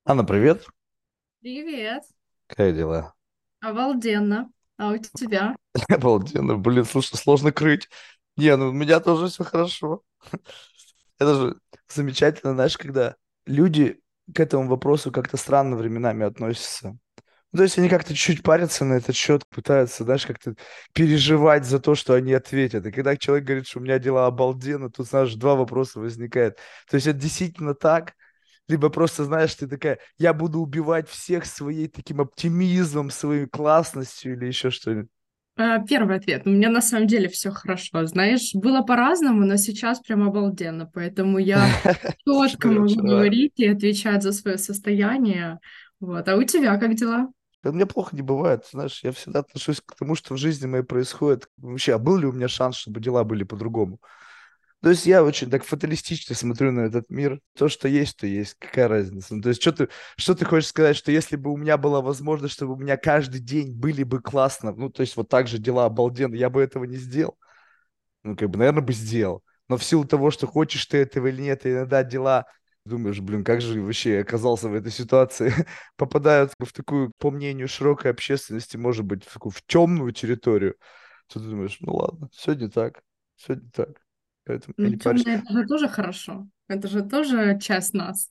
Анна, привет. Привет. Как дела? Обалденно. А у тебя? Обалденно. Блин, слушай, сложно крыть. Не, ну у меня тоже все хорошо. Это же замечательно, знаешь, когда люди к этому вопросу как-то странно временами относятся. Ну, то есть они как-то чуть-чуть парятся на этот счет, пытаются, знаешь, как-то переживать за то, что они ответят. И когда человек говорит, что у меня дела обалденно, тут, знаешь, два вопроса возникает. То есть это действительно так? Либо просто, знаешь, ты такая, я буду убивать всех своей таким оптимизмом, своей классностью или еще что-нибудь. Первый ответ. У меня на самом деле все хорошо. Знаешь, было по-разному, но сейчас прям обалденно. Поэтому я четко могу Переживаю. говорить и отвечать за свое состояние. Вот. А у тебя как дела? У меня плохо не бывает, знаешь, я всегда отношусь к тому, что в жизни моей происходит. Вообще, а был ли у меня шанс, чтобы дела были по-другому? То есть я очень так фаталистично смотрю на этот мир. То, что есть, то есть. Какая разница? Ну, то есть что ты хочешь сказать, что если бы у меня была возможность, чтобы у меня каждый день были бы классно, ну, то есть вот так же дела обалденно, я бы этого не сделал? Ну, как бы, наверное, бы сделал. Но в силу того, что хочешь ты этого или нет, иногда дела, думаешь, блин, как же вообще я оказался в этой ситуации, попадают в такую, по мнению широкой общественности, может быть, в такую в темную территорию, то ты думаешь, ну ладно, все не так, все не так. Поэтому я Ну, не парюсь. темное это же тоже хорошо. Это же тоже часть нас.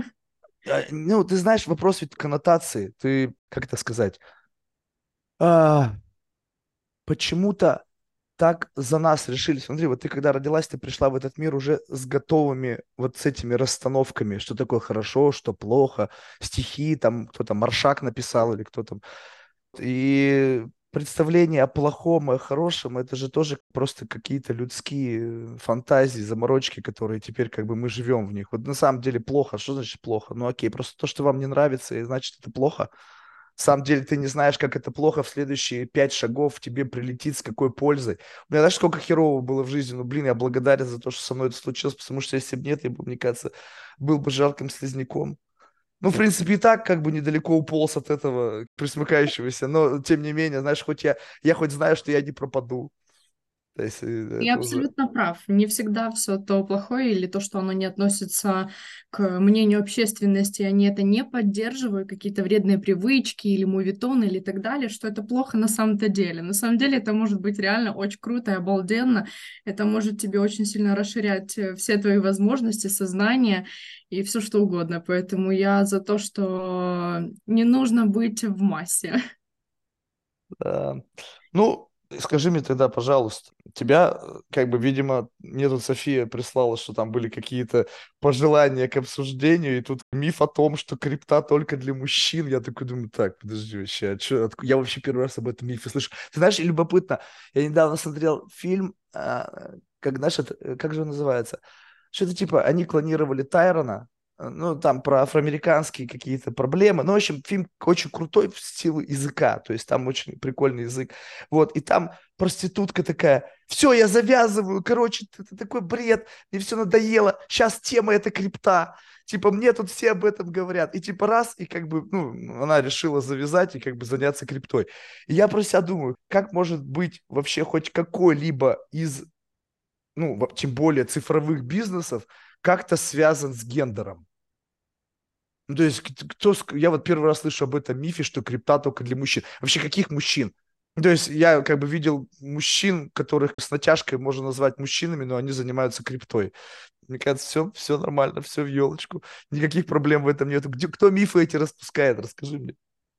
Ну, ты знаешь, вопрос ведь коннотации. Ты, как это сказать, а, почему-то так за нас решили. Смотри, вот ты когда родилась, ты пришла в этот мир уже с готовыми вот с этими расстановками, что такое хорошо, что плохо, стихи, там кто-то Маршак написал или кто там. И представление о плохом и о хорошем, это же тоже просто какие-то людские фантазии, заморочки, которые теперь как бы мы живем в них. Вот на самом деле плохо. Что значит плохо? Ну окей, просто то, что вам не нравится, и значит это плохо. На самом деле ты не знаешь, как это плохо, в следующие 5 шагов тебе прилетит с какой пользой. У меня, знаешь, сколько херово было в жизни, ну, блин, я благодарен за то, что со мной это случилось, потому что если бы нет, я бы, мне кажется, был бы жарким слизняком. Ну, в принципе, и так как бы недалеко уполз от этого присмыкающегося, но, тем не менее, знаешь, хоть я хоть знаю, что я не пропаду. То есть Ты это уже... абсолютно прав. Не всегда все то плохое или то, что оно не относится к мнению общественности, они это не поддерживают, какие-то вредные привычки или мувитоны или так далее, что это плохо на самом-то деле. На самом деле это может быть реально очень круто и обалденно. Это может тебе очень сильно расширять все твои возможности, сознание и все что угодно. Поэтому я за то, что не нужно быть в массе. Да. Ну, скажи мне тогда, пожалуйста, тебя, как бы, видимо, мне тут София прислала, что там были какие-то пожелания к обсуждению, и тут миф о том, что крипта только для мужчин. Я такой думаю, так, подожди, вообще, я вообще первый раз об этом мифе слышу. Ты знаешь, и любопытно, я недавно смотрел фильм, как, знаешь, как же он называется? Что-то типа, они клонировали Тайрона, ну, там про афроамериканские какие-то проблемы. Ну, в общем, фильм очень крутой в силу языка, то есть там очень прикольный язык. Вот, и там проститутка такая, все, я завязываю, короче, это такой бред, мне все надоело, сейчас тема это крипта, типа, мне тут все об этом говорят, и типа раз, и как бы, ну, она решила завязать и как бы заняться криптой. И я про себя думаю, как может быть вообще хоть какой-либо из, ну, тем более цифровых бизнесов, как-то связан с гендером? Ну, то есть, я вот первый раз слышу об этом мифе, что крипта только для мужчин. Вообще, каких мужчин? Ну, то есть, я как бы видел мужчин, которых с натяжкой можно назвать мужчинами, но они занимаются криптой. Мне кажется, все нормально, все в елочку. Никаких проблем в этом нет. Кто мифы эти распускает? Расскажи мне.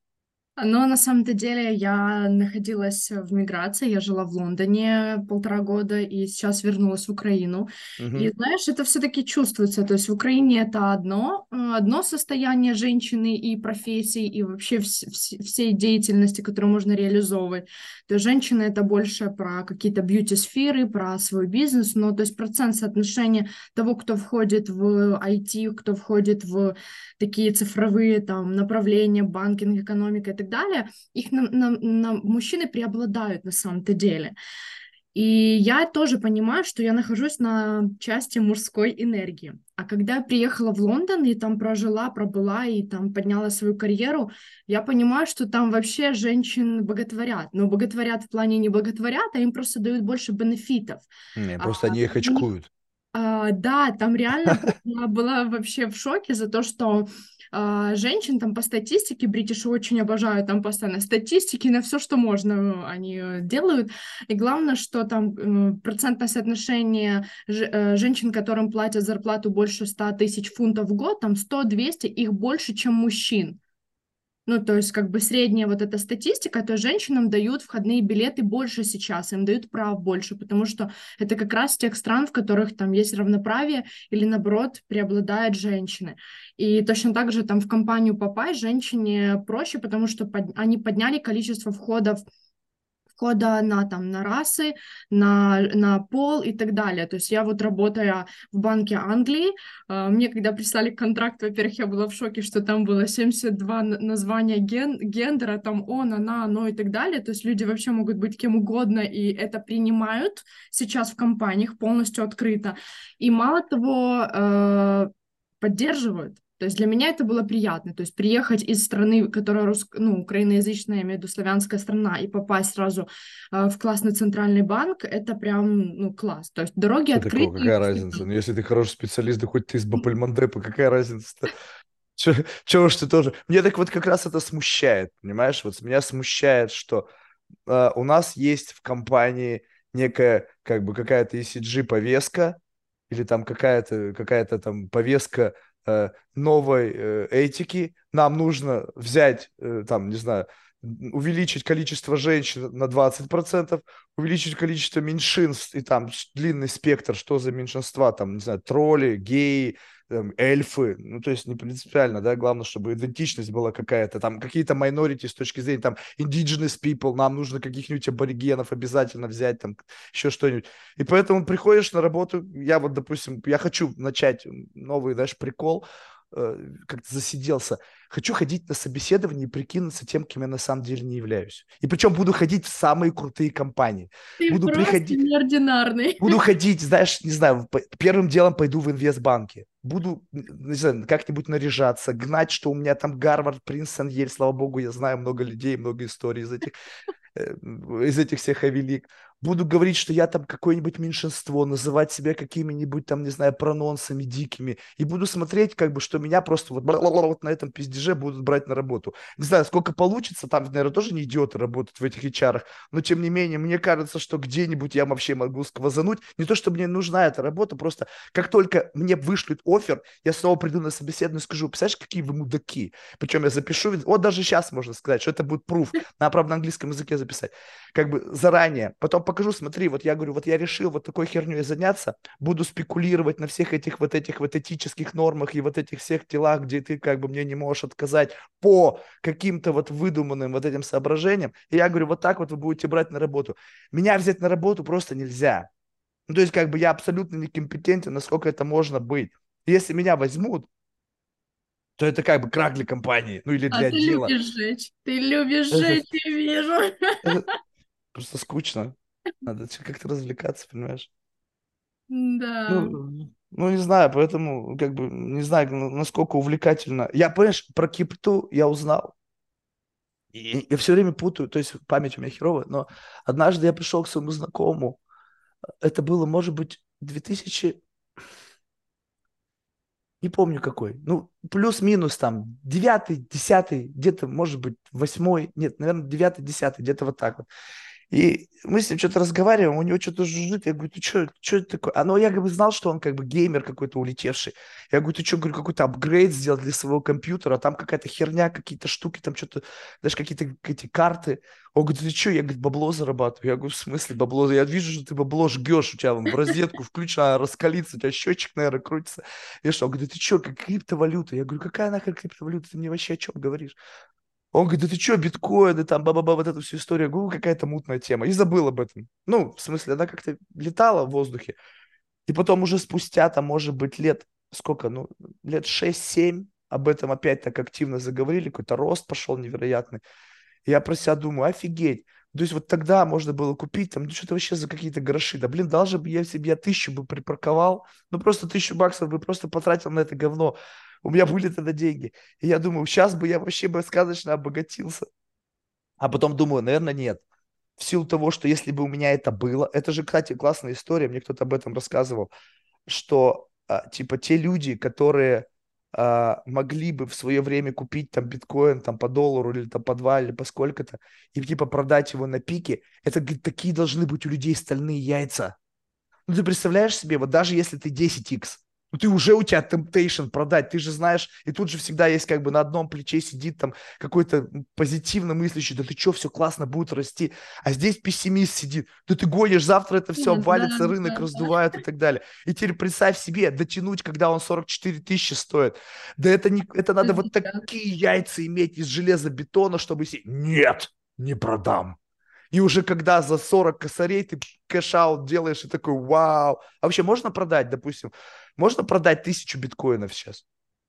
Но на самом-то деле я находилась в миграции, я жила в Лондоне 1,5 года и сейчас вернулась в Украину. И Мгм. знаешь, это все-таки чувствуется. То есть в Украине это одно состояние женщины и профессии, и вообще всей деятельности, которую можно реализовывать. То есть женщина это больше про какие-то бьюти-сферы, про свой бизнес, но то есть процент соотношения того, кто входит в IT, кто входит в такие цифровые там направления, банкинг, экономика и так далее, их мужчины преобладают на самом-то деле. И я тоже понимаю, что я нахожусь на части мужской энергии. А когда я приехала в Лондон и там прожила, пробыла и там подняла свою карьеру, я понимаю, что там вообще женщин боготворят. Но боготворят в плане не боготворят, а им просто дают больше бенефитов. Не, А, просто они их очкуют. да, там реально я была вообще в шоке за то, что женщин там по статистике, бритиши очень обожают там постоянно статистики на все, что можно они делают. И главное, что там процентное соотношение женщин, которым платят зарплату больше 100 тысяч фунтов в год, там 100-200, их больше, чем мужчин. Ну, то есть, как бы средняя вот эта статистика, то женщинам дают входные билеты больше сейчас, им дают прав больше, потому что это как раз тех стран, в которых там есть равноправие или, наоборот, преобладают женщины. И точно так же там в компанию попасть женщине проще, потому что они подняли количество входа на, там, на расы, на пол и так далее. То есть я вот работая в Банке Англии, мне когда прислали контракт, во-первых, я была в шоке, что там было 72 названия гендера, там он, она, оно и так далее. То есть люди вообще могут быть кем угодно, и это принимают сейчас в компаниях полностью открыто. И мало того, поддерживают. То есть для меня это было приятно. То есть приехать из страны, которая ну, украиноязычная, я имею в виду славянская страна, и попасть сразу в классный центральный банк, это прям, ну, класс. То есть дороги Что такого, открыты какая всегда. разница? Ну, если ты хороший специалист, да хоть ты из Бапельмандепа, какая разница-то? Чего ж ты тоже? Мне так вот как раз это смущает, понимаешь? Вот меня смущает, что у нас есть в компании некая, как бы, какая-то ECG-повестка или там какая-то там повестка новой этики. Нам нужно взять, там, не знаю, увеличить количество женщин на 20%, увеличить количество меньшинств, и там длинный спектр, что за меньшинства, там, не знаю, тролли, геи, эльфы, ну, то есть не принципиально, да, главное, чтобы идентичность была какая-то, там, какие-то minority с точки зрения, там, indigenous people, нам нужно каких-нибудь аборигенов обязательно взять, там, еще что-нибудь. И поэтому приходишь на работу, я вот, допустим, я хочу начать новый, знаешь, прикол, как-то засиделся. Хочу ходить на собеседование и прикинуться тем, кем я на самом деле не являюсь. И причем буду ходить в самые крутые компании. Ты Буду просто приходить, неординарный. буду ходить, знаешь, не знаю, первым делом пойду в инвестбанке. Буду, не знаю, как-нибудь наряжаться, гнать, что у меня там Гарвард, Принстон, Ель, слава богу, я знаю много людей, много историй из этих всех авелик. Буду говорить, что я там какое-нибудь меньшинство, называть себя какими-нибудь там, не знаю, прононсами дикими. И буду смотреть, как бы, что меня просто вот на этом пиздеже будут брать на работу. Не знаю, сколько получится, там, наверное, тоже не идиоты работают в этих HR, но, тем не менее, мне кажется, что где-нибудь я вообще могу сквозануть. Не то, что мне нужна эта работа, просто как только мне вышлют оффер, я снова приду на собеседование и скажу, представляешь, какие вы мудаки. Причем я запишу, вот даже сейчас можно сказать, что это будет proof. Надо, правда, на английском языке записать. Как бы заранее. Потом покажу, смотри, вот я говорю, вот я решил вот такой херней заняться, буду спекулировать на всех этих вот этических нормах и вот этих всех делах, где ты как бы мне не можешь отказать по каким-то вот выдуманным вот этим соображениям. И я говорю, вот так вот вы будете брать на работу. Меня взять на работу просто нельзя. Ну, то есть как бы я абсолютно некомпетентен, насколько это можно быть. Если меня возьмут, то это как бы крах для компании, ну или А для ты отдела. любишь жечь. Ты любишь Это, жечь, я вижу. это просто скучно. Надо как-то развлекаться, понимаешь? Да. Ну, не знаю, поэтому, как бы, не знаю, насколько увлекательно. Я, понимаешь, про крипту я узнал. И я все время путаю, то есть память у меня херовая, но однажды я пришел к своему знакомому, это было, может быть, 2000, не помню какой, ну, плюс-минус там, девятый, десятый, где-то, может быть, восьмой, нет, наверное, девятый, десятый, где-то вот так вот. И мы с ним что-то разговариваем, у него что-то жужжит. Я говорю, ты что это такое? А ну, я как бы знал, что он как бы геймер какой-то улетевший. Я говорю, ты что, говорю, какой-то апгрейд сделал для своего компьютера, а там какая-то херня, какие-то штуки, там что-то, даже какие-то эти карты. Он говорит, ты что? Я, говорит, бабло зарабатываю. Я говорю, в смысле бабло? Я вижу, что ты бабло жгешь, у тебя в розетку включена, раскалится, у тебя счетчик, наверное, крутится. Я что? Он говорит, ты что, как криптовалюта? Я говорю, какая нахер криптовалюта? Ты мне вообще о чем говоришь? Он говорит, да ты что, биткоины, там, ба-ба-ба, вот эту всю историю. Я говорю, какая-то мутная тема. И забыл об этом. Ну, в смысле, она как-то летала в воздухе. И потом уже спустя, там, может быть, лет, сколько, ну, лет 6-7 об этом опять так активно заговорили, какой-то рост пошел невероятный. И я про себя думаю, офигеть. То есть вот тогда можно было купить, там, ну, что-то вообще за какие-то гроши. Да, блин, даже бы, если бы я 1000 бы припарковал, ну, просто 1000 баксов бы просто потратил на это говно. У меня были тогда деньги. И я думаю, сейчас бы я вообще бы сказочно обогатился. А потом думаю, наверное, нет. В силу того, что если бы у меня это было, это же, кстати, классная история, мне кто-то об этом рассказывал, что типа те люди, которые могли бы в свое время купить там биткоин там по доллару или там по 2 или по сколько-то и типа продать его на пике, это, говорит, такие должны быть у людей стальные яйца. Ну, ты представляешь себе, вот даже если ты 10x, ну, ты уже у тебя temptation продать, ты же знаешь, и тут же всегда есть как бы на одном плече сидит там какой-то позитивно мыслящий, да ты что, все классно будет расти, а здесь пессимист сидит, да ты гонишь, завтра это все Нет, да, обвалится, рынок да. раздувают и так далее. И теперь представь себе, дотянуть, когда он 44 тысячи стоит, да это, не, это надо вот такие яйца иметь из железобетона, чтобы сидеть, нет, не продам. И уже когда за 40 косарей ты кэш-аут делаешь и такой, вау. А вообще можно продать, допустим, можно продать 1000 биткоинов сейчас?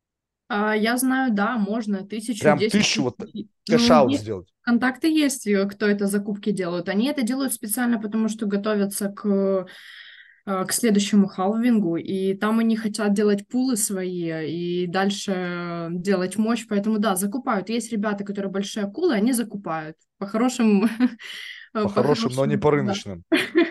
Я знаю, да, можно, 1000, Прям 10 1000 вот тысяч. Ну, кэш-аут есть сделать. контакты есть, кто это закупки делают. Они это делают специально, потому что готовятся к следующему халвингу, и там они хотят делать пулы свои и дальше делать мощь, поэтому да, закупают. Есть ребята, которые большие акулы, они закупают. По хорошим, По по хорошим, но не хорошим, по да. рыночным.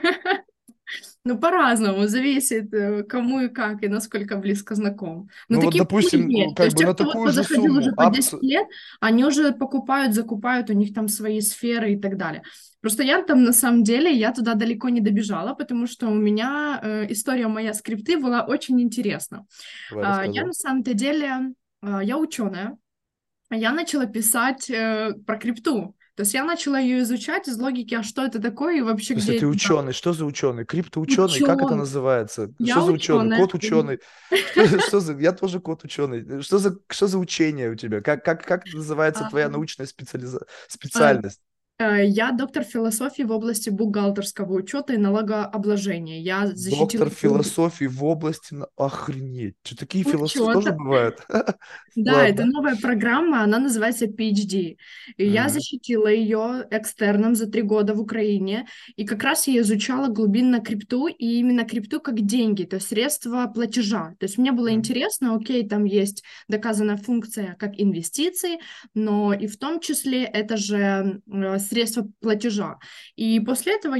Ну, по-разному, зависит, кому и как, и насколько близко знаком. Но Ну вот, такие пули допустим, есть. То как есть бы те, на кто такую же заходил уже сумму по 10 опцию. лет, они уже покупают, закупают, у них там свои сферы и так далее. Просто я там, на самом деле, я туда далеко не добежала, потому что у меня история моя скрипты была очень интересна. Давай Я рассказывай. на самом-то деле, я ученая, я начала писать про крипту. То есть я начала ее изучать из логики, а что это такое и вообще То есть где ты это ученый, бралось. что за ученый? Криптоученый, как это Ученый. называется? Что Я за ученый? ученая. Кот ученый? Что за... Я тоже кот ученый. Что за учение у тебя? Как называется твоя научная А, специальность? Я доктор философии в области бухгалтерского учета и налогообложения. Я защитила Доктор философии в области... Охренеть. Что, такие философы тоже учета. бывают? Да, это Ладно. новая программа, она называется PhD. И я Мгм. защитила ее экстерном за 3 года в Украине. И как раз я изучала глубинно крипту, и именно крипту как деньги, то есть средства платежа. То есть мне было Мгм. интересно, окей, там есть доказанная функция как инвестиции, но и в том числе это же средства платежа. И после этого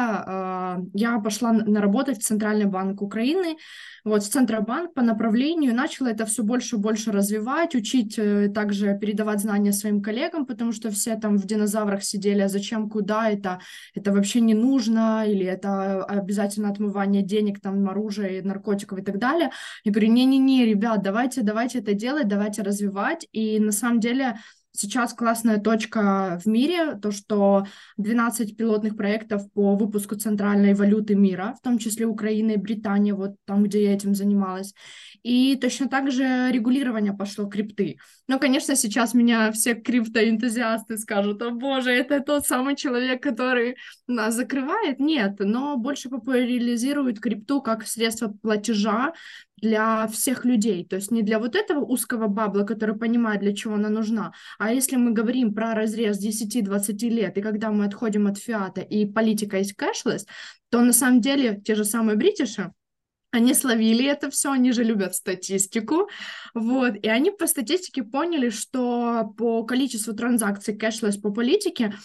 я пошла на работать в Центральный банк Украины, вот, в Центробанк по направлению, начала это все больше и больше развивать, учить, также передавать знания своим коллегам, потому что все там в динозаврах сидели, а зачем, куда это вообще не нужно, или это обязательно отмывание денег, там, оружия, наркотиков и так далее. Я говорю, не-не-не, ребят, давайте это делать, давайте развивать, и на самом деле сейчас классная точка в мире, то, что 12 пилотных проектов по выпуску центральной валюты мира, в том числе Украина и Британия, вот там, где я этим занималась. И точно так же регулирование пошло крипты. Ну, конечно, сейчас меня все криптоэнтузиасты скажут, о боже, это тот самый человек, который нас закрывает. Нет, но больше популяризирует крипту как средство платежа для всех людей. То есть не для вот этого узкого бабла, который понимает, для чего она нужна, а если мы говорим про разрез 10-20 лет, и когда мы отходим от фиата и политика есть кэшлесс, то на самом деле те же самые бритиши, они словили это все, они же любят статистику, вот, и они по статистике поняли, что по количеству транзакций кэшлесс по политике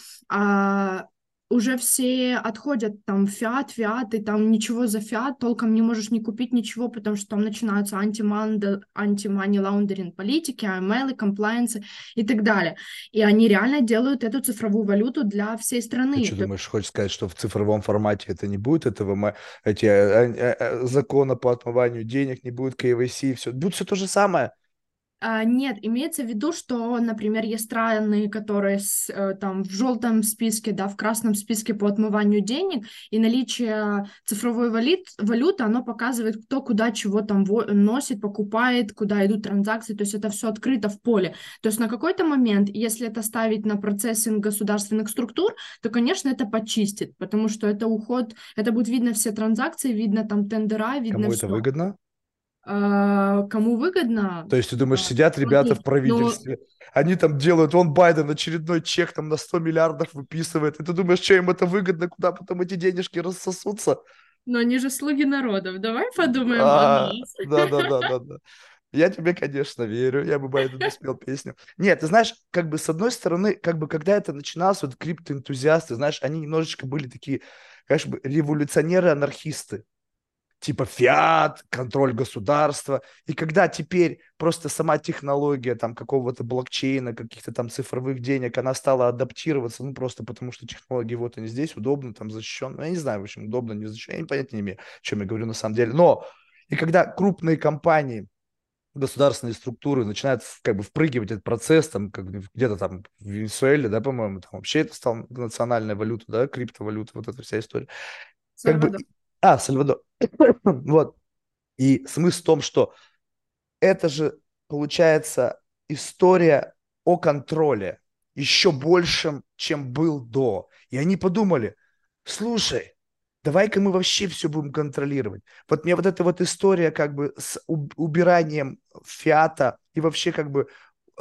уже все отходят там фиат, и там ничего за фиат толком не можешь не купить ничего, потому что там начинаются анти-мани лаундеринг политики, AML, комплайенсы и так далее. И они реально делают эту цифровую валюту для всей Ты страны. что думаешь, хочешь сказать, что в цифровом формате это не будет этого, эти закона по отмыванию денег, не будет KYC, все, будет все то же самое. Нет, имеется в виду, что, например, есть страны, которые там в желтом списке, да, в красном списке по отмыванию денег, и наличие цифровой валюты, оно показывает, кто куда чего там носит, покупает, куда идут транзакции, то есть это все открыто в поле. То есть на какой-то момент, если это ставить на процессинг государственных структур, то, конечно, это почистит, потому что это уход, это будет видно все транзакции, видно там тендера, видно Кому это все. выгодно? Кому выгодно? То есть ты думаешь, сидят ребята в Смотри, ну, правительстве, они там делают, вон Байден очередной чек там на 100 миллиардов выписывает, и ты думаешь, что им это выгодно, куда потом эти денежки рассосутся? но они же слуги народов. Давай подумаем о нас. Да, да, да, да, да. Я тебе, конечно, верю. Я бы Байдену спел песню. Нет, ты знаешь, как бы с одной стороны, как бы когда это начиналось, вот криптоэнтузиасты, знаешь, они немножечко были такие, конечно, революционеры-анархисты. типа фиат, контроль государства. И когда теперь просто сама технология там какого-то блокчейна, каких-то там цифровых денег, она стала адаптироваться, ну просто потому что технологии вот они здесь, удобно, там защищен. Ну, я не знаю, в общем, удобно, не защищен, я понятия не имею, о чем я говорю на самом деле. Но и когда крупные компании, государственные структуры начинают как бы впрыгивать этот процесс, там, как где-то там в Венесуэле, да, по-моему, там вообще это стала национальная валюта, да, криптовалюта, вот эта вся история. Как бы, Сальвадор. Сальвадор. Вот. И смысл в том, что это же, получается, история о контроле еще большем, чем был до. И они подумали, слушай, давай-ка мы вообще все будем контролировать. Вот мне вот эта вот история как бы с убиранием фиата и вообще как бы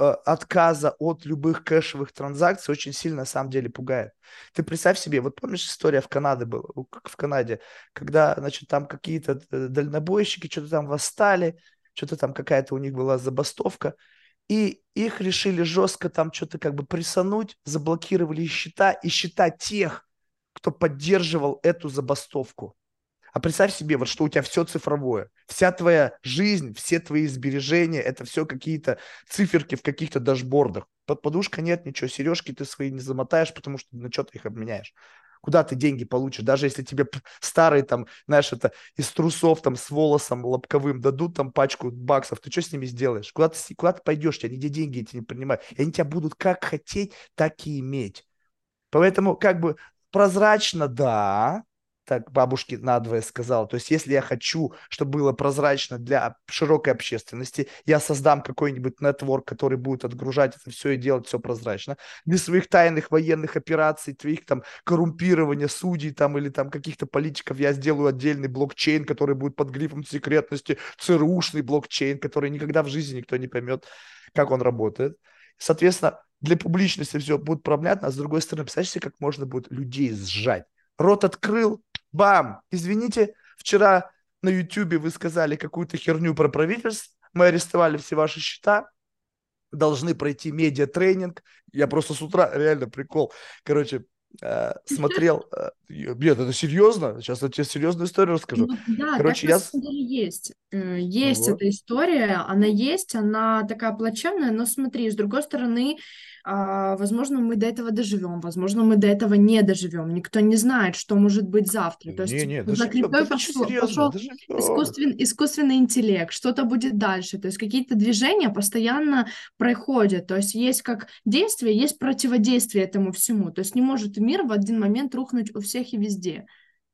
отказа от любых кэшевых транзакций очень сильно на самом деле пугает. Ты представь себе, вот помнишь история в Канаде была, в Канаде, когда, значит, там какие-то дальнобойщики что-то там восстали, что-то там какая-то у них была забастовка, и их решили жестко там что-то как бы прессануть, заблокировали счета, и счета тех, кто поддерживал эту забастовку. А представь себе, вот что у тебя все цифровое, вся твоя жизнь, все твои сбережения, это все какие-то циферки в каких-то дашбордах. Под подушкой нет ничего, сережки ты свои не замотаешь, потому что на что ты их обменяешь. Куда ты деньги получишь? Даже если тебе старые там, знаешь, это из трусов там с волосом лобковым дадут там пачку баксов, ты что с ними сделаешь? Куда ты пойдешь? Тебя нигде деньги эти не принимают. И они тебя будут как хотеть, так и иметь. Поэтому как бы прозрачно, да, так бабушке надвое сказал. То есть, если я хочу, чтобы было прозрачно для широкой общественности, я создам какой-нибудь нетворк, который будет отгружать это все и делать все прозрачно. Для своих тайных военных операций, твоих там коррумпирования судей там или там каких-то политиков я сделаю отдельный блокчейн, который будет под грифом секретности, ЦРУшный блокчейн, который никогда в жизни никто не поймет, как он работает. Соответственно, для публичности все будет понятно, а с другой стороны, представляете себе, как можно будет людей сжать? Рот открыл, бам! Извините, вчера на Ютубе вы сказали какую-то херню про правительство, мы арестовали все ваши счета, должны пройти медиа-тренинг. Я просто с утра, реально прикол, короче, смотрел, нет, это серьезно, сейчас я тебе серьезную историю расскажу. Ну да, так Короче, на самом деле есть. Есть Вот. эта история, она есть, она такая плачевная, но смотри, с другой стороны, возможно, мы до этого доживем, возможно, мы до этого не доживем. Никто не знает, что может быть завтра. То есть Не, за доживем, да криптой ты что, пошел, серьезно, пошел доживем. искусственный интеллект, что-то будет дальше. То есть какие-то движения постоянно проходят. То есть есть как действие, есть противодействие этому всему. То есть не может мир в один момент рухнуть у всех и везде.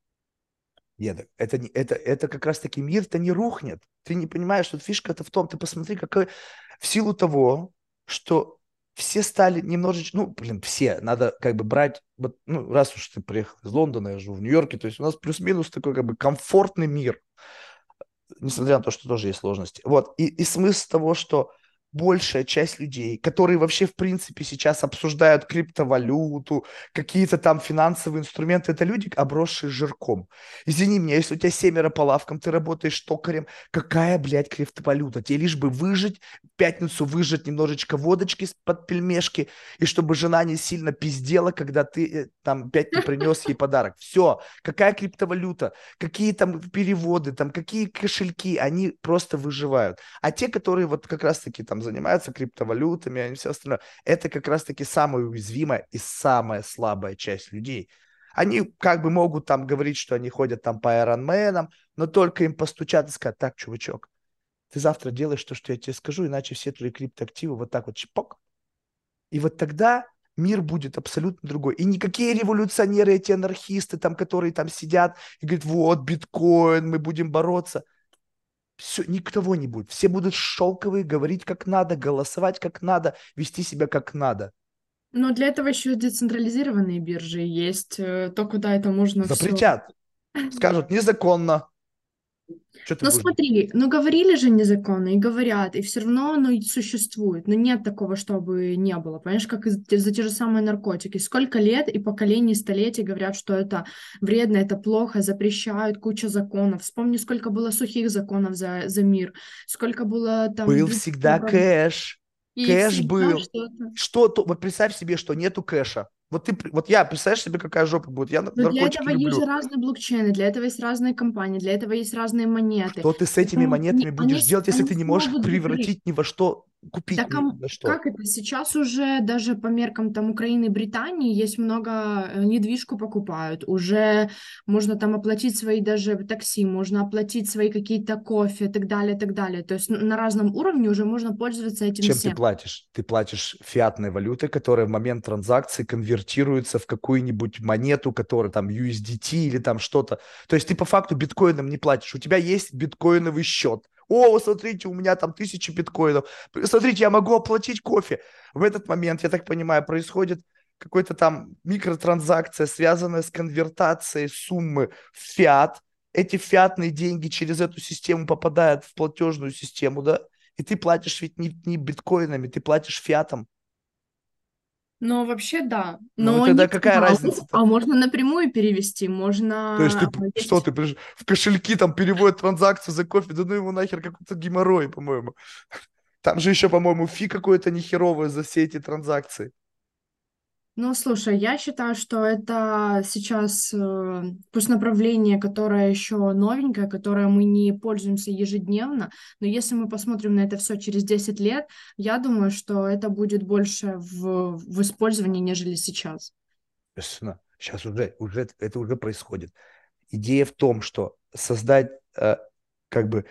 Нет, это как раз-таки мир-то не рухнет. Ты не понимаешь, что фишка-то в том, ты посмотри, какой в силу того, что все стали немножечко, ну, блин, все, надо как бы брать, вот, ну, раз уж ты приехал из Лондона, я живу в Нью-Йорке, то есть у нас плюс-минус такой как бы комфортный мир, несмотря на то, что тоже есть сложности. Вот, и смысл того, что большая часть людей, которые вообще в принципе сейчас обсуждают криптовалюту, какие-то там финансовые инструменты, это люди, обросшие жирком. Извини меня, если у тебя семеро по лавкам, ты работаешь токарем, какая, блядь, криптовалюта? Тебе лишь бы выжить, в пятницу выжать немножечко водочки под пельмешки, и чтобы жена не сильно пиздела, когда ты там опять не принес ей подарок. Все, какая криптовалюта? Какие там переводы, там какие кошельки, они просто выживают. А те, которые вот как раз-таки там занимаются криптовалютами, и все остальное, это как раз-таки самая уязвимая и самая слабая часть людей. Они как бы могут там говорить, что они ходят там по айронменам, но только им постучат и сказать: так, чувачок, ты завтра делаешь то, что я тебе скажу, иначе все твои криптоактивы вот так вот чпок. И вот тогда мир будет абсолютно другой. И никакие революционеры, эти анархисты, там, которые там сидят и говорят: вот, биткоин, мы будем бороться. Все, никого не будет. Все будут шелковые, говорить как надо, голосовать как надо, вести себя как надо. Но для этого еще децентрализированные биржи есть, то, куда это можно все. Запретят. Скажут: незаконно. Что ты Но будешь? смотри, ну говорили же незаконно и говорят, и все равно оно и существует. Но нет такого, чтобы не было. Понимаешь, как и за те же самые наркотики. Сколько лет и поколений, столетий говорят, что это вредно, это плохо, запрещают, куча законов. Вспомни, сколько было сухих законов за мир, сколько было там Был введено всегда прав. кэш. И Кэш всегда был. что-то. Что то, вот представь себе, что нету кэша. Вот я, представляешь себе, какая жопа будет? Я Но для этого наркотики есть же люблю. разные блокчейны, для этого есть разные компании, для этого есть разные монеты. Что ты с этими Поэтому монетами будешь делать, если они ты не можешь их смогут превратить ни во что, купить Так ни на что? как это? Сейчас уже даже по меркам там Украины и Британии есть много недвижку покупают. Уже можно там оплатить свои даже такси, можно оплатить свои какие-то кофе и так далее, и так далее. То есть на разном уровне уже можно пользоваться этим Чем ты всем. платишь? Ты платишь фиатной валютой, которая в момент транзакции конвертируется в какую-нибудь монету, которая там USDT или там что-то. То есть ты по факту биткоином не платишь. У тебя есть биткоиновый счет. О, смотрите, у меня там 1000 биткоинов. Смотрите, я могу оплатить кофе. В этот момент, я так понимаю, происходит какой-то там микротранзакция, связанная с конвертацией суммы в фиат. Эти фиатные деньги через эту систему попадают в платежную систему, да? И ты платишь ведь не биткоинами, ты платишь фиатом. Но вообще да, Ну и но тогда не какая валют, разница-то? а можно напрямую перевести, То есть можно ты что, есть. ты в кошельки там переводят транзакцию за кофе, да ну его нахер, какой-то геморрой, по-моему. Там же еще, по-моему, фи какое-то нехеровое за все эти транзакции. Ну, слушай, я считаю, что это сейчас пусть направление, которое еще новенькое, которое мы не пользуемся ежедневно, но если мы посмотрим на это все через 10 лет, я думаю, что это будет больше в использовании, нежели сейчас. Естественно, сейчас уже это уже происходит. Идея в том, что создать как бы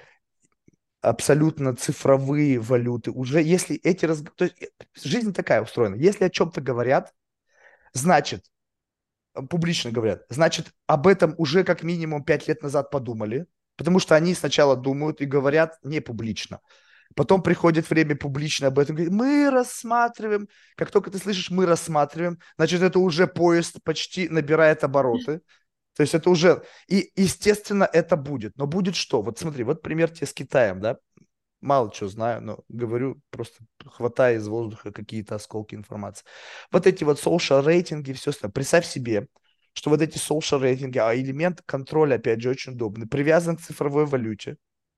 абсолютно цифровые валюты, уже если эти то есть жизнь такая устроена, если о чем-то говорят, значит, публично говорят, значит, об этом уже как минимум 5 лет назад подумали, потому что они сначала думают и говорят не публично. Потом приходит время публично об этом говорить. Мы рассматриваем. Как только ты слышишь «мы рассматриваем», значит, это уже поезд почти набирает обороты. То есть это уже... И, естественно, это будет. Но будет что? Вот смотри, вот пример тебе с Китаем, да? Мало чего знаю, но говорю, просто хватая из воздуха какие-то осколки информации. Вот эти вот social рейтинги, все остальное. Представь себе, что вот эти social рейтинги, а элемент контроля, опять же, очень удобный, привязан к цифровой валюте.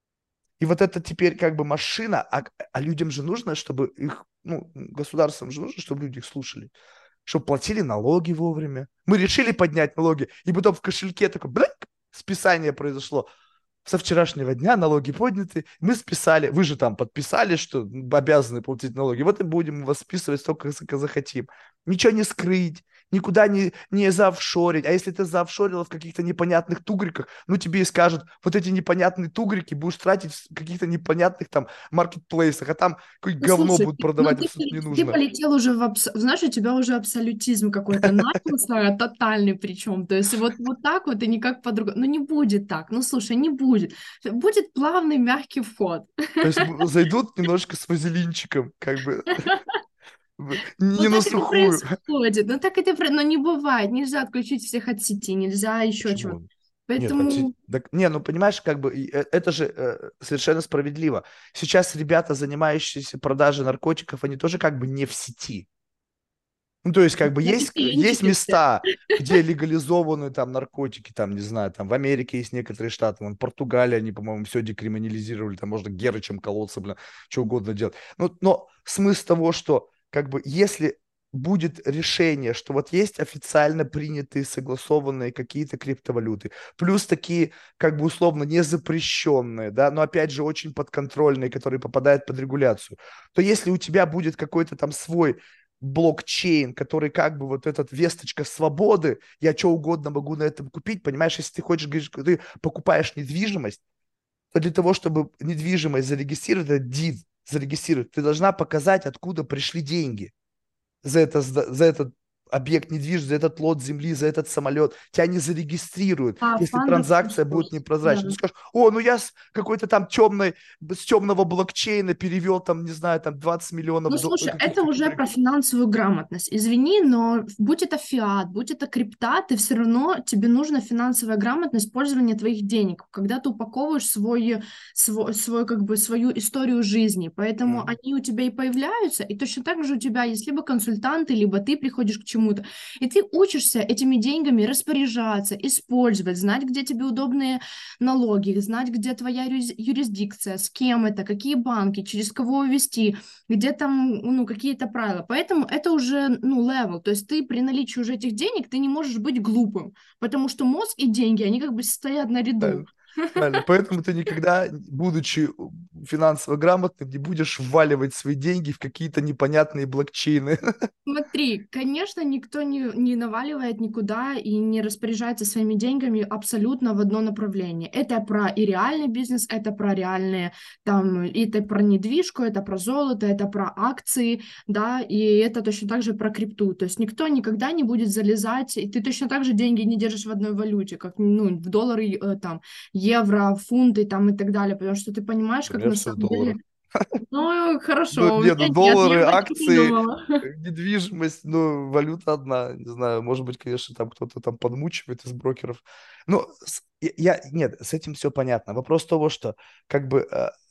И вот это теперь как бы машина, а людям же нужно, чтобы их, ну, государствам же нужно, чтобы люди их слушали, чтобы платили налоги вовремя. Мы решили поднять налоги, и потом в кошельке такой, блядь, списание произошло. Со вчерашнего дня налоги подняты, мы списали, вы же там подписали, что обязаны платить налоги, вот и будем вас списывать столько, сколько захотим. Ничего не скрыть, никуда не заофшорить, а если ты заофшорила в каких-то непонятных тугриках, ну тебе и скажут, вот эти непонятные тугрики будешь тратить в каких-то непонятных там маркетплейсах, а там какое-то Ну, говно слушай, будут ну продавать ты, абсолютно не ты нужно. полетел уже знаешь, у тебя уже абсолютизм какой-то начался, тотальный причем. То есть вот так вот и никак по-другому. Ну не будет так. Ну слушай, не будет. Будет плавный, мягкий вход. То есть зайдут немножко с вазелинчиком, как бы Ну не на так это сухую. происходит. Ну так это, но не бывает. Нельзя отключить всех от сети, нельзя еще чего-то. Почему? Нет, Поэтому, не, ну понимаешь, как бы это же совершенно справедливо. Сейчас ребята, занимающиеся продажей наркотиков, они тоже как бы не в сети. Ну, то есть, как бы они есть клиентчики все. места, где легализованы там наркотики, там, не знаю, там в Америке есть некоторые штаты, вон Португалия, они, по-моему, все декриминализировали, там можно герычем колоться, блин, что угодно делать. Ну, но смысл того, что, как бы, если будет решение, что вот есть официально принятые, согласованные какие-то криптовалюты, плюс такие, как бы, условно, не запрещенные, да, но, опять же, очень подконтрольные, которые попадают под регуляцию, то если у тебя будет какой-то там свой блокчейн, который как бы вот этот весточка свободы, я что угодно могу на этом купить, понимаешь, если ты хочешь, говоришь, ты покупаешь недвижимость, то для того, чтобы недвижимость зарегистрировать, это дид зарегистрировать, ты должна показать, откуда пришли деньги за этот объект недвижимости, за этот лот земли, за этот самолет. Тебя не зарегистрируют, если Фандовский транзакция будет ресурс. Да. непрозрачной. Ты скажешь, о, ну я с какой-то там с темного блокчейна перевел там, не знаю, там 20 миллионов Ну, слушай, это каких-то уже про финансовую грамотность. Извини, но будь это фиат, будь это крипта, ты все равно, тебе нужна финансовая грамотность пользования твоих денег, когда ты упаковываешь свой, как бы, свою историю жизни. Поэтому Мгм. они у тебя и появляются, и точно так же у тебя есть либо консультанты, либо ты приходишь к чему-то. И ты учишься этими деньгами распоряжаться, использовать, знать, где тебе удобные налоги, знать, где твоя юрисдикция, с кем это, какие банки, через кого ввести, где там, ну, какие-то правила. Поэтому это уже, ну, level. То есть ты при наличии уже этих денег, ты не можешь быть глупым, потому что мозг и деньги, они как бы стоят на ряду. Правильно. Правильно. Поэтому ты никогда, будучи финансово грамотным, не будешь вваливать свои деньги в какие-то непонятные блокчейны. Смотри, конечно, никто не наваливает никуда и не распоряжается своими деньгами абсолютно в одно направление. Это про и реальный бизнес, это про реальные, там, это про недвижку, это про золото, это про акции, да, и это точно так же про крипту. То есть никто никогда не будет залезать, и ты точно так же деньги не держишь в одной валюте, как, ну, в доллары, там, евро, фунты, там, и так далее, потому что ты понимаешь, У как меня на все в самом деле... долларах. Ну, Ну, хорошо, у нет, меня ну, нет, я доллары, об этом не акции, думала. недвижимость, ну, валюта одна. Не знаю, может быть, конечно, там кто-то там подмучивает из брокеров. Ну, нет, с этим все понятно. Вопрос того, что как бы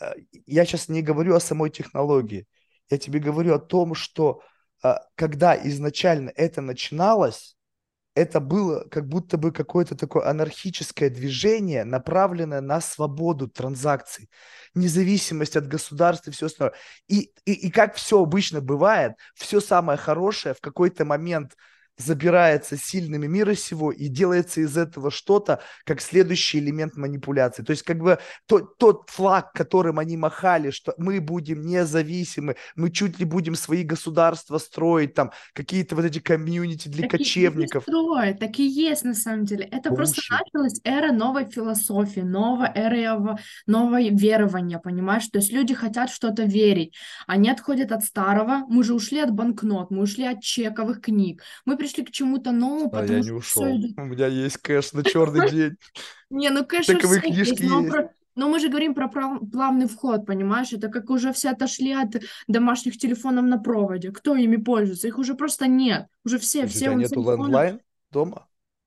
я сейчас не говорю о самой технологии. Я тебе говорю о том, что когда изначально это начиналось, это было как будто бы какое-то такое анархическое движение, направленное на свободу транзакций, независимость от государства и все остальное. И как все обычно бывает, все самое хорошее в какой-то момент забирается сильными мира сего и делается из этого что-то, как следующий элемент манипуляции. То есть как бы тот флаг, которым они махали, что мы будем независимы, мы чуть ли будем свои государства строить, там какие-то вот эти комьюнити для Так и кочевников. строят, так и есть на самом деле. Это просто Bullshit. началась эра новой философии, новая эра нового верования, понимаешь? То есть люди хотят в что-то верить. Они отходят от старого. Мы же ушли от банкнот, мы ушли от чековых книг. Мы пришли к чему-то новому, А я потому не что все ушел. идет... У меня есть кэш на черный день. Не, ну, конечно, у Таковые всех есть, книжки есть. но мы же говорим про плавный вход, понимаешь? Это как уже все отошли от домашних телефонов на проводе. Кто ими пользуется? Их уже просто нет. Уже То все, есть у все тебя у нету телефона. лендлайн дома?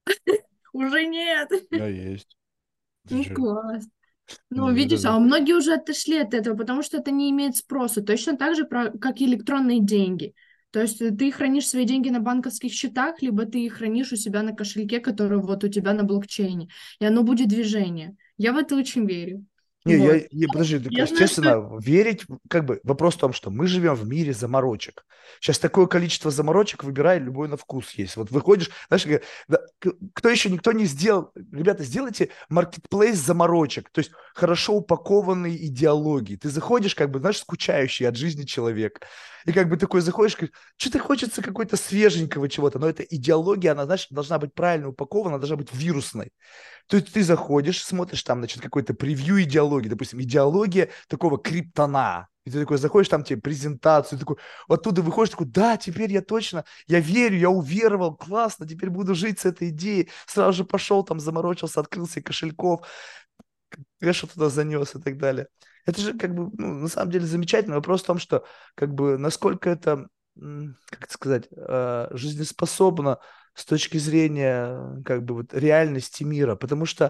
Уже нет. У меня есть. Ты Ну, чё? класс. Ну, видишь, Неожиданно. а многие уже отошли от этого, потому что это не имеет спроса. Точно так же, как и электронные деньги. То есть ты хранишь свои деньги на банковских счетах, либо ты их хранишь у себя на кошельке, который вот у тебя на блокчейне. И оно будет движение. Я в это очень верю. Не, Вот. подожди, так, Я знаю, что... естественно, верить, как бы, вопрос в том, что мы живем в мире заморочек. Сейчас такое количество заморочек, выбирай, любой на вкус есть. Вот выходишь, знаешь, да, кто еще, никто не сделал, ребята, сделайте маркетплейс заморочек, то есть хорошо упакованные идеологии. Ты заходишь, как бы, знаешь, скучающий от жизни человек, и как бы такой заходишь, что-то хочется какой-то свеженького чего-то, но эта идеология, она, знаешь, должна быть правильно упакована, она должна быть вирусной. То есть ты заходишь, смотришь там, значит, какой-то превью идеологии, допустим, идеология такого криптона. И ты такой заходишь, там тебе презентацию, такой, оттуда выходишь, такой, да, теперь я точно, я верю, я уверовал, классно, теперь буду жить с этой идеей. Сразу же пошел, там, заморочился, открыл себе кошельков, кэша туда занес и так далее. Это же как бы, ну, на самом деле замечательно. Вопрос в том, что как бы насколько это, как это сказать, жизнеспособно с точки зрения как бы вот реальности мира, потому что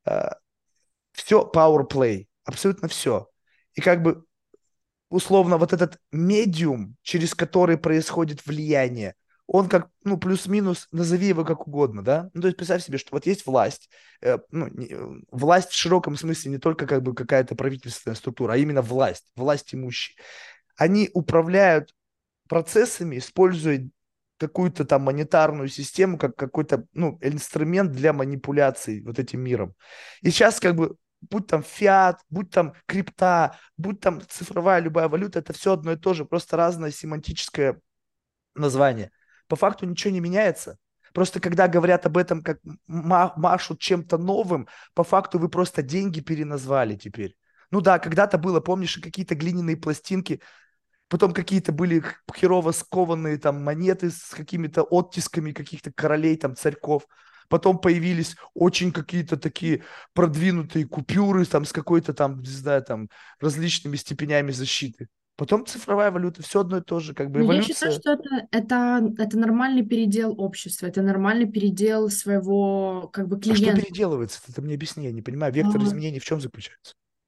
все power play, абсолютно все. И как бы условно вот этот медиум, через который происходит влияние, он как, ну, плюс-минус, назови его как угодно, да? Ну, то есть представь себе, что вот есть власть, власть в широком смысле не только как бы какая-то правительственная структура, а именно власть имущие. Они управляют процессами, используя какую-то там монетарную систему как какой-то, ну, инструмент для манипуляций вот этим миром. И сейчас как бы будь там фиат, будь там крипта, будь там цифровая любая валюта, это все одно и то же, просто разное семантическое название. По факту ничего не меняется. Просто когда говорят об этом, как машут чем-то новым, по факту вы просто деньги переназвали теперь. Ну да, когда-то было, помнишь, какие-то глиняные пластинки, потом какие-то были херово скованные там монеты с какими-то оттисками каких-то королей, там, царьков. Потом появились очень какие-то такие продвинутые купюры там с какой-то там, не знаю, там различными степенями защиты. Потом цифровая валюта, все одно и то же, как бы Но я считаю, эволюция. что это нормальный передел общества, это нормальный передел своего как бы А что клиента. переделывается? Ты мне объясни, я не понимаю. Вектор изменений в чем заключается?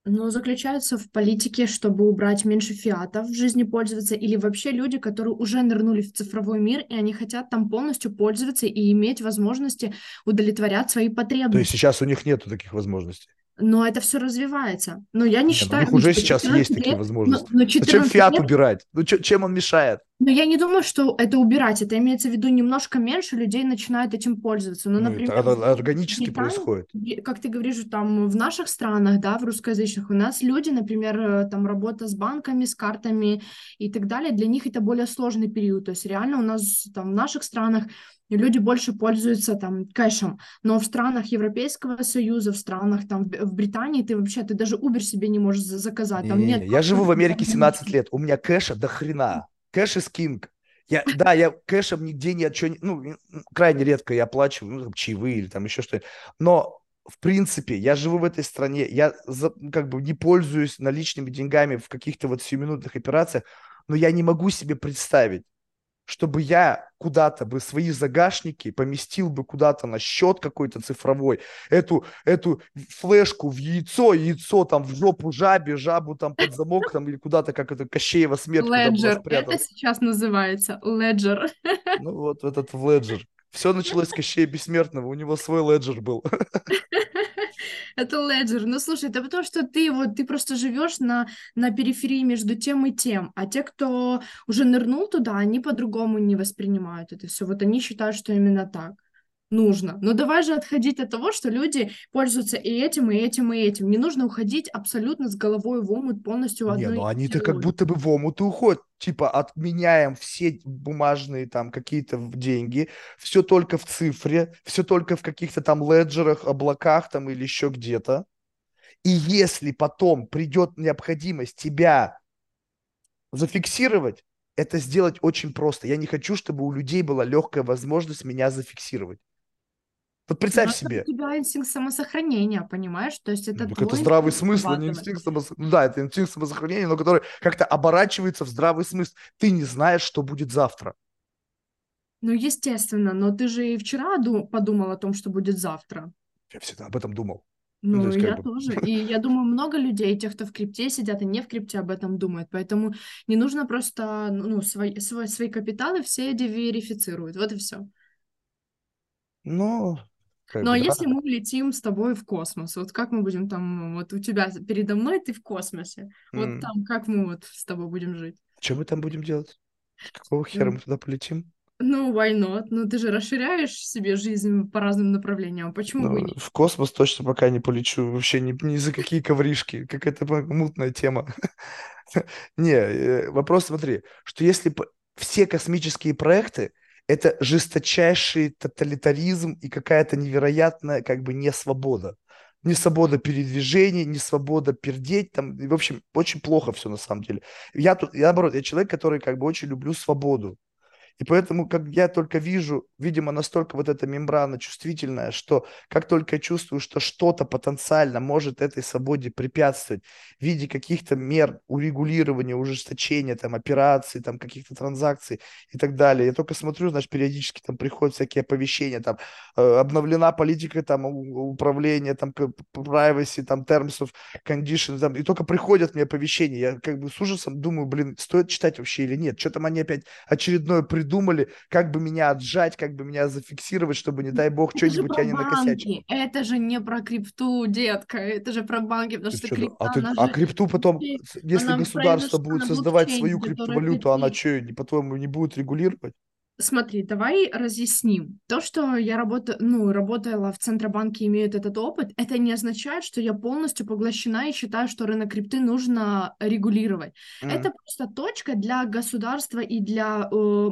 Но заключается в политике, чтобы убрать меньше фиата в жизни пользоваться, или вообще люди, которые уже нырнули в цифровой мир, и они хотят там полностью пользоваться и иметь возможности удовлетворять свои То есть потребности. сейчас у них нету таких возможностей. Но это все развивается. Но я не Не, ну у считаю, них ну, уже типа, сейчас есть 14 такие лет, но, возможности. но Зачем 14 фиат лет. убирать? Ну, чем он мешает? Но я не думаю, что это убирать. Это имеется в виду немножко меньше людей начинают этим пользоваться. Ну, Ну, например, это в органически Британии, происходит. как ты говоришь, там в наших странах, да, в русскоязычных, у нас люди, например, там работа с банками, с картами и так далее, для них это более сложный период. То есть реально у нас там в наших странах люди больше пользуются там кэшем. Но в странах Европейского Союза, в странах там в Британии ты вообще, ты даже Uber себе не можешь заказать. Там нет Не-не-не, я живу в возможности Америке 17 ограничений. лет, у меня кэша до хрена. Кэш из кинг. Я кэшем нигде ни от чего, крайне редко я оплачиваю, там, чаевые или там еще что-нибудь. Но, в принципе, я живу в этой стране, как бы не пользуюсь наличными деньгами в каких-то вот сиюминутных операциях, но я не могу себе представить, чтобы я куда-то бы свои загашники поместил бы куда-то на счет какой-то цифровой, эту флешку в яйцо, яйцо там в жопу жабе, жабу там под замок там или куда-то, как это Кощеева смерть, куда была Леджер. Это спрятана. сейчас называется леджер. Ну вот этот в Леджер. Все началось с Кощея Бессмертного, у него свой Леджер был. Это леджер. Ну, слушай, это потому, что ты просто живешь на периферии между тем и тем, а те, кто уже нырнул туда, они по-другому не воспринимают это все. Вот они считают, что именно так нужно. Но давай же отходить от того, что люди пользуются и этим, и этим, и этим. Не нужно уходить абсолютно с головой в омут полностью Не, одной ну они-то как идеологии. будто бы в омут и уходят. Типа отменяем все бумажные там какие-то деньги, все только в цифре, все только в каких-то там леджерах, облаках там или еще где-то. И если потом придет необходимость тебя зафиксировать, это сделать очень просто. Я не хочу, чтобы у людей была легкая возможность меня зафиксировать. Вот Но представь это у себе, тебя инстинкт самосохранения, понимаешь? То есть это ну, так это твой здравый инстинкт смысл, а не срабатывает. инстинкт самосохранения. Да, это инстинкт самосохранения, но который как-то оборачивается в здравый смысл. Ты не знаешь, что будет завтра. Ну, естественно, но ты же и вчера подумал о том, что будет завтра. Я всегда об этом думал. Ну, то Ну, есть, и как я бы, тоже. И я думаю, много людей, тех, кто в крипте сидят и не в крипте, об этом думают. Поэтому не нужно просто, ну, свои капиталы все диверифицируют. Вот и все. ну, как Ну, бы, а да. если мы летим с тобой в космос, вот как мы будем там, вот у тебя передо мной, ты в космосе, вот там как мы вот с тобой будем жить? Что мы там будем делать? Какого хера Ну, мы туда полетим? ну, why not? Ну, ты же расширяешь себе жизнь по разным направлениям. Почему бы и Ну, нет? в космос точно пока не полечу. Вообще ни за какие ковришки. Какая-то мутная тема. Не, вопрос смотри, что если все космические проекты это жесточайший тоталитаризм и какая-то невероятная как бы не свобода. Не свобода передвижений, не свобода пердеть, там, и, в общем, очень плохо все на самом деле. Я наоборот, я человек, который как бы очень люблю свободу. И поэтому, как я только вижу, видимо, настолько вот эта мембрана чувствительная, что как только я чувствую, что что-то потенциально может этой свободе препятствовать в виде каких-то мер урегулирования, ужесточения, там, операций, там, каких-то транзакций и так далее, я только смотрю, значит, периодически там приходят всякие оповещения, там, обновлена политика, там, управления, там, privacy, там, terms of conditions, там, и только приходят мне оповещения, я как бы с ужасом думаю, блин, стоит читать вообще или нет, что там они опять очередное придумали, как бы меня отжать, как бы меня зафиксировать, чтобы, не дай бог, Это же что-нибудь про я не накосячил. банки, это же не про крипту, детка, это же про банки, потому Ты что чё, крипта, она а же крипту потом, если она государство произошла будет на создавать блокчейне, свою который криптовалюту, она прикреп. что, по-твоему, не будет регулировать? Смотри, давай разъясним. То, что я работаю, ну, работала в Центробанке и имею этот опыт, это не означает, что я полностью поглощена и считаю, что рынок крипты нужно регулировать. М, Это просто точка для государства и для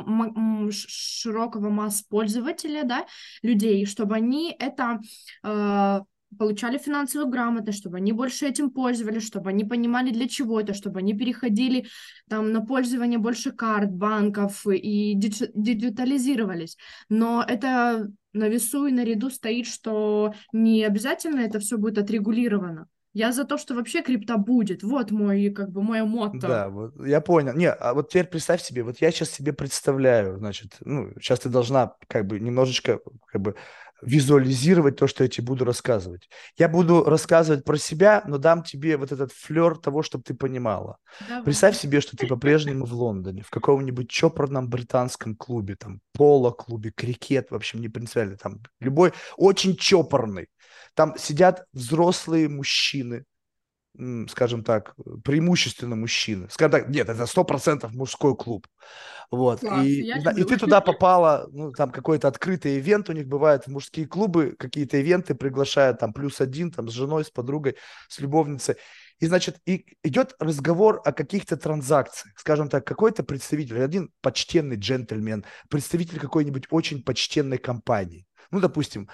широкого масс пользователя, да, людей, чтобы они это э, получали финансовую грамотность, чтобы они больше этим пользовались, чтобы они понимали, для чего это, чтобы они переходили там на пользование больше карт, банков и диджитализировались. Но это на весу и наряду стоит, что не обязательно это все будет отрегулировано. Я за то, что вообще крипта будет. Вот мой, как бы, мое мотто. Да, вот я понял. Не, а вот теперь представь себе, вот я сейчас себе представляю, значит, ну, сейчас ты должна как бы немножечко как бы визуализировать то, что я тебе буду рассказывать. Я буду рассказывать про себя, но дам тебе вот этот флер того, чтобы ты понимала. Представь Давай. себе, что ты по-прежнему в Лондоне, в каком-нибудь чопорном британском клубе, там, поло-клубе, крикет, в общем, не принципиально, там, любой, очень чопорный. Там сидят взрослые мужчины, скажем так, преимущественно мужчины. Скажем так, нет, это 100% мужской клуб. Вот. Класс, я И люблю. ты туда попала, ну, там какой-то открытый ивент у них бывает в мужские клубы, какие-то ивенты приглашают, там, +1, там, с женой, с подругой, с любовницей. И, значит, и идет разговор о каких-то транзакциях. Скажем так, какой-то представитель, один почтенный джентльмен, представитель какой-нибудь очень почтенной компании. Ну, допустим,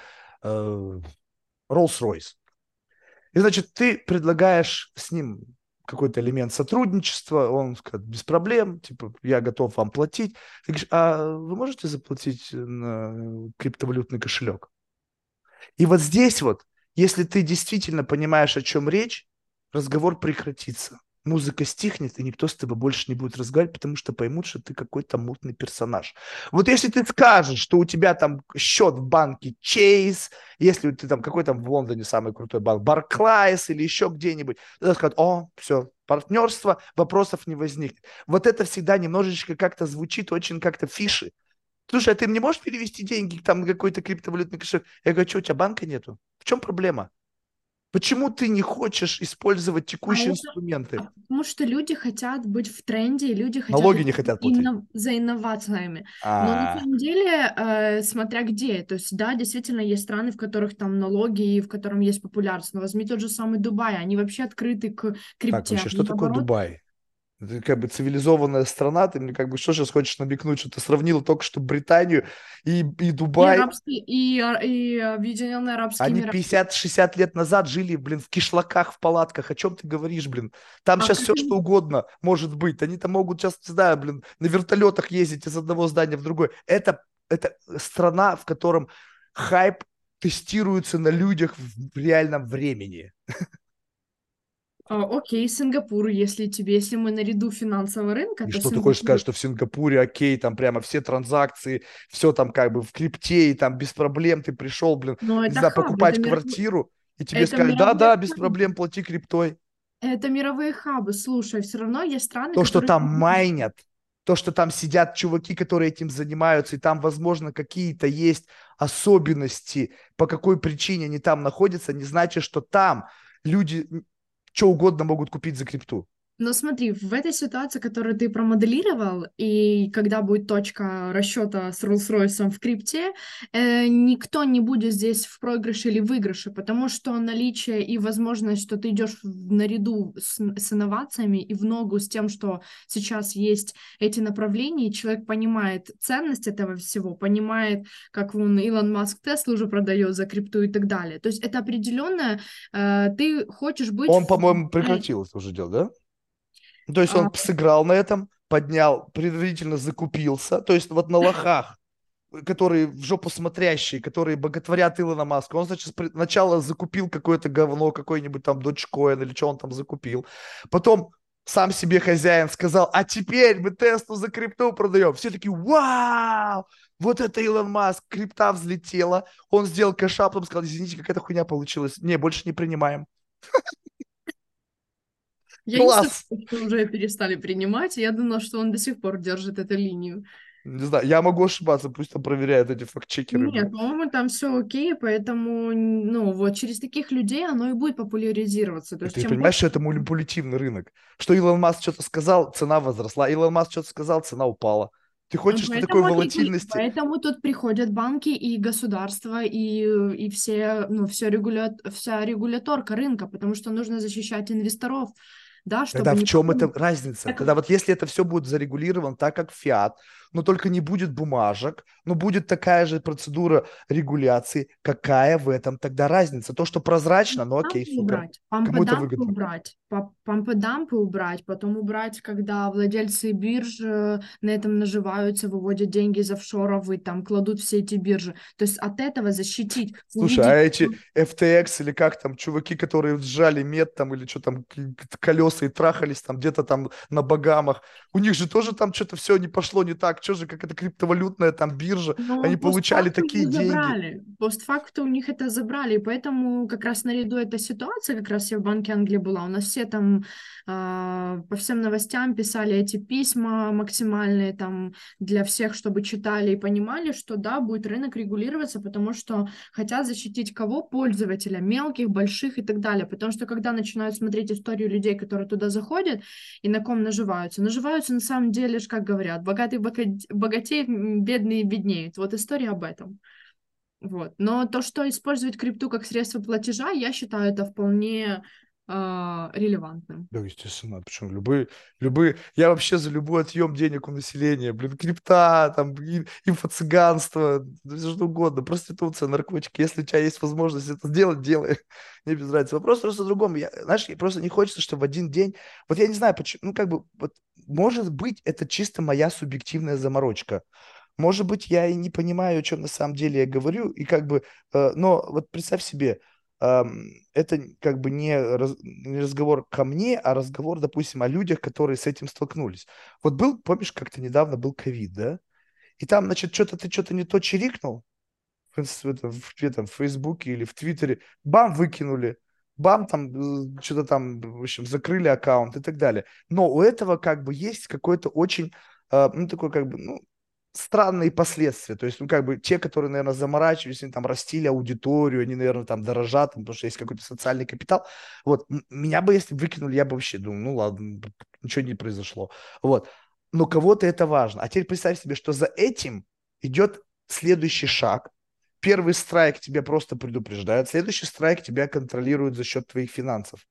Rolls-Royce. И, значит, ты предлагаешь с ним какой-то элемент сотрудничества, он скажет, без проблем, типа, я готов вам платить. Ты говоришь, а вы можете заплатить на криптовалютный кошелек? И вот здесь вот, если ты действительно понимаешь, о чем речь, разговор прекратится. Музыка стихнет, и никто с тобой больше не будет разговаривать, потому что поймут, что ты какой-то мутный персонаж. Вот если ты скажешь, что у тебя там счет в банке Chase, если ты там какой там в Лондоне самый крутой банк, Barclays или еще где-нибудь, тогда скажут, о, все, партнерство, вопросов не возникнет. Вот это всегда немножечко как-то звучит очень как-то фиши. Слушай, а ты мне можешь перевести деньги там на какой-то криптовалютный кошелек? Я говорю, что, у тебя банка нету? В чем проблема? Почему ты не хочешь использовать А текущие это инструменты? потому что люди хотят быть в тренде, и люди хотят Налоги не хотят платить. за инновациями. Но на А, самом деле, смотря где, то есть, да, действительно есть страны, в которых там налоги и в котором есть популярность. Но возьми тот же самый Дубай, они вообще открыты к так, крипте. вообще, что Они, такое наоборот, Дубай? Это как бы цивилизованная страна, ты мне как бы что сейчас хочешь намекнуть, что ты сравнила только что Британию и Дубай? и Объединенные Арабские Они Эмираты. 50-60 лет назад жили, блин, в кишлаках, в палатках. О чем ты говоришь, блин? Там А сейчас как все, что они... угодно может быть. Они там могут сейчас, не знаю, блин, на вертолетах ездить из одного здания в другое. Это страна, в котором хайп тестируется на людях в реальном времени. Окей, Сингапур, если мы наряду финансового рынка, И то что ты хочешь сказать, Сингапур... что в Сингапуре, окей, там прямо все транзакции, все там как бы в крипте, и там без проблем ты пришел, блин, Но не это знаю, хаб, покупать квартиру, и тебе это сказали, мировые да-да, без хабы. проблем, плати криптой. Это мировые хабы. Слушай, все равно есть страны, То, что которые... там майнят, то, что там сидят чуваки, которые этим занимаются, и там, возможно, какие-то есть особенности, по какой причине они там находятся, не значит, что там люди что угодно могут купить за крипту. Но смотри, в этой ситуации, которую ты промоделировал, и когда будет точка расчета с Rolls-Royce в крипте, никто не будет здесь в проигрыше или выигрыше, потому что наличие и возможность, что ты идешь наряду с инновациями и в ногу с тем, что сейчас есть эти направления, и человек понимает ценность этого всего, понимает, как вон Илон Маск Теслу уже продает за крипту и так далее. То есть это определенное, ты хочешь быть Он, в... по-моему, прекратил это уже дело, да? Ну, то есть он сыграл на этом, поднял, предварительно закупился, то есть вот на лохах, которые в жопу смотрящие, которые боготворят Илона Маска. Он, значит, сначала закупил какое-то говно, какой-нибудь там Dogecoin или что он там закупил. Потом сам себе хозяин сказал, а теперь мы Теслу за крипту продаем. Все такие, вау, вот это Илон Маск, крипта взлетела. Он сделал кэшап, потом сказал, извините, какая-то хуйня получилась. Не, больше не принимаем. Я не слышала, Класс! что уже перестали принимать, и я думала, что он до сих пор держит эту линию. Не знаю, я могу ошибаться, пусть там проверяют эти факт-чекеры, Нет, блин. по-моему, там все окей, поэтому, ну, вот через таких людей оно и будет популяризироваться. То Так есть, ты чем понимаешь, больше... что это манипулятивный рынок? Что Илон Маск что-то сказал, цена возросла. Илон Маск что-то сказал, цена упала. Ты Ну, хочешь на такой волатильности? поэтому тут приходят банки и государства, и все, ну, вся регуляторка рынка, потому что нужно защищать инвесторов, да, Тогда чтобы в не чем эта потом... разница? Так, Тогда вот если это все будет зарегулировано так, как фиат, но только не будет бумажек, но будет такая же процедура регуляции, какая в этом тогда разница? То, что прозрачно, ну окей, дампы супер. убрать, Кому это пампы-дампы выгодно? убрать, пампы-дампы убрать, потом убрать, когда владельцы бирж на этом наживаются, выводят деньги из офшоров и там кладут все эти биржи. То есть от этого защитить, Слушай, а увидеть, эти FTX или как там, чуваки, которые сжали мед там или что там, колеса и трахались там где-то там на Багамах, у них же тоже там что-то все не пошло не так, как, что же, как это криптовалютная там биржа, Но они получали постфактум такие их деньги. забрали. Постфактум у них это забрали, и поэтому как раз наряду эта ситуация, как раз я в Банке Англии была, у нас все там по всем новостям писали эти письма максимальные там для всех, чтобы читали и понимали, что да, будет рынок регулироваться, потому что хотят защитить кого? Пользователя, мелких, больших и так далее. Потому что когда начинают смотреть историю людей, которые туда заходят и на ком наживаются, наживаются на самом деле, ж, как говорят, богатый богатеет, бедные беднеют. Вот история об этом. Вот. Но то, что использовать крипту как средство платежа, я считаю это вполне релевантным. Да, естественно, почему? Я вообще за любой отъем денег у населения, блин, крипта, там, инфо-цыганство, да всё что угодно, проституция, наркотики. Если у тебя есть возможность это сделать, делай. Мне без разницы. Вопрос просто в другом. Знаешь, просто не хочется, чтобы в один день... Вот я не знаю, почему, ну, как бы, вот, может быть, это чисто моя субъективная заморочка. Может быть, я и не понимаю, о чем на самом деле я говорю, и как бы, но вот представь себе, это как бы не разговор ко мне, а разговор, допустим, о людях, которые с этим столкнулись. Вот был, помнишь, как-то недавно был ковид, да? И там, значит, ты что-то не то чирикнул в Фейсбуке или в Твиттере, бам, выкинули, бам, там, что-то там, в общем, закрыли аккаунт и так далее. Но у этого как бы есть какой-то очень, ну, такой как бы, ну, странные последствия. То есть, ну, как бы те, которые, наверное, заморачивались, они там растили аудиторию, они, наверное, там дорожат, потому что есть какой-то социальный капитал. Вот, меня бы, если бы выкинули, я бы вообще думал, ну, ладно, ничего не произошло. Вот. Но кого-то это важно. А теперь представь себе, что за этим идет следующий шаг. Первый страйк тебя просто предупреждает, следующий страйк тебя контролирует за счет твоих финансов.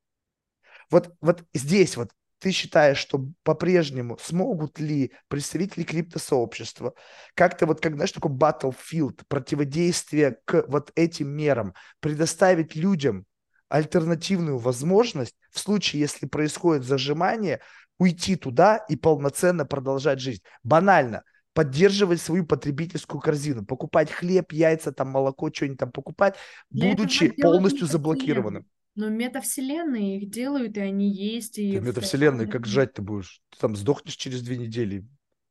Вот здесь вот ты считаешь, что по-прежнему смогут ли представители криптосообщества как-то вот, как, знаешь, такой battlefield, противодействие к вот этим мерам, предоставить людям альтернативную возможность в случае, если происходит зажимание, уйти туда и полноценно продолжать жизнь. Банально. Поддерживать свою потребительскую корзину, покупать хлеб, яйца, там, молоко, что-нибудь там покупать, Для этого будучи делают полностью метавселенные. заблокированным. Но метавселенные их делают, и они есть, Ты и в в метавселенной как реальности. жать ты будешь? Ты там сдохнешь через 2 недели.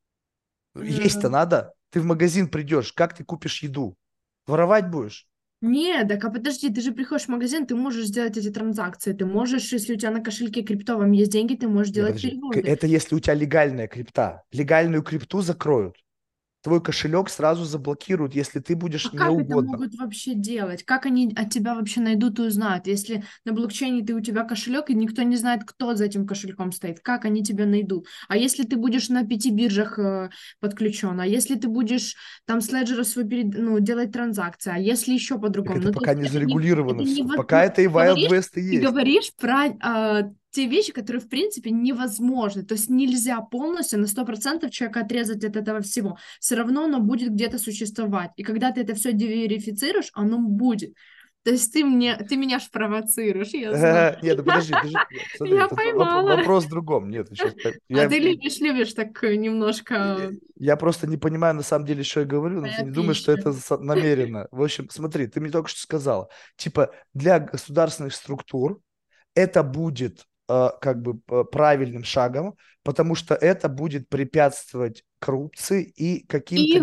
Есть-то надо. Ты в магазин придешь, как ты купишь еду? Воровать будешь? Не, так а подожди, ты же приходишь в магазин, ты можешь сделать эти транзакции, ты можешь, если у тебя на кошельке криптовом есть деньги, ты можешь Не, делать подожди. переводы. Это если у тебя легальная крипта. Легальную крипту закроют. Твой кошелек сразу заблокируют, если ты А будешь как это неугодным. могут вообще делать? Как они от тебя вообще найдут и узнают? Если на блокчейне ты у тебя кошелек, и никто не знает, кто за этим кошельком стоит, как они тебя найдут? А если ты будешь на 5 биржах подключен? А если ты будешь там с леджера свой ну, делать транзакции? А если еще Так по-другому? это Ну, то пока есть не это зарегулировано не все. вот, Пока это и Wild говоришь, West и ты есть. говоришь про те вещи, которые, в принципе, невозможны. То есть нельзя полностью на 100% человека отрезать от этого всего. Все равно оно будет где-то существовать. И когда ты это все диверифицируешь, оно будет. То есть ты меня ж провоцируешь, я знаю. Нет, ну подожди, ты же, нет, смотри, Я тут поймала. вопрос в другом. Нет, сейчас, А ты любишь так немножко я просто не понимаю на самом деле, что я говорю, но ты не думаешь, что это поясничать. намеренно. В общем, смотри, ты мне только что сказала, типа для государственных структур это будет как бы правильным шагом, потому что это будет препятствовать коррупции и каким-то...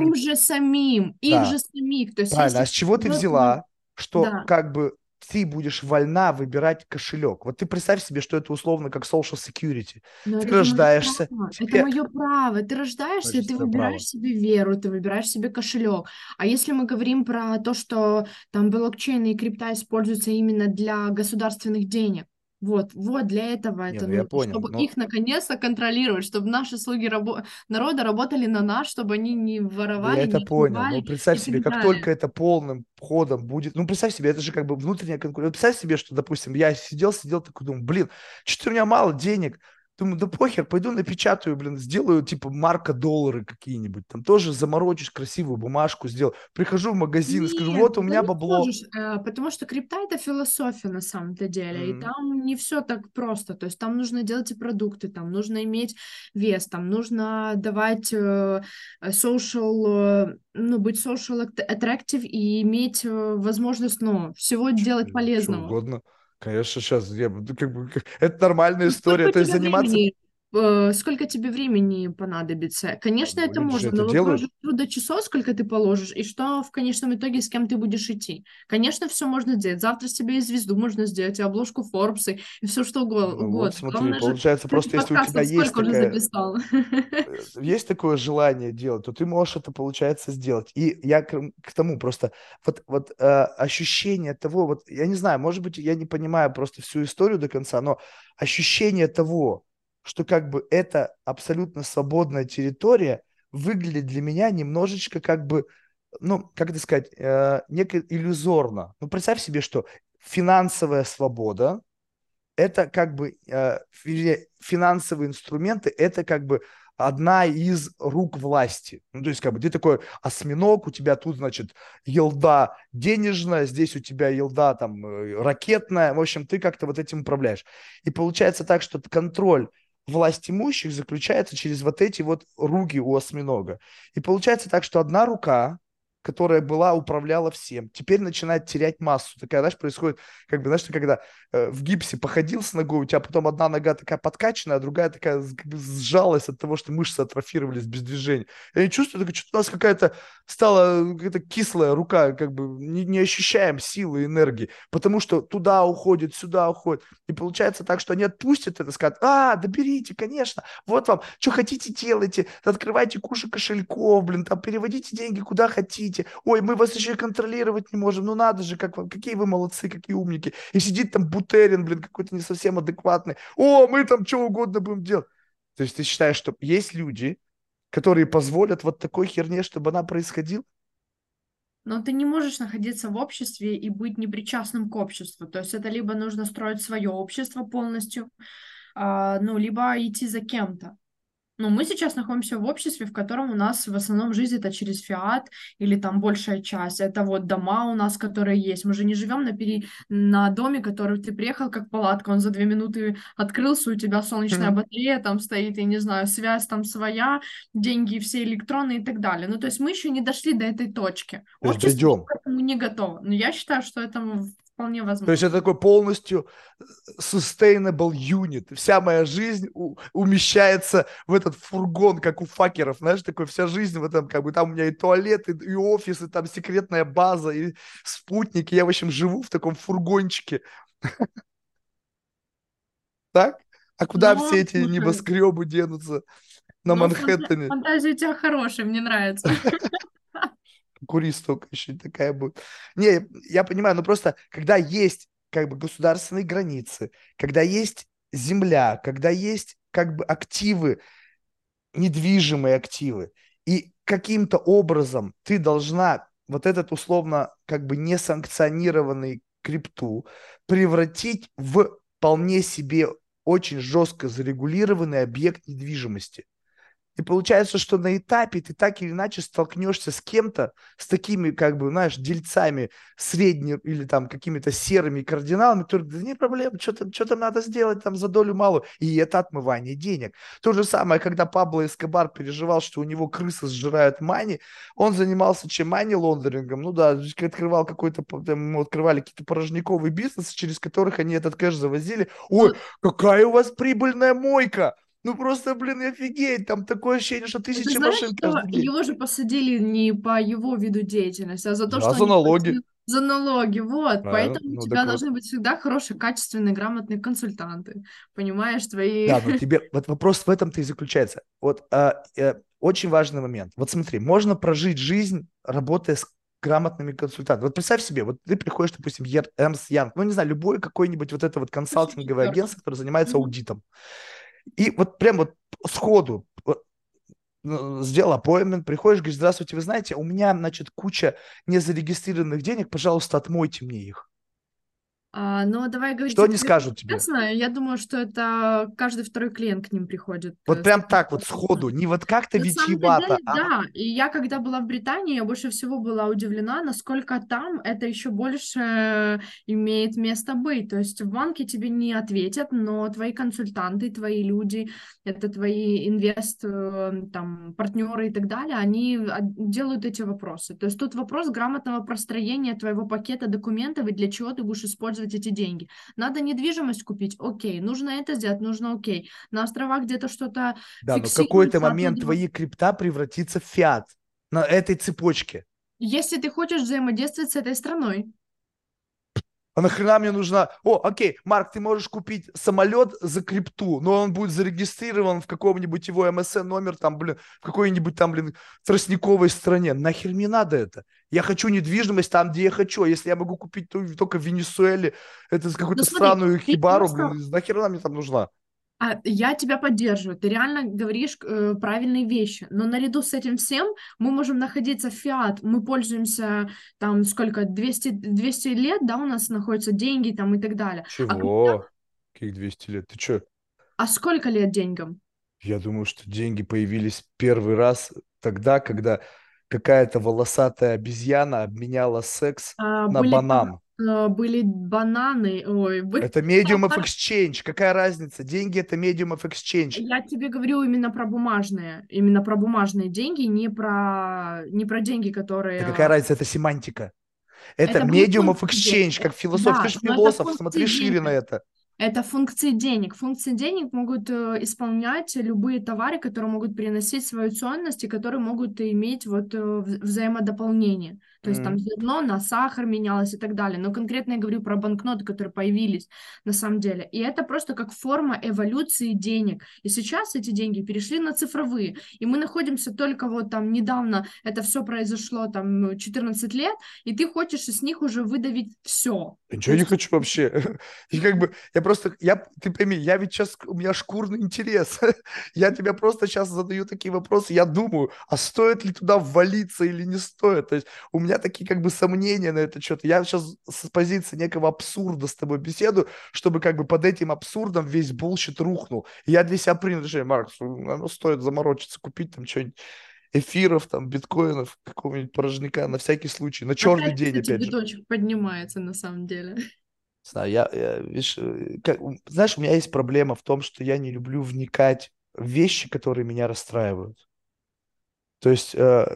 Их же Да, самих. То есть правильно. А если... с чего ты взяла, что Да. как бы ты будешь вольна выбирать кошелек? Вот ты представь себе, что это условно как social security. Но Ты это же мое рождаешься, право. Это тебе... мое право. Ты рождаешься, и Значит, ты это выбираешь право. себе веру, ты выбираешь себе кошелек. А если мы говорим про то, что там блокчейн и крипта используются именно для государственных денег, вот для этого Не, это ну я нужно, понял. чтобы Но их наконец-то контролировать, чтобы наши слуги народа работали на нас, чтобы они не да я воровали, это не понял, но убивали представь и себе, так как далее. только это полным ходом будет, ну представь себе, это же как бы внутренняя конкуренция. Представь себе, что, допустим, я сидел такой, думаю, блин, что-то у меня мало денег. Думаю, да похер, пойду напечатаю, блин, сделаю типа марка доллары какие-нибудь, там тоже заморочусь, красивую бумажку сделаю. Прихожу в магазин и скажу, Нет, вот у да меня не бабло. сможешь, потому что крипта это философия на самом-то деле, и М, там не все так просто, то есть там нужно делать и продукты, там нужно иметь вес, там нужно давать social, ну, быть social attractive и иметь возможность, ну, всего делать что полезного. угодно. Конечно, сейчас я буду как бы, это нормальная Ну, история, сколько у то есть тебя заниматься... времени? сколько тебе времени понадобится. Конечно, Ну, это люди же можно, это но вопрос же делают. трудочасов, сколько ты положишь, и что в конечном итоге, с кем ты будешь идти. Конечно, все можно сделать. Завтра себе и звезду можно сделать, и обложку Forbes, и все что Ну вот, угодно. смотри, Главное же, получается, ты просто если у тебя подкастов сколько уже записал? есть такое желание делать, то ты можешь это, получается, сделать. И я к тому просто, ощущение того, вот, я не знаю, может быть, я не понимаю просто всю историю до конца, но ощущение того, что как бы это абсолютно свободная территория, выглядит для меня немножечко как бы, ну, как это сказать, неко иллюзорно. Ну, представь себе, что финансовая свобода, это как бы финансовые инструменты, это как бы одна из рук власти. Ну, то есть, как бы ты такой осьминог, у тебя тут, значит, елда денежная, здесь у тебя елда там ракетная. В общем, ты как-то вот этим управляешь. И получается так, что контроль власть имущих заключается через вот эти вот руки у осьминога. И получается так, что одна рука, которая была, управляла всем, теперь начинает терять массу. Такая, знаешь, происходит, как бы, знаешь, ты когда в гипсе походил с ногой, у тебя потом одна нога такая подкачанная, а другая такая как бы сжалась от того, что мышцы атрофировались без движения. Я не чувствую, так, что у нас какая-то стала какая-то кислая рука, как бы не ощущаем силы и энергии, потому что туда уходит, сюда уходит. И получается так, что они отпустят это, скажут, да берите, конечно, вот вам, что хотите делайте, открывайте кучу кошельков, блин, там переводите деньги куда хотите. Ой, мы вас еще и контролировать не можем, ну надо же, какие вы молодцы, какие умники. И сидит там Бутерин, блин, какой-то не совсем адекватный. Мы там что угодно будем делать. То есть ты считаешь, что есть люди, которые позволят вот такой херне, чтобы она происходила? Но ты не можешь находиться в обществе и быть непричастным к обществу. То есть это либо нужно строить свое общество полностью, ну, либо идти за кем-то. Ну, мы сейчас находимся в обществе, в котором у нас в основном жизнь это через фиат или там большая часть. Это вот дома у нас, которые есть. Мы же не живем на доме, который ты приехал как палатка, он за 2 минуты открылся, у тебя солнечная Мгм. батарея там стоит, я не знаю, связь там своя, деньги все электронные и так далее. Ну, то есть мы еще не дошли до этой точки. То есть Общество дойдем. к этому не готово. Но я считаю, что это вполне То есть возможно. это такой полностью sustainable unit. Вся моя жизнь умещается в этот фургон, как у факеров, знаешь, такой вся жизнь в этом, как бы там у меня и туалет, и офис, и там секретная база, и спутник. И я, в общем, живу в таком фургончике, так? А куда Но, все эти слушай, небоскребы денутся на но Манхэттене? фантазия у тебя хорошая, мне нравится. Кури столько еще и такая будет. Не, я понимаю, но просто когда есть как бы государственные границы, когда есть земля, когда есть как бы активы, недвижимые активы, и каким-то образом ты должна вот этот условно как бы несанкционированный крипту превратить в вполне себе очень жестко зарегулированный объект недвижимости. И получается, что на этапе ты так или иначе столкнешься с кем-то, с такими, как бы, знаешь, дельцами средними или там какими-то серыми кардиналами, которые, да не проблема, что там надо сделать там за долю малую. И это отмывание денег. То же самое, когда Пабло Эскобар переживал, что у него крысы сжирают мани, он занимался чем мани лондерингом, ну да, открывал какой-то, там, ему открывали какие-то порожниковые бизнесы, через которых они этот кэш завозили. Ой, Ну, какая у вас прибыльная мойка! Ну просто, блин, офигеть, там такое ощущение, что ты тысячи знаешь, машин что каждый день. его же посадили не по его виду деятельности, а за то, Да, что за он не налоги. платил за налоги. Вот, Правильно, поэтому у ну тебя так вот. должны быть всегда хорошие, качественные, грамотные консультанты. Понимаешь, твои... Да, но тебе, вот вопрос в этом-то и заключается. Вот очень важный момент. Вот смотри, можно прожить жизнь, работая с грамотными консультантами. Вот представь себе, вот ты приходишь, допустим, Эрнст Янг, ну не знаю, любое какое-нибудь вот это вот Почти консалтинговое четвертый. агентство, которое занимается Мгм. аудитом. И вот прям вот сходу вот, сделал appointment, приходишь, говоришь, здравствуйте, вы знаете, у меня, значит, куча незарегистрированных денег, пожалуйста, отмойте мне их. Но давай говорить Что они откровенно скажут тебе? честно, я думаю, что это каждый второй клиент к ним приходит Вот с прям таким так вот сходу, вопросом. не вот как-то На самом-то витиевато, деле, да. И я, когда была в Британии, я больше всего была удивлена, насколько там это еще больше имеет место быть. То есть в банке тебе не ответят, но твои консультанты, твои люди, это твои там, партнеры и так далее, они делают эти вопросы. То есть тут вопрос грамотного простроения твоего пакета документов и для чего ты будешь использовать использовать эти деньги. Надо недвижимость купить, окей. Нужно это сделать, нужно окей. На островах где-то что-то Да, но в какой-то фиксируется, момент оттуда. твои крипта превратится в фиат на этой цепочке. Если ты хочешь взаимодействовать с этой страной. А нахрена мне нужна... О, окей, Марк, ты можешь купить самолет за крипту, но он будет зарегистрирован в каком-нибудь его МСН номер, там, блин, в какой-нибудь там, блин, тростниковой стране. Нахер мне надо это? Я хочу недвижимость там, где я хочу. А если я могу купить только в Венесуэле, это Ну какую-то смотри, странную ты хибару, просто блин, нахер она мне там нужна? Я тебя поддерживаю, ты реально говоришь правильные вещи, но наряду с этим всем мы можем находиться в фиат, мы пользуемся там сколько, 200 лет, да, у нас находятся деньги там и так далее. Чего? Каких 200 лет? Ты чё? А сколько лет деньгам? Я думаю, что деньги появились первый раз тогда, когда какая-то волосатая обезьяна обменяла секс на банан. Были бананы, ой, Это medium of exchange. Какая разница? Деньги — это medium of exchange. я тебе говорю именно про бумажные деньги, не про деньги, Да какая которые... разница? Это семантика. Это Это будут medium of функции денег. exchange, как философ. Ты Да, же но это философ, функции смотри шире на денег. это. Это функции денег. Функции денег могут исполнять любые товары, которые могут приносить свою ценность и которые могут иметь вот взаимодополнение. То есть там М. зерно на сахар менялось и так далее. Но конкретно я говорю про банкноты, которые появились на самом деле. И это просто как форма эволюции денег. И сейчас эти деньги перешли на цифровые. И мы находимся только вот там недавно, это все произошло там 14 лет, и ты хочешь из них уже выдавить все. Я То ничего не есть хочу вообще. И как бы, ты пойми, я ведь сейчас, у меня шкурный интерес. Я тебе просто сейчас задаю такие вопросы. Я думаю, а стоит ли туда ввалиться или не стоит? То есть у меня такие как бы сомнения на это счет. Я сейчас с позиции некого абсурда с тобой беседую, чтобы как бы под этим абсурдом весь булщит рухнул. И я для себя принял решение, Марк, что, ну, стоит заморочиться, купить там что-нибудь, эфиров, там, биткоинов, какого-нибудь порожняка на всякий случай, на черный опять, день, кстати, опять же. биточек поднимается на самом деле. Знаю, видишь, знаешь, у меня есть проблема в том, что я не люблю вникать в вещи, которые меня расстраивают. То есть,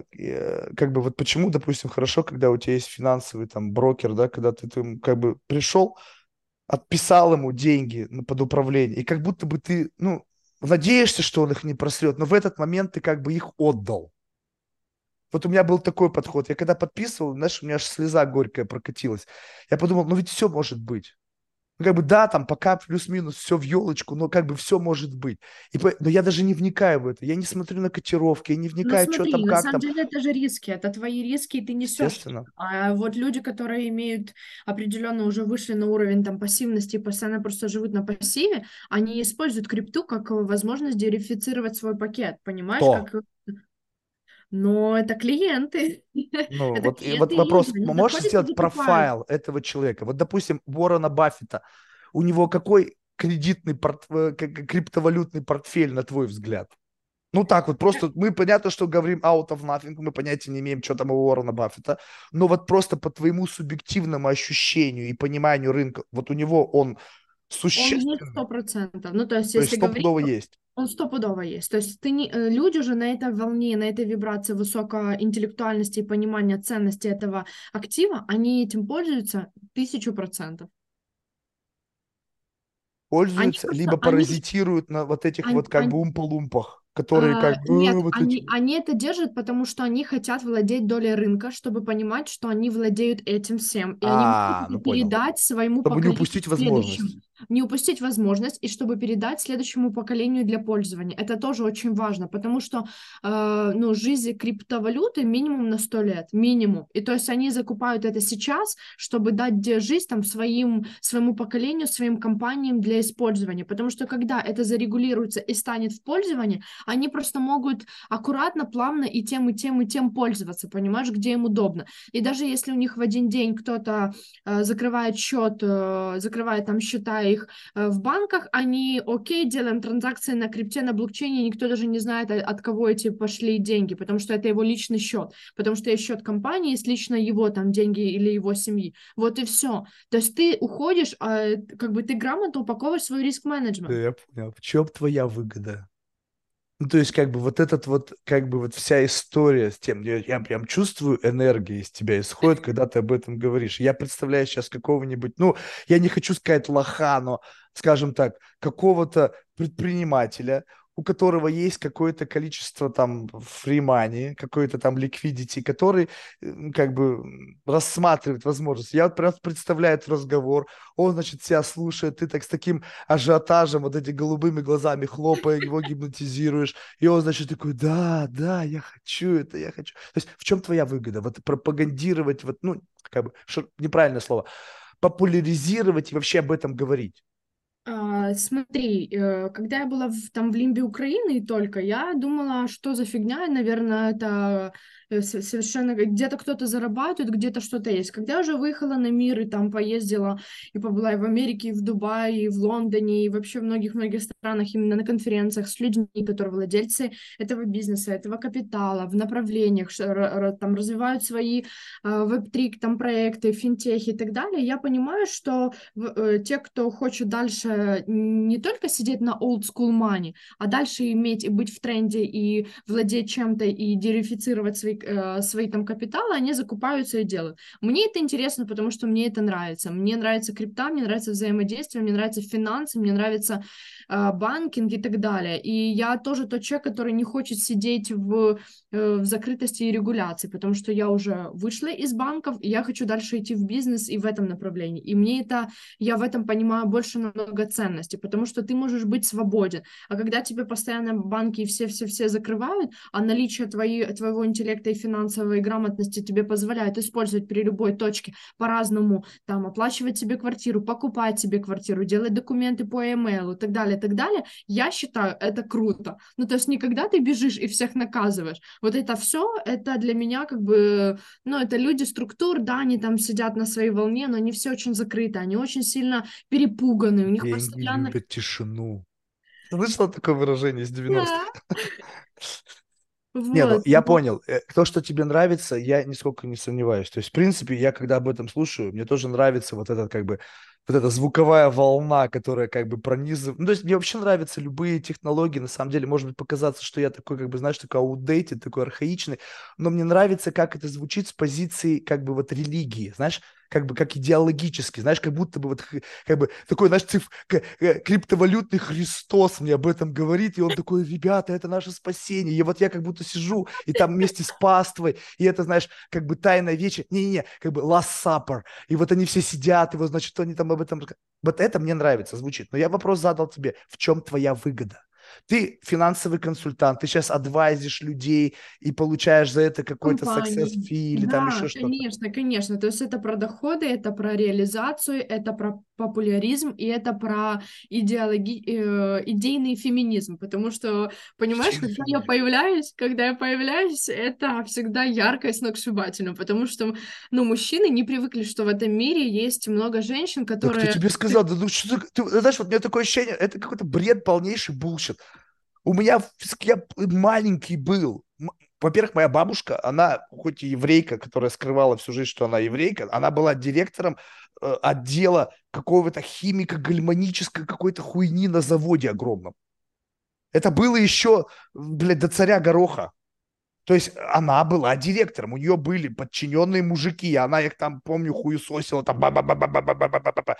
как бы вот почему, допустим, хорошо, когда у тебя есть финансовый там брокер, да, когда ты там как бы пришел, отписал ему деньги под управление, и как будто бы ты, ну, надеешься, что он их не просрет, но в этот момент ты как бы их отдал. Вот у меня был такой подход. Я когда подписывал, знаешь, у меня аж слеза горькая прокатилась. Я подумал, ну ведь все может быть. Ну, как бы, да, там пока плюс-минус все в елочку, но как бы все может быть. Но я даже не вникаю в это. Я не смотрю на котировки, я не Ну вникаю, что смотри, там, на как самом там. деле это же риски, это твои риски, и ты несешь. Естественно. А вот люди, которые имеют определенно уже вышли на уровень там пассивности и постоянно просто живут на пассиве, они используют крипту как возможность диверсифицировать свой пакет, понимаешь, Кто? как... Но это клиенты, Ну, это и вот клиенты вопрос, юзеры, они можешь заходят и сделать закупают. профайл этого человека? Вот, допустим, Уоррена Баффета, у него какой кредитный, криптовалютный портфель, на твой взгляд? Ну так вот, просто мы понятно, что говорим out of nothing, мы понятия не имеем, что там у Уоррена Баффета, но вот просто по твоему субъективному ощущению и пониманию рынка, вот у него он Он есть существенный, 100%. Ну, то есть, то есть если говорить, стопудово есть. он стопудово есть. То есть ты не, люди уже на этой волне, на этой вибрации высокоинтеллектуальности и понимания ценности этого актива, они этим пользуются 1000%. Они Пользуются, просто, либо паразитируют на вот этих вот как бы умпа-лумпах, которые как нет, бы вот эти... они это держат, потому что они хотят владеть долей рынка, чтобы понимать, что они владеют этим всем. И они могут это Ну понял. передать своему Чтобы не поколению упустить возможность. следующему. Не упустить возможность, и чтобы передать следующему поколению для пользования. Это тоже очень важно, потому что ну, жизнь криптовалюты минимум на 100 лет. Минимум. И то есть они закупают это сейчас, чтобы дать жизнь там, своему поколению, своим компаниям для использования. Потому что когда это зарегулируется и станет в пользование, они просто могут аккуратно, плавно и тем, и тем, и тем пользоваться, понимаешь, где им удобно. И даже если у них в один день кто-то закрывает счет, закрывает там счета их в банках, они, окей, делаем транзакции на крипте, на блокчейне, никто даже не знает, от кого эти пошли деньги, потому что это его личный счет, потому что есть счет компании, есть лично его там деньги или его семьи. Вот и все. То есть ты уходишь, как бы ты грамотно упаковываешь свой Да, риск-менеджмент. я понял. В чем твоя выгода? Ну, то есть, как бы вот этот вот, как бы вот вся история с тем, я прям чувствую, энергия из тебя исходит, когда ты об этом говоришь. Я представляю сейчас какого-нибудь, ну, я не хочу сказать лоха, но, скажем так, какого-то предпринимателя, у которого есть какое-то количество там free money, какой-то там liquidity, который как бы рассматривает возможности. Я вот прям представляю этот разговор, он, значит, себя слушает, ты так с таким ажиотажем, вот эти голубыми глазами хлопая, его гипнотизируешь, и он, значит, такой, да, да, я хочу это, я хочу. То есть в чем твоя выгода? Вот пропагандировать, вот, ну, как бы, неправильное слово, популяризировать и вообще об этом говорить. Смотри, когда я была там в Лимбе Украины и только, я думала, что за фигня, и, наверное, это совершенно где-то кто-то зарабатывает, где-то что-то есть. Когда я уже выехала на мир и там поездила, и побыла и в Америке, и в Дубае, и в Лондоне, и вообще в многих-многих странах, именно на конференциях с людьми, которые владельцы этого бизнеса, этого капитала, в направлениях, там развивают свои веб-3 там проекты, финтехи и так далее, я понимаю, что те, кто хочет дальше не только сидеть на old school money, а дальше иметь и быть в тренде, и владеть чем-то, и диверсифицировать свои там капиталы, они закупаются и делают. Мне это интересно, потому что мне это нравится. Мне нравится крипта, мне нравится взаимодействие, мне нравятся финансы, мне нравится банкинг и так далее. И я тоже тот человек, который не хочет сидеть в закрытости и регуляции, потому что я уже вышла из банков, и я хочу дальше идти в бизнес и в этом направлении. И мне это, я в этом понимаю больше намного ценности, потому что ты можешь быть свободен. А когда тебе постоянно банки и все-все-все закрывают, а наличие твоего интеллекта и финансовой грамотности тебе позволяет использовать при любой точке по-разному, там, оплачивать себе квартиру, покупать себе квартиру, делать документы по e-mail и так далее, я считаю, это круто. Ну, то есть никогда ты бежишь и всех наказываешь. Вот это все, это для меня как бы, ну, это люди структур, да, они там сидят на своей волне, но они все очень закрыты, они очень сильно перепуганы, у них Деньги постоянно... любят тишину. Слышала такое выражение из Да. 90-х? Не, ну Вот. я понял. То, что тебе нравится, я нисколько не сомневаюсь. То есть, в принципе, я когда об этом слушаю, мне тоже нравится вот этот как бы вот эта звуковая волна, которая как бы пронизывает. Ну, то есть мне вообще нравятся любые технологии. На самом деле, может быть, показаться, что я такой, как бы, знаешь, такой outdated, такой архаичный, но мне нравится, как это звучит с позиции как бы вот религии, знаешь, как бы как идеологически, знаешь, как будто бы вот как бы такой, знаешь, криптовалютный Христос мне об этом говорит, и он такой, ребята, это наше спасение. И вот я как будто сижу, и там вместе с паствой, и это, знаешь, как бы тайная вечеря, не-не-не, как бы Last Supper, и вот они все сидят, и вот, значит, они там об этом... Вот это мне нравится, звучит. Но я вопрос задал тебе, в чем твоя выгода? Ты финансовый консультант, ты сейчас адвайзишь людей и получаешь за это какой-то success Компании. fee или там Да, еще что-то. конечно, конечно. То есть это про доходы, это про реализацию, это про популяризм и это про идейный феминизм. Потому что, понимаешь, Идейный когда я появляюсь, это всегда ярко и сногсшибательно. Потому что, ну, мужчины не привыкли, что в этом мире есть много женщин, Да кто которые... тебе сказал? Да ну что знаешь, вот у меня такое ощущение, это какой-то бред, полнейший булщит. У меня, я маленький был. Во-первых, моя бабушка, она хоть и еврейка, которая скрывала всю жизнь, что она еврейка, она была директором отдела какого-то химика гальманической какой-то хуйни на заводе огромном. Это было еще, блядь, до царя Гороха. То есть она была директором, у нее были подчиненные мужики, она их там, помню, хуесосила, там ба-ба-ба-ба-ба-ба-ба-ба-ба.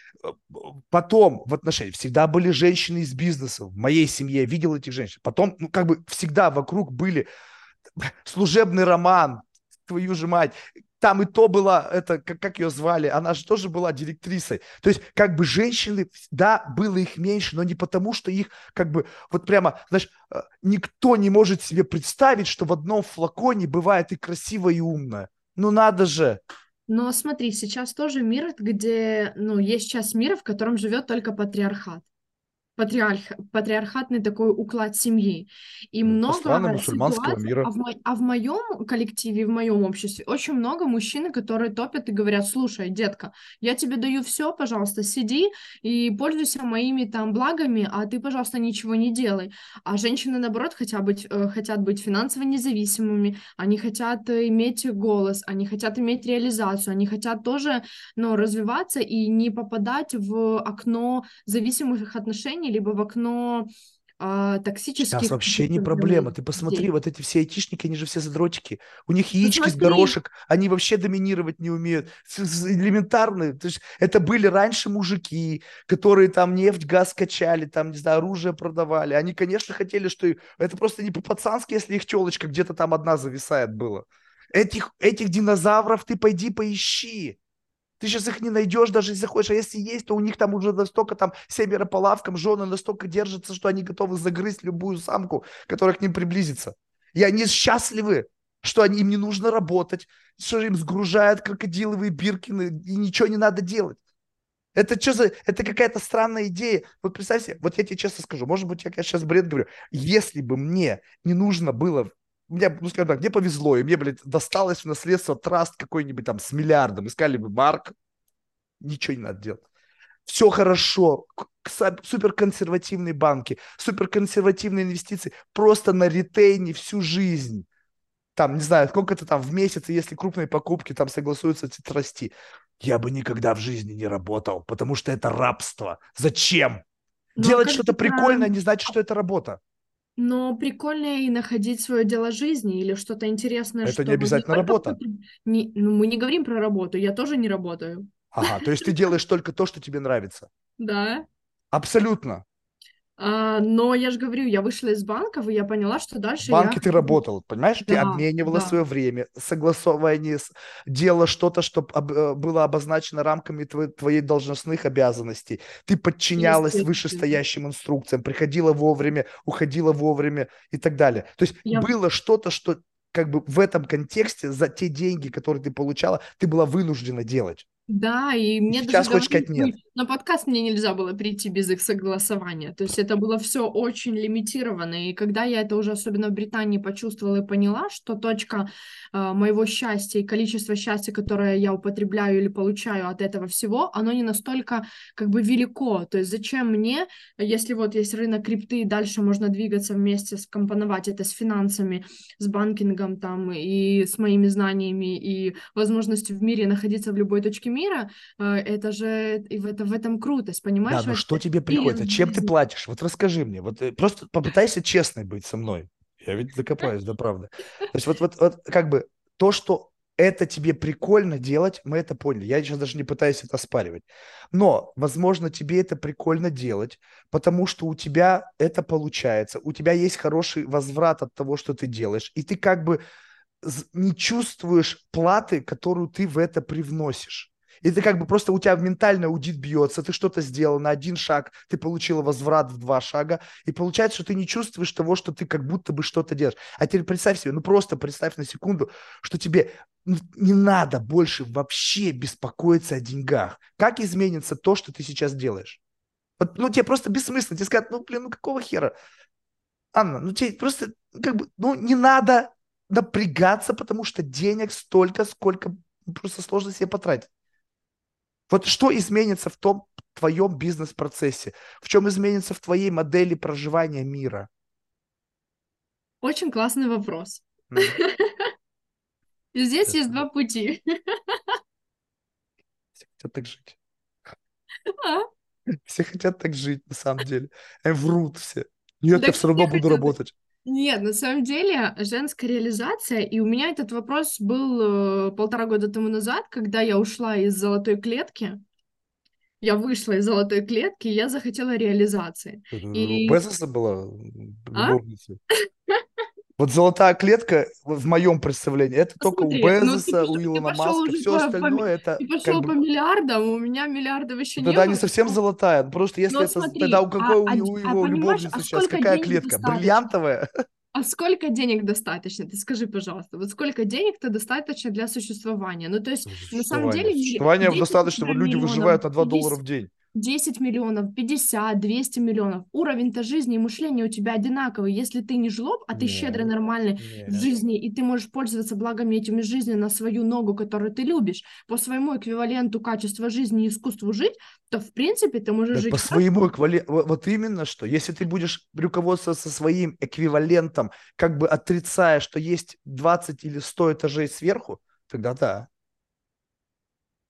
Потом в отношениях всегда были женщины из бизнеса. В моей семье я видел этих женщин. Потом, ну, как бы всегда вокруг были служебный роман, твою же мать. Там и то была, это, как ее звали, она же тоже была директрисой. То есть, как бы женщины, да, было их меньше, но не потому, что их, как бы, вот прямо, знаешь, никто не может себе представить, что в одном флаконе бывает и красиво, и умно. Ну надо же. Но смотри, сейчас тоже мир, где, ну, есть часть мира, в котором живет только патриархат. Патриархатный такой уклад семьи. И Ну, по много странам мусульманского ситуаций, мира. а в моем коллективе, в моем обществе очень много мужчин, которые топят и говорят, слушай, детка, я тебе даю все, пожалуйста, сиди и пользуйся моими там благами, а ты, пожалуйста, ничего не делай. А женщины, наоборот, хотят быть финансово независимыми, они хотят иметь голос, они хотят иметь реализацию, они хотят тоже, ну, развиваться и не попадать в окно зависимых отношений, либо в окно Сейчас токсических вообще не каких-то проблема. Ты посмотри, людей. вот эти все айтишники, они же все задротики. У них Ну яички с смотри, горошек, они вообще доминировать не умеют. Элементарные. То есть это были раньше мужики, которые там нефть, газ качали, там, не знаю, оружие продавали. Они, конечно, хотели, что это просто не по-пацански, если их телочка где-то там одна зависает было. Этих динозавров ты пойди поищи. Ты сейчас их не найдешь, даже если захочешь. А если есть, то у них там уже настолько там семеро по лавкам, жены настолько держатся, что они готовы загрызть любую самку, которая к ним приблизится. И они счастливы, что им не нужно работать, что им сгружают крокодиловые биркины, и ничего не надо делать. Это что за... Это какая-то странная идея. Вот представь себе, вот я тебе честно скажу, может быть, я сейчас бред говорю. Если бы мне не нужно было... Мне, ну, скажем так, мне повезло, и мне, блядь, досталось в наследство траст какой-нибудь там с миллиардом. Искали бы Марк, ничего не надо делать. Все хорошо, суперконсервативные банки, суперконсервативные инвестиции, просто на ретейне всю жизнь. Там, не знаю, сколько-то там в месяц, и если крупные покупки там согласуются, расти. Я бы никогда в жизни не работал, потому что это рабство. Зачем? ну а Делать как что-то же про... прикольное не значит, что это работа. Но прикольнее и находить свое дело жизни или что-то интересное, Это не что не обязательно только... работа. Ну, мы не говорим про работу, я тоже не работаю. Ага, то есть ты делаешь только то, что тебе нравится. Да. Абсолютно. Но я же говорю, я вышла из банков, и я поняла, что В дальше я банке ты хочу... работал, понимаешь? Ты Да, обменивала да, свое время, согласовывание, делала что-то, что было обозначено рамками твоей должностных обязанностей. Ты подчинялась естественно. вышестоящим инструкциям, приходила вовремя, уходила вовремя и так далее. То есть Я было что-то, что как бы в этом контексте за те деньги, которые ты получала, ты была вынуждена делать. Да, и И мне даже сейчас хочешь сказать говорить, нет. ну, на подкаст мне нельзя было прийти без их согласования. То есть это было все очень лимитировано. И когда я это уже, особенно в Британии, почувствовала и поняла, что точка моего счастья и количество счастья, которое я употребляю или получаю от этого всего, оно не настолько как бы велико. То есть зачем мне, если вот есть рынок крипты, и дальше можно двигаться вместе, скомпоновать это с финансами, с банкингом там и с моими знаниями и возможностью в мире находиться в любой точке мира, это же в этом крутость, Да, понимаешь? но Это что тебе приходит? А экспириенс чем ты жизни. платишь? Вот расскажи мне. Вот просто попытайся честной быть со мной. Я ведь докопаюсь до правды. То есть вот как бы то, что это тебе прикольно делать, мы это поняли. Я сейчас даже не пытаюсь это оспаривать. Но, возможно, тебе это прикольно делать, потому что у тебя это получается. У тебя есть хороший возврат от того, что ты делаешь. И ты как бы не чувствуешь платы, которую ты в это привносишь. И ты как бы просто у тебя ментальный аудит бьется, ты что-то сделал на один шаг, ты получила возврат в два шага, и получается, что ты не чувствуешь того, что ты как будто бы что-то делаешь. А теперь представь себе, ну просто представь на секунду, что тебе не надо больше вообще беспокоиться о деньгах. Как изменится то, что ты сейчас делаешь? Вот, ну, тебе просто бессмысленно. Тебе скажут, ну, блин, ну какого хера? Анна, ну тебе просто как бы, ну не надо напрягаться, потому что денег столько, сколько просто сложно себе потратить. Вот что изменится в том твоем бизнес-процессе? В чем изменится в твоей модели проживания мира? Очень классный вопрос. М, И здесь есть интересно. два пути. Все хотят так жить. А, Все хотят так жить, на самом деле. Врут все. Нет, я Так все равно все буду хотят. работать. Нет, на самом деле женская реализация, и у меня этот вопрос был 1,5 года тому назад, когда я ушла из золотой клетки. Я вышла из золотой клетки, и я захотела реализации. У И Безоса была а? любовница. Вот золотая клетка, в моем представлении, это только у Смотри, ну Безоса, у ты Илона пошел Маска. уже Все остальное, это ты как пошел по бы. миллиардам, у меня миллиардов еще Ну, не тогда не было. совсем золотая. Потому что Но если вот это... Тогда смотри, у какой у его понимаешь, а любовницы сейчас? сколько Какая денег клетка? достаточно? Бриллиантовая? А сколько денег достаточно? Ты скажи, пожалуйста, вот сколько денег-то достаточно для существования? Ну, то есть, на самом Существование. деле, Существование 10 у достаточно. тебя Вот люди миллионов, выживают на $2 в 50, день. 10 миллионов, 50, 200 миллионов. Уровень-то жизни и мышления у тебя одинаковый. Если ты не жлоб, а ты щедрый, Нет, нормальный в нет. жизни, и ты можешь пользоваться благами этими жизни на свою ногу, которую ты любишь, по своему эквиваленту качества жизни и искусству жить, то, в принципе, ты можешь Так по жить хорошо. своему эквиваленту, вот именно что, если ты будешь руководствоваться своим эквивалентом, как бы отрицая, что есть 20 или 100 этажей сверху, тогда да.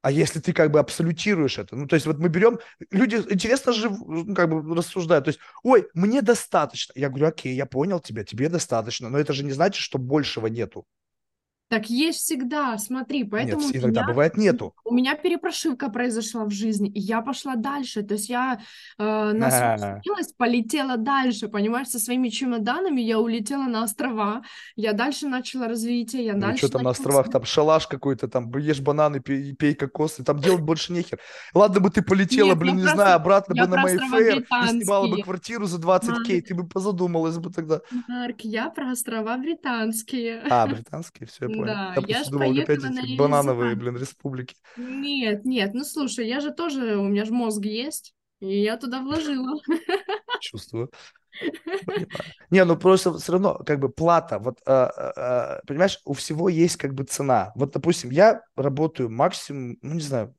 А если ты как бы абсолютируешь это, ну, то есть вот мы берем, люди интересно же ну, как бы рассуждают, то есть, ой, мне достаточно. Я говорю, окей, я понял тебя, тебе достаточно, но это же не значит, что большего нету. Так есть всегда, смотри, Нет, поэтому иногда бывает нету. у меня перепрошивка произошла в жизни, и я пошла дальше, то есть я на свою А, смелость полетела дальше, понимаешь, со своими чемоданами я улетела на острова, я дальше начала развитие, я ну и что дальше там на начала островах, себе... там шалаш какой-то, там ешь бананы, пей кокосы, там делать больше нехер. Ладно бы ты полетела, Нет, блин, не знаю, обратно бы я на про острова Майфейр и снимала бы британские, квартиру за 20 кей, Марк, ты бы позадумалась бы тогда. Марк, я про острова британские. А, британские, все, я понял. Да, Я я просто же думал, опять поехала на эти банановые, реализацию. блин, республики. Нет, нет, ну слушай, я же тоже, у меня же мозг есть, и я туда вложила. Чувствую. Понимаю. Не, ну просто все равно, как бы плата, вот, понимаешь, у всего есть как бы цена. Вот, допустим, я работаю максимум, ну, не знаю,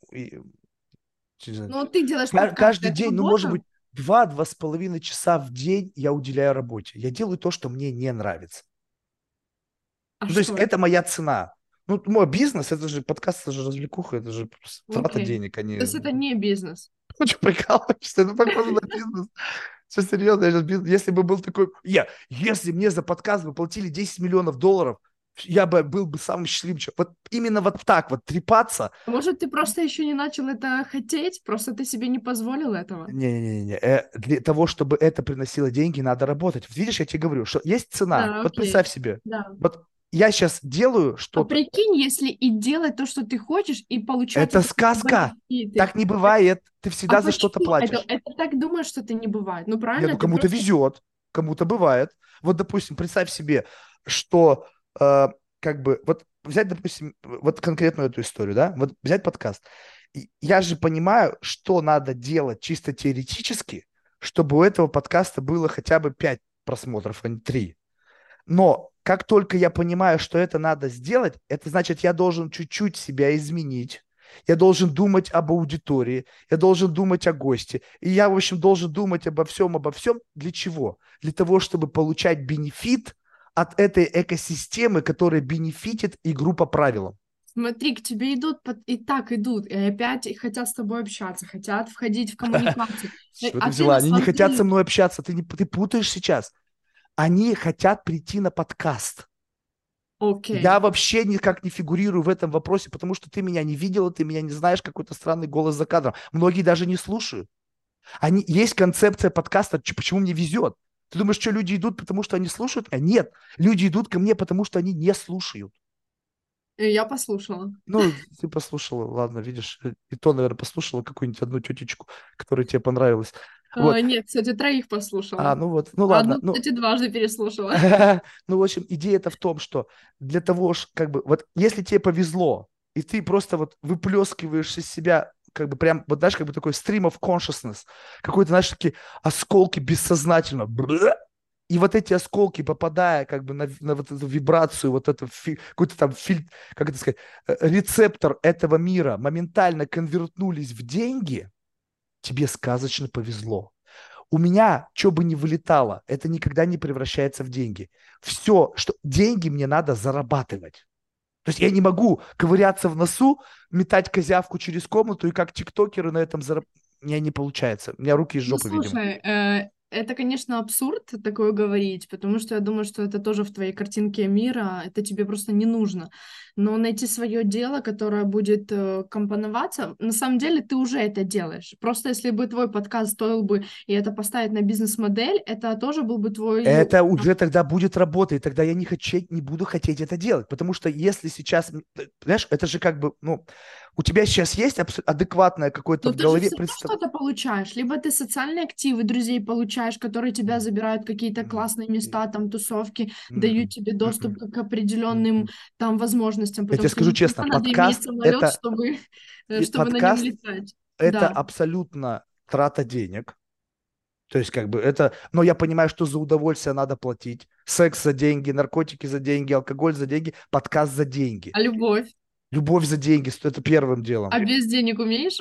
не знаю, Ну, вот ты делаешь подкаст, каждый это день, ну, может работа? быть, 2-2,5 часа в день я уделяю работе. Я делаю то, что мне не нравится. А Ну, то есть что это? это моя цена. Ну, мой бизнес, это же подкаст, это же развлекуха, это же просто трата Окей. денег, То есть это не бизнес. Ну, что, прикалываешься? Это похоже на бизнес. Все серьезно, я сейчас если бы был такой... если мне за подкаст бы платили 10 миллионов долларов, я бы был бы самым счастливым человеком. Вот именно вот так вот трепаться. А может, ты просто еще не начал это хотеть, просто ты себе не позволил этого? Не-не-не. Для того, чтобы это приносило деньги, надо работать. Вот видишь, я тебе говорю, что есть цена. Да, Вот представь окей. себе. Да. Вот я сейчас делаю А что-то. прикинь, если и делать то, что ты хочешь, и получать Это от этого сказка. бенефиты. Так не бывает. Ты А всегда за что-то почему? платишь. Это так думаешь, что ты не бывает. Ну, Не, ну правильно, ты кому-то просто... везет, кому-то бывает. Вот, допустим, представь себе, что как бы, вот взять, допустим, вот конкретную эту историю, да, вот взять подкаст. И я же понимаю, что надо делать чисто теоретически, чтобы у этого подкаста было хотя бы 5 просмотров, а не 3. Но как только я понимаю, что это надо сделать, это значит, я должен чуть-чуть себя изменить. Я должен думать об аудитории, я должен думать о госте. И я, в общем, должен думать обо всем. Для чего? Для того, чтобы получать бенефит от этой экосистемы, которая бенефитит игру по правилам. Смотри, к тебе идут, и так идут, и опять хотят с тобой общаться, хотят входить в коммуникацию. С чего ты А ты взяла? на Они не самом хотят со деле... мной общаться, ты путаешь сейчас. Они хотят прийти на подкаст. Я Окей. вообще никак не фигурирую в этом вопросе, потому что ты меня не видела, ты меня не знаешь, какой-то странный голос за кадром. Многие даже не слушают. Есть концепция подкаста, почему мне везет. Ты думаешь, что люди идут, потому что они слушают меня? Нет, люди идут ко мне, потому что они не слушают. Я послушала. Ну, ты послушала, ладно, видишь, и то, наверное, послушала какую-нибудь одну тетечку, которая тебе понравилась. Вот. Нет, кстати, троих послушала. Ну вот, ну А ладно, одну, ну, кстати, дважды переслушала. ну, в общем, идея-то в том, что для того, как бы, вот если тебе повезло, и ты просто вот выплескиваешь из себя, как бы прям, вот знаешь, как бы такой stream of consciousness, какой-то, знаешь, такие осколки бессознательно, и вот эти осколки, попадая как бы на вот эту вибрацию, вот эту какой-то там как это сказать, рецептор этого мира моментально конвертнулись в деньги, тебе сказочно повезло. У меня, что бы ни вылетало, это никогда не превращается в деньги. Все, что деньги мне надо зарабатывать. То есть я не могу ковыряться в носу, метать козявку через комнату и как тиктокеры на этом зарабатывать. У меня не получается. У меня руки из Ну, жопы, видимо. слушай, это, конечно, абсурд такое говорить, потому что я думаю, что это тоже в твоей картинке мира, это тебе просто не нужно. Но найти свое дело, которое будет компоноваться, на самом деле ты уже это делаешь. Просто если бы твой подкаст стоил бы, и это поставить на бизнес-модель, это тоже был бы твой... Это уже тогда будет работать, и тогда я не буду хотеть это делать, потому что если сейчас, знаешь, это же как бы, ну, у тебя сейчас есть адекватное какое-то Но в ты же голове все равно представление. что-то получаешь. Либо ты социальные активы друзей получаешь, которые тебя забирают в какие-то классные места, там, тусовки, дают тебе доступ к определенным там возможностям, Я потому тебе что скажу не честно, всегда надо иметь самолет, чтобы, чтобы на нем подкаст летать. это Да. абсолютно трата денег. То есть, как бы это, но я понимаю, что за удовольствие надо платить. Секс за деньги, наркотики за деньги, алкоголь за деньги, подкаст за деньги. А любовь? Любовь за деньги, это первым делом. А без денег умеешь?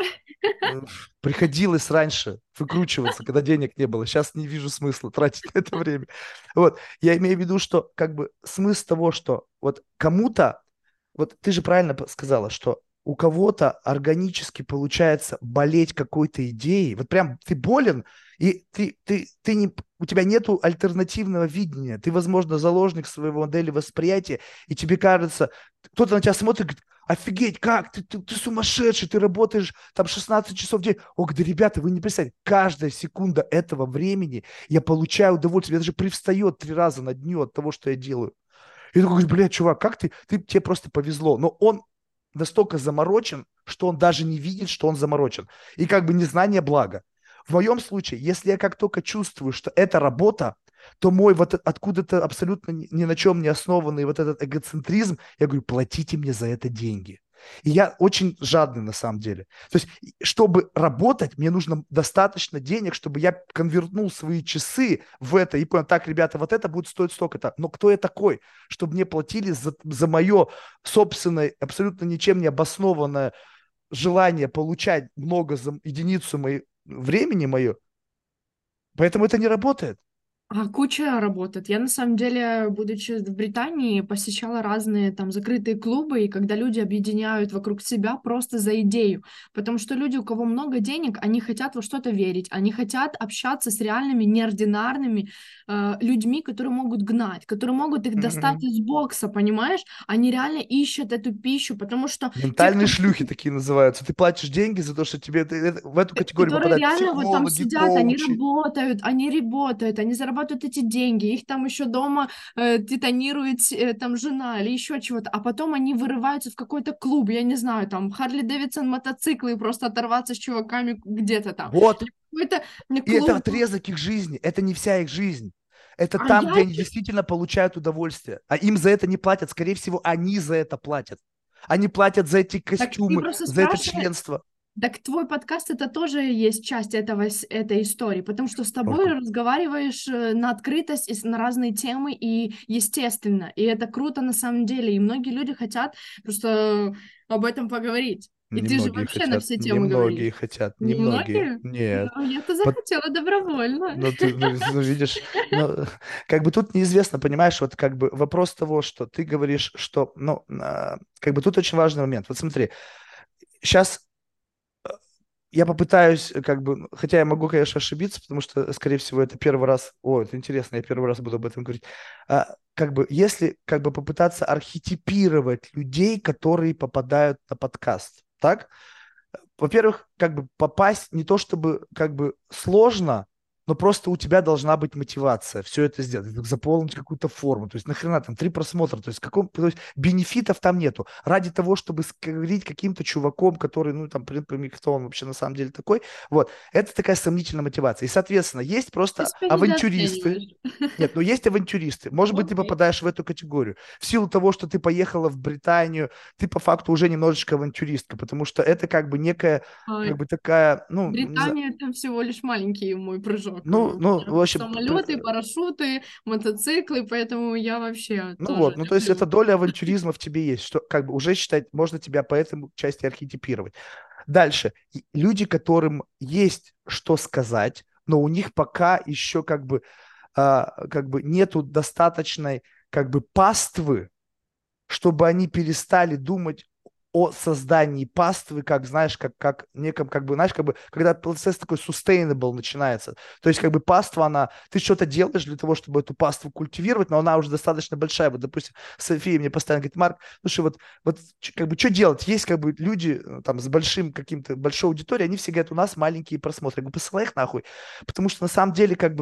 Приходилось раньше выкручиваться, когда денег не было. Сейчас не вижу смысла тратить на это время. Вот, я имею в виду, что как бы смысл того, что вот кому-то, вот ты же правильно сказала, что у кого-то органически получается болеть какой-то идеей, вот прям ты болен, и ты не, у тебя нету альтернативного видения, ты, возможно, заложник своего модели восприятия, и тебе кажется, кто-то на тебя смотрит и говорит, офигеть, как, ты сумасшедший, ты работаешь там 16 часов в день. О, да, ребята, вы не представляете, каждая секунда этого времени я получаю удовольствие, я даже привстает 3 раза на дню от того, что я делаю. И ты говоришь, блядь, чувак, как тебе просто повезло. Но он настолько заморочен, что он даже не видит, что он заморочен. И как бы незнание блага. В моем случае, если я как только чувствую, что это работа, то мой вот откуда-то абсолютно ни на чем не основанный вот этот эгоцентризм, я говорю, платите мне за это деньги. И я очень жадный на самом деле. То есть, чтобы работать, мне нужно достаточно денег, чтобы я конвертнул свои часы в это и понял, так, ребята, вот это будет стоить столько-то. Но кто я такой, чтобы мне платили за мое собственное, абсолютно ничем не обоснованное желание получать много за единицу времени мое? Поэтому это не работает. Куча работает. Я на самом деле, будучи в Британии, посещала разные там закрытые клубы, и когда люди объединяют вокруг себя просто за идею. Потому что люди, у кого много денег, они хотят во что-то верить, они хотят общаться с реальными, неординарными людьми, которые могут гнать, которые могут их достать Мгм. из бокса, понимаешь? Они реально ищут эту пищу, потому что те, Ментальные кто шлюхи такие называются. Ты платишь деньги за то, что в эту категорию которые попадают реально вот там психологи, сидят, коучи. они работают, они зарабатывают эти деньги, их там еще дома титанирует там жена или еще чего-то, а потом они вырываются в какой-то клуб, я не знаю, там Харли Дэвидсон мотоциклы и просто оторваться с чуваками где-то там. Вот. Или какой-то И это клуб. отрезок их жизни, это не вся их жизнь. Это А там, я где они действительно получают удовольствие. А им за это не платят. Скорее всего, они за это платят. Они платят за эти так ты костюмы, просто за это спрашиваешь. членство. Так твой подкаст это тоже есть часть этой истории, потому что с тобой Ольга, разговариваешь на открытость и на разные темы, и естественно, и это круто на самом деле, и многие люди хотят просто об этом поговорить. И ты же немногие вообще на хотят, все темы немногие говоришь. хотят, немногие. Немногие? Нет. Ну, я-то По- захотела добровольно. Ну, ты ну, видишь, ну, как бы тут неизвестно, понимаешь, вот как бы вопрос того, что ты говоришь, что, ну, как бы тут очень важный момент. Вот смотри, сейчас я попытаюсь, как бы, хотя я могу, конечно, ошибиться, потому что, скорее всего, это первый раз, о, это интересно, я первый раз буду об этом говорить. Как бы, если, как бы, попытаться архетипировать людей, которые попадают на подкаст, так? Во-первых, как бы попасть не то чтобы как бы сложно, но просто у тебя должна быть мотивация все это сделать, заполнить какую-то форму. То есть нахрена там 3 просмотра, то есть, то есть бенефитов там нету. Ради того, чтобы говорить каким-то чуваком, который, ну там, кто он вообще на самом деле такой, вот, это такая сомнительная мотивация. И, соответственно, есть Ты просто себя авантюристы, недооцениваешь. нет, но есть авантюристы. Может быть, ты Окей. попадаешь в эту категорию. В силу того, что ты поехала в Британию, ты по факту уже немножечко авантюристка, потому что это как бы некая, как бы такая, ну, не знаю, Британия это всего лишь маленький мой прыжок. У ну, в меня общем, самолеты, парашюты, мотоциклы, поэтому я вообще ну тоже вот, ну то есть эта люблю. доля авантюризма в тебе есть, что как бы уже считать, можно тебя по этому части архетипировать. Дальше. Люди, которым есть что сказать, но у них пока еще как бы нету достаточной как бы паствы, чтобы они перестали думать о создании паствы, как, знаешь, как неком, как бы, знаешь, как бы, когда процесс такой sustainable начинается. То есть, как бы, паства, она, ты что-то делаешь для того, чтобы эту паству культивировать, но она уже достаточно большая. Вот, допустим, София мне постоянно говорит, Марк, слушай, вот как бы, что делать? Есть, как бы, люди там с большим каким-то, большой аудиторией, они все говорят, у нас маленькие просмотры. Я говорю, посылай их нахуй. Потому что, на самом деле, как бы,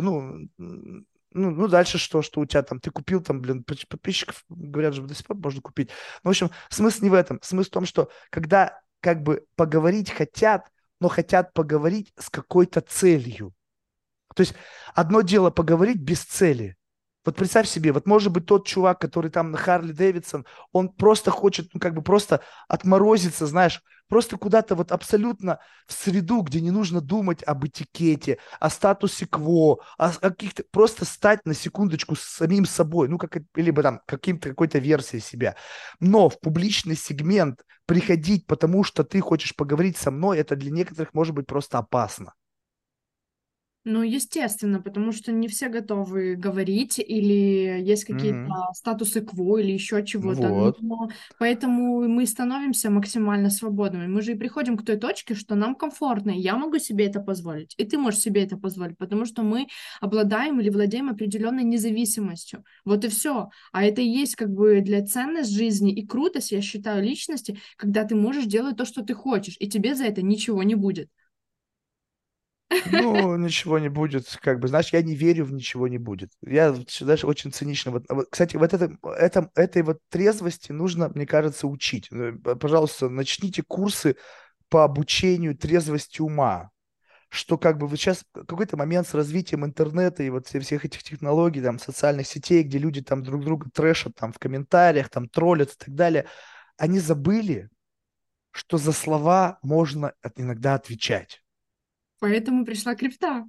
ну, дальше что у тебя там, ты купил там, блин, подписчиков, говорят же, до сих пор можно купить. Ну, в общем, смысл не в этом. Смысл в том, что когда как бы поговорить хотят, но хотят поговорить с какой-то целью. То есть одно дело поговорить без цели. Вот представь себе, вот может быть тот чувак, который там на Харли Дэвидсон, он просто хочет, ну как бы просто отморозиться, знаешь, просто куда-то вот абсолютно в среду, где не нужно думать об этикете, о статусе кво, о каких-то, просто стать на секундочку с самим собой, ну как, либо там какой-то версией себя. Но в публичный сегмент приходить, потому что ты хочешь поговорить со мной, это для некоторых может быть просто опасно. Ну, естественно, потому что не все готовы говорить, или есть какие-то Мгм. статусы кво, или еще Ну чего-то. вот. Но поэтому мы становимся максимально свободными. Мы же и приходим к той точке, что нам комфортно, и я могу себе это позволить, и ты можешь себе это позволить, потому что мы обладаем или владеем определенной независимостью. Вот и все. А это и есть как бы для ценность жизни и крутость, я считаю, личности, когда ты можешь делать то, что ты хочешь, и тебе за это ничего не будет. Ну, ничего не будет, как бы, знаешь, я не верю в ничего не будет. Я, знаешь, очень цинично. Кстати, вот этой вот трезвости нужно, мне кажется, учить. Пожалуйста, начните курсы по обучению трезвости ума. Что как бы вот сейчас какой-то момент с развитием интернета и вот всех этих технологий, там, социальных сетей, где люди там друг друга трэшат там в комментариях, там троллят и так далее, они забыли, что за слова можно иногда отвечать. Поэтому пришла крипта.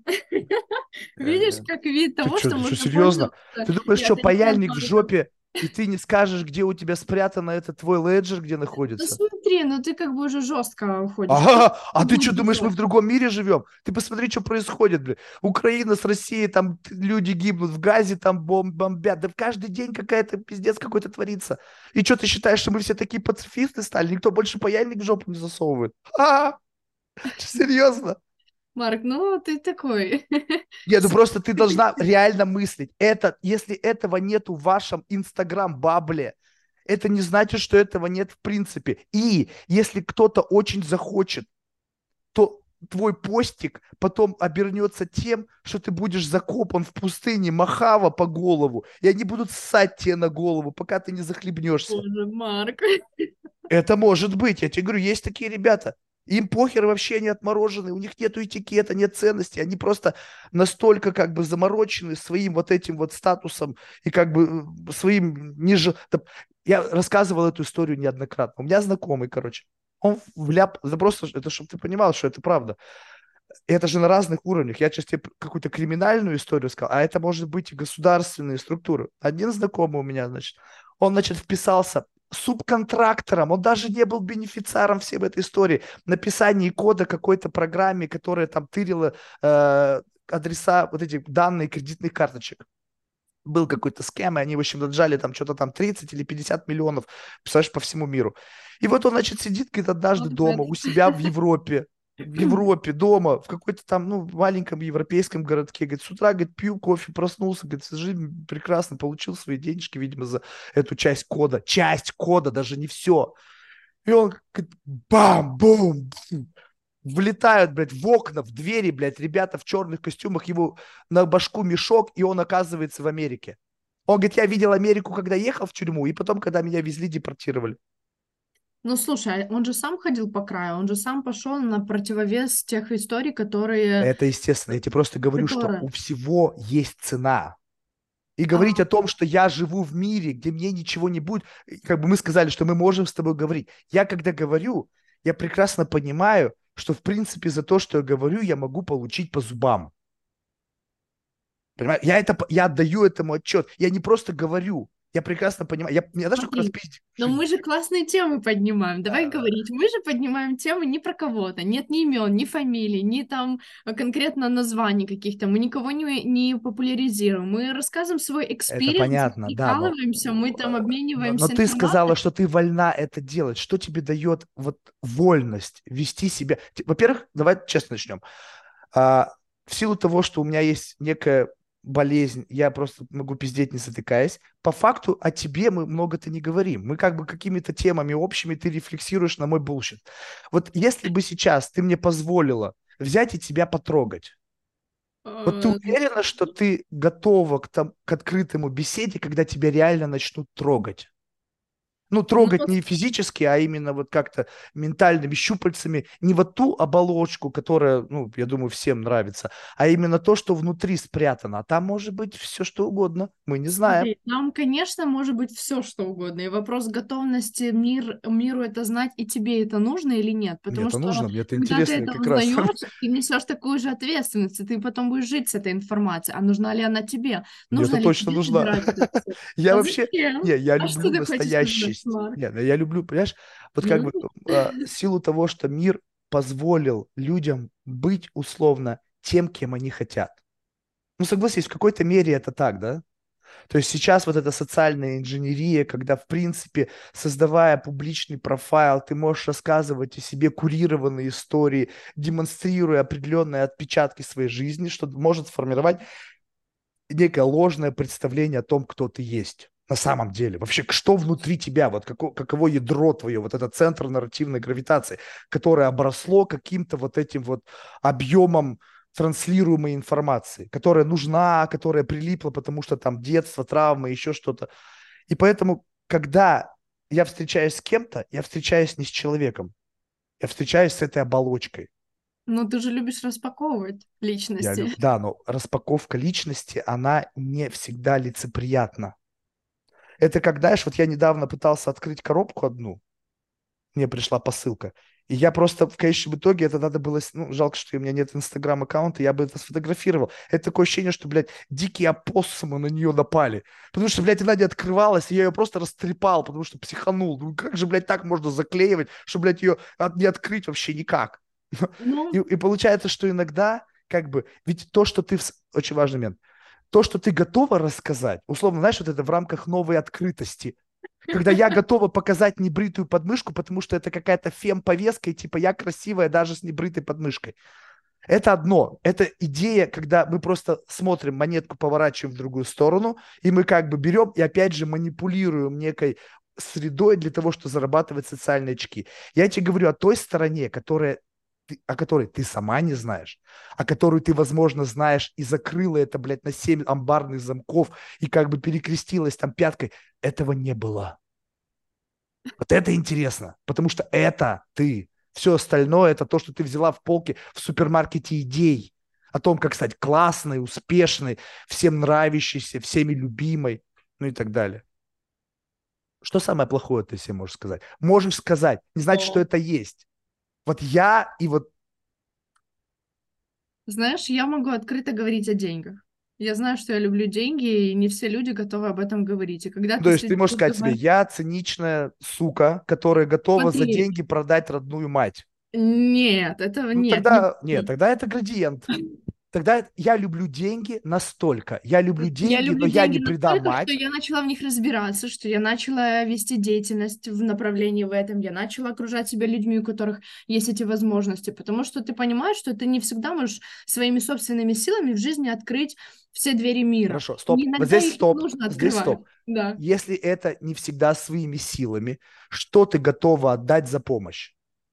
Видишь, Э, как вид того, что Ты что, можно серьезно? пользоваться Ты думаешь, и что отрицать паяльник в только. жопе, и ты не скажешь, где у тебя спрятано этот твой леджер, где Ну находится? смотри, ну ты как бы уже жестко уходишь. Кто Ага, а ты будет что думаешь, мы бежать? в другом мире живем? Ты посмотри, что происходит, блин. Украина с Россией, там люди гибнут, в Газе там бомбят. Да каждый день какая-то пиздец какой-то творится. И что, ты считаешь, что мы все такие пацифисты стали? Никто больше паяльник в жопу не засовывает? А, серьезно? Марк, ну ты такой. Нет, ну просто ты должна реально мыслить. Это, если этого нет в вашем инстаграм-бабле, это не значит, что этого нет в принципе. И если кто-то очень захочет, то твой постик потом обернется тем, что ты будешь закопан в пустыне Махава по голову, и они будут ссать тебе на голову, пока ты не захлебнешься. Боже, Марк. Это может быть, я тебе говорю, есть такие ребята. Им похер вообще, они отморожены, у них нету этикета, нет ценностей, они просто настолько как бы заморочены своим вот этим вот статусом и как бы своим ниже... Я рассказывал эту историю неоднократно. У меня знакомый, короче, он вляп... Да просто, это чтобы ты понимал, что это правда. Это же на разных уровнях. Я сейчас тебе какую-то криминальную историю сказал, а это может быть и государственные структуры. Один знакомый у меня, значит, он, значит, вписался субконтрактором, он даже не был бенефициаром всей этой истории, написании кода какой-то программе, которая там тырила адреса, вот эти данные кредитных карточек. Был какой-то схем, и они, в общем, отжали там что-то там 30 или 50 миллионов, представляешь, по всему миру. И вот он, значит, сидит, говорит, однажды Not bad. дома у себя в Европе, дома, в какой-то там, ну, маленьком европейском городке, говорит, с утра, говорит, пью кофе, проснулся, говорит, жизнь прекрасно, получил свои денежки, видимо, за эту часть кода, даже не все. И он, говорит, бам, бум, бум, влетают, блядь, в окна, в двери, блядь, ребята в черных костюмах, его на башку мешок, и он оказывается в Америке. Он говорит, я видел Америку, когда ехал в тюрьму, и потом, когда меня везли, депортировали. Ну слушай, а он же сам ходил по краю, он же сам пошел на противовес тех историй, которые... Это естественно. Я тебе просто говорю, что которые... у всего есть цена. И А, говорить о том, что я живу в мире, где мне ничего не будет, как бы мы сказали, что мы можем с тобой говорить. Я когда говорю, я прекрасно понимаю, что в принципе за то, что я говорю, я могу получить по зубам. Понимаешь? Я отдаю этому отчет. Я не просто говорю. Я прекрасно понимаю. Я даже как раз смотри, пиздец в но жизни. мы же классные темы поднимаем. Давай Да, говорить. Мы же поднимаем темы не про кого-то. Нет ни имен, ни фамилий, ни там конкретно названий каких-то. Мы никого не популяризируем. Мы рассказываем свой это экспириенс, понятно, да, прикалываемся, мы там но обмениваемся ты сказала, информацией. что ты вольна это делать. Что тебе дает вот вольность вести себя? Во-первых, давай честно начнем. А, в силу того, что у меня есть некая болезнь, я просто могу пиздеть, не затыкаясь. По факту о тебе мы много-то не говорим. Мы как бы какими-то темами общими ты рефлексируешь на мой булщит. Вот если бы сейчас ты мне позволила взять и тебя потрогать, вот ты Ну, уверена, что ты готова к открытому беседе, когда тебя реально начнут трогать? Ну, ну, трогать не физически, а именно вот как-то ментальными щупальцами, не вот ту оболочку, которая, ну, я думаю, всем нравится, а именно то, что внутри спрятано. А там может быть все, что угодно. Мы не знаем. смотри, нам, конечно, может быть все, что угодно. И вопрос готовности миру это знать, и тебе это нужно или нет. Мне Потому это что нужно, мне это когда ты интересно это как раз. узнаешь, ты несешь такую же ответственность, и ты потом будешь жить с этой информацией. А нужна ли она тебе? Мне Нужно это ли точно тебе нужно. собирать это всё? Я А вообще, не, зачем? я А что люблю ты хочешь узнать, настоящесть. Марк? Нет, я люблю, понимаешь, вот как Ну, бы в силу того, что мир позволил людям быть условно тем, кем они хотят. Ну, согласись, в какой-то мере это так, да? То есть сейчас вот эта социальная инженерия, когда, в принципе, создавая публичный профайл, ты можешь рассказывать о себе курированные истории, демонстрируя определенные отпечатки своей жизни, что может сформировать некое ложное представление о том, кто ты есть на самом деле. Вообще, что внутри тебя, вот каково ядро твое, вот этот центр нарративной гравитации, которое обросло каким-то вот этим вот объемом транслируемой информации, которая нужна, которая прилипла, потому что там детство, травмы, еще что-то. И поэтому, когда я встречаюсь с кем-то, я встречаюсь не с человеком, я встречаюсь с этой оболочкой. Но ты же любишь распаковывать личности. Да, но распаковка личности, она не всегда лицеприятна. Это как, знаешь, вот я недавно пытался открыть коробку одну, мне пришла посылка, и я просто в конечном итоге, это надо было, ну, жалко, что у меня нет инстаграм-аккаунта, я бы это сфотографировал. Это такое ощущение, что, блядь, дикие опоссумы на нее напали. Потому что, блядь, она не открывалась, и я ее просто растрепал, потому что психанул. Ну, как же, блядь, так можно заклеивать, что, блядь, ее не открыть вообще никак. И, Ну, и получается, что иногда, как бы, ведь то, что ты, очень важный момент, то, что ты готова рассказать, условно, знаешь, вот это в рамках новой открытости, когда я готова показать небритую подмышку, потому что это какая-то фем-повестка, и типа я красивая даже с небритой подмышкой. Это одно. Это идея, когда мы просто смотрим, монетку поворачиваем в другую сторону, и мы как бы берем и опять же манипулируем некой средой для того, чтобы зарабатывать социальные очки. Я тебе говорю о той стороне, о которой ты сама не знаешь, о которой ты, возможно, знаешь и закрыла это, блядь, на 7 амбарных замков и как бы перекрестилась там пяткой. Этого не было. Вот это интересно, потому что это ты. Все остальное это то, что ты взяла в полке в супермаркете идей о том, как стать классной, успешной, всем нравящейся, всеми любимой, ну и так далее. Что самое плохое ты себе можешь сказать? Можешь сказать, не значит, что о. это есть. Вот я и вот, Знаешь, я могу открыто говорить о деньгах. Я знаю, что я люблю деньги, и не все люди готовы об этом говорить. И когда то ты есть ты можешь сказать себе, говоришь, я циничная сука, которая готова за смотри, деньги продать родную мать. нет, этого Ну нет, не тогда, нет, будет. тогда это градиент. Тогда я люблю деньги настолько. Я люблю Я деньги, но люблю я деньги не предам настолько, что мать. я начала в них разбираться, что я начала вести деятельность в направлении в этом, я начала окружать себя людьми, у которых есть эти возможности, потому что ты понимаешь, что ты не всегда можешь своими собственными силами в жизни открыть все двери мира. Хорошо, И стоп. Вот иногда здесь их стоп. нужно Здесь открывать. стоп. Да. Если это не всегда своими силами, что ты готова отдать за помощь?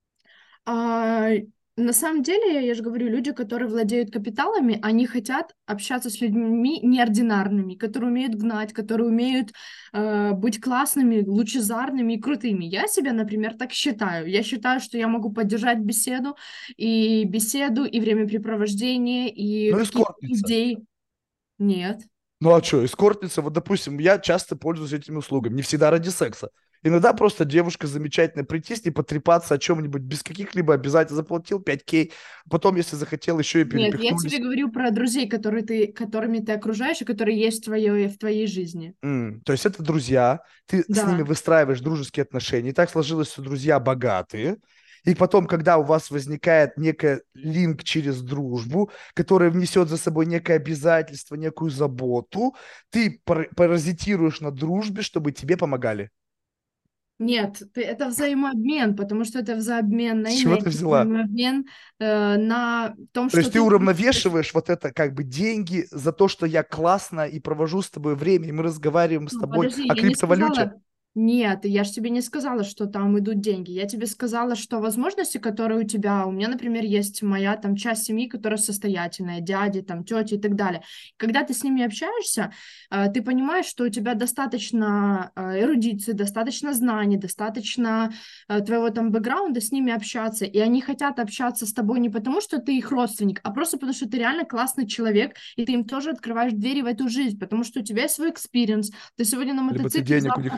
А, на самом деле, я же говорю, люди, которые владеют капиталами, они хотят общаться с людьми неординарными, которые умеют гнать, которые умеют быть классными, лучезарными и крутыми. Я себя, например, так считаю. Я считаю, что я могу поддержать беседу, и времяпрепровождение, и Ну, какие-то эскортница. идеи. Нет. Ну, а что, эскортница, вот, допустим, я часто пользуюсь этими услугами, не всегда ради секса. Иногда просто девушка замечательная, прийти с ней потрепаться о чем-нибудь без каких-либо обязательств, заплатил 5К, потом, если захотел, еще и Нет, я тебе перепихнулись. говорю про друзей, которыми ты окружаешь и которые есть в твоей жизни. То есть это друзья, ты с ними Да. выстраиваешь дружеские отношения. И так сложилось, что друзья богатые. И потом, когда у вас возникает некий линк через дружбу, который внесет за собой некое обязательство, некую заботу, ты паразитируешь на дружбе, чтобы тебе помогали. Нет, это взаимообмен, потому что это взаимообмен С на чего ты энергию, взяла? взаимообмен на том, То что есть ты ты увеличиваешь. уравновешиваешь вот это как бы деньги за то, что я классно и провожу с тобой время, и мы разговариваем с Ну, тобой подожди, о я не криптовалюте. сказала. Нет, я же тебе не сказала, что там идут деньги. Я тебе сказала, что возможности, которые у меня, например, есть моя там часть семьи, которая состоятельная, дяди, там, тети и так далее. Когда ты с ними общаешься, ты понимаешь, что у тебя достаточно эрудиции, достаточно знаний, достаточно твоего там бэкграунда с ними общаться, и они хотят общаться с тобой не потому, что ты их родственник, а просто потому, что ты реально классный человек, и ты им тоже открываешь двери в эту жизнь, потому что у тебя есть свой экспириенс, ты сегодня на Либо ты мотоцикле, денег у них завтра... отжать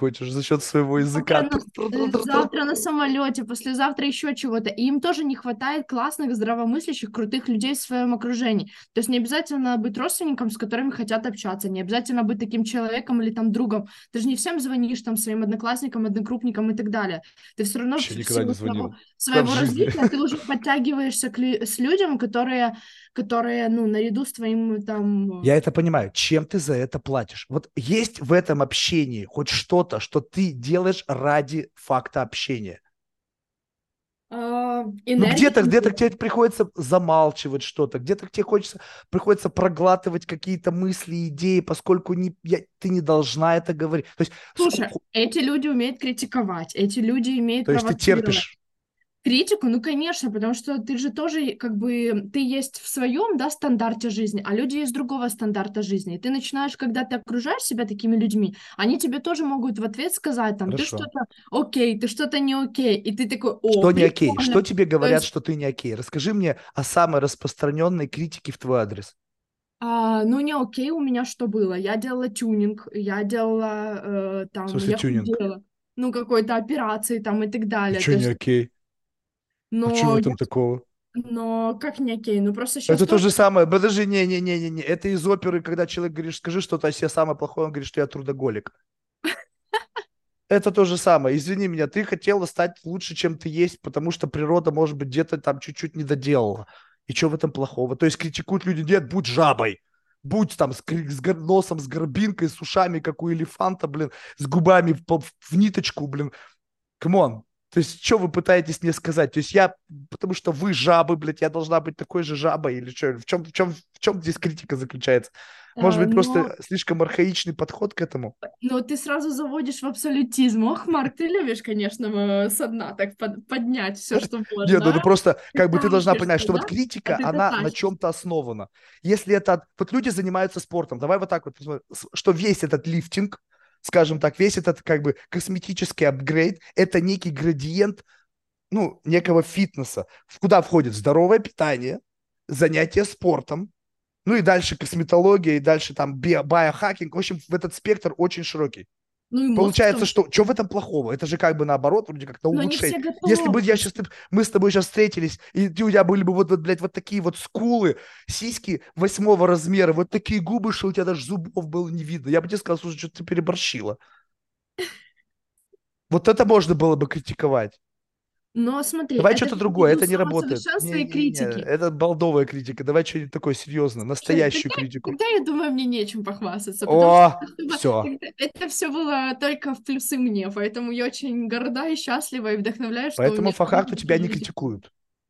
хочешь за счет своего Завтра языка. на, завтра на самолете, послезавтра еще чего-то. И им тоже не хватает классных, здравомыслящих, крутых людей в своем окружении. То есть не обязательно быть родственником, с которыми хотят общаться, не обязательно быть таким человеком или там другом. Ты же не всем звонишь там своим одноклассникам, однокрупникам и так далее. Ты все равно Вообще в никогда не силу своего, звонил. Никогда в своего жизни. развития ты уже подтягиваешься с людям, которые, ну, наряду с твоим там Я это понимаю. Чем ты за это платишь? Вот есть в этом общении хоть что-то, что ты делаешь ради факта общения? Ну, где-то энергии. тебе приходится замалчивать что-то, где-то тебе приходится проглатывать какие-то мысли, идеи, поскольку ты не должна это говорить. Слушай, эти люди умеют критиковать, эти люди умеют То есть ты провоцировать. терпишь. Критику, ну, конечно, потому что ты же тоже, как бы, ты есть в своем, да, стандарте жизни, а люди есть другого стандарта жизни. И ты начинаешь, когда ты окружаешь себя такими людьми, они тебе тоже могут в ответ сказать, там, ты Хорошо. что-то окей, ты что-то не окей. И ты такой, о, Что не окей? прикольно. Что тебе То говорят, есть, что ты не окей? Расскажи мне о самой распространенной критике в твой адрес. ну, не окей у меня что было? Я делала тюнинг, я делала, В там, смысле я тюнинг? худела, ну, какой-то операции там и так И далее. что То не есть, окей? А что в но этом такого? Но как не окей? Ну просто сейчас Это то тоже... же самое. Подожди, не. Это из оперы, когда человек говорит, скажи что-то о себе самое плохое, он говорит, что я трудоголик. Это то же самое. Извини меня, ты хотела стать лучше, чем ты есть, потому что природа, может быть, где-то там чуть-чуть не доделала. И что в этом плохого? То есть критикуют люди, нет, будь жабой. Будь там носом, с горбинкой, с ушами, как у элефанта, блин, с губами в ниточку, блин. Камон. То есть, что вы пытаетесь мне сказать? То есть потому что вы жабы, блядь, я должна быть такой же жабой или что? В чем здесь критика заключается? Может быть, Но, просто слишком архаичный подход к этому? но ты сразу заводишь в абсолютизм. Ох, Марк, ты любишь, конечно, со дна так поднять все, что Нет, ну можно, это а? просто, Ты как бы ты должна понять, тащишься, что вот да? А критика, ты-то она на тащишься. чем-то основана. Если это, вот люди занимаются спортом, давай вот так вот, что весь этот лифтинг, скажем так, весь этот как бы косметический апгрейд, это некий градиент, ну, некого фитнеса, куда входит здоровое питание, занятие спортом, ну и дальше косметология, и дальше там биохакинг. В общем, в этот спектр очень широкий. Ну и мозг в Получается, том что числе. в этом плохого? Это же как бы наоборот, вроде как на Но не все улучшение. Если бы готовы. То есть, мы с тобой сейчас встретились, и у тебя были бы блядь, вот такие вот скулы, сиськи 8 размера, вот такие губы, что у тебя даже зубов было не видно. Я бы тебе сказал, слушай, что ты переборщила. Вот это можно было бы критиковать. но смотри, Давай это что-то же другое, наряду это не работает. самосовершенства и Не-не-не, критики. это балдовая критика. Давай что-нибудь такое серьезное, Слушай, настоящую критику. тогда, я думаю, мне нечем похвастаться, потому что О, все. это все было только в плюсы мне, поэтому я очень горда и счастлива и вдохновляюсь, что у Поэтому меня по есть факту тебя такие не люди. критикуют.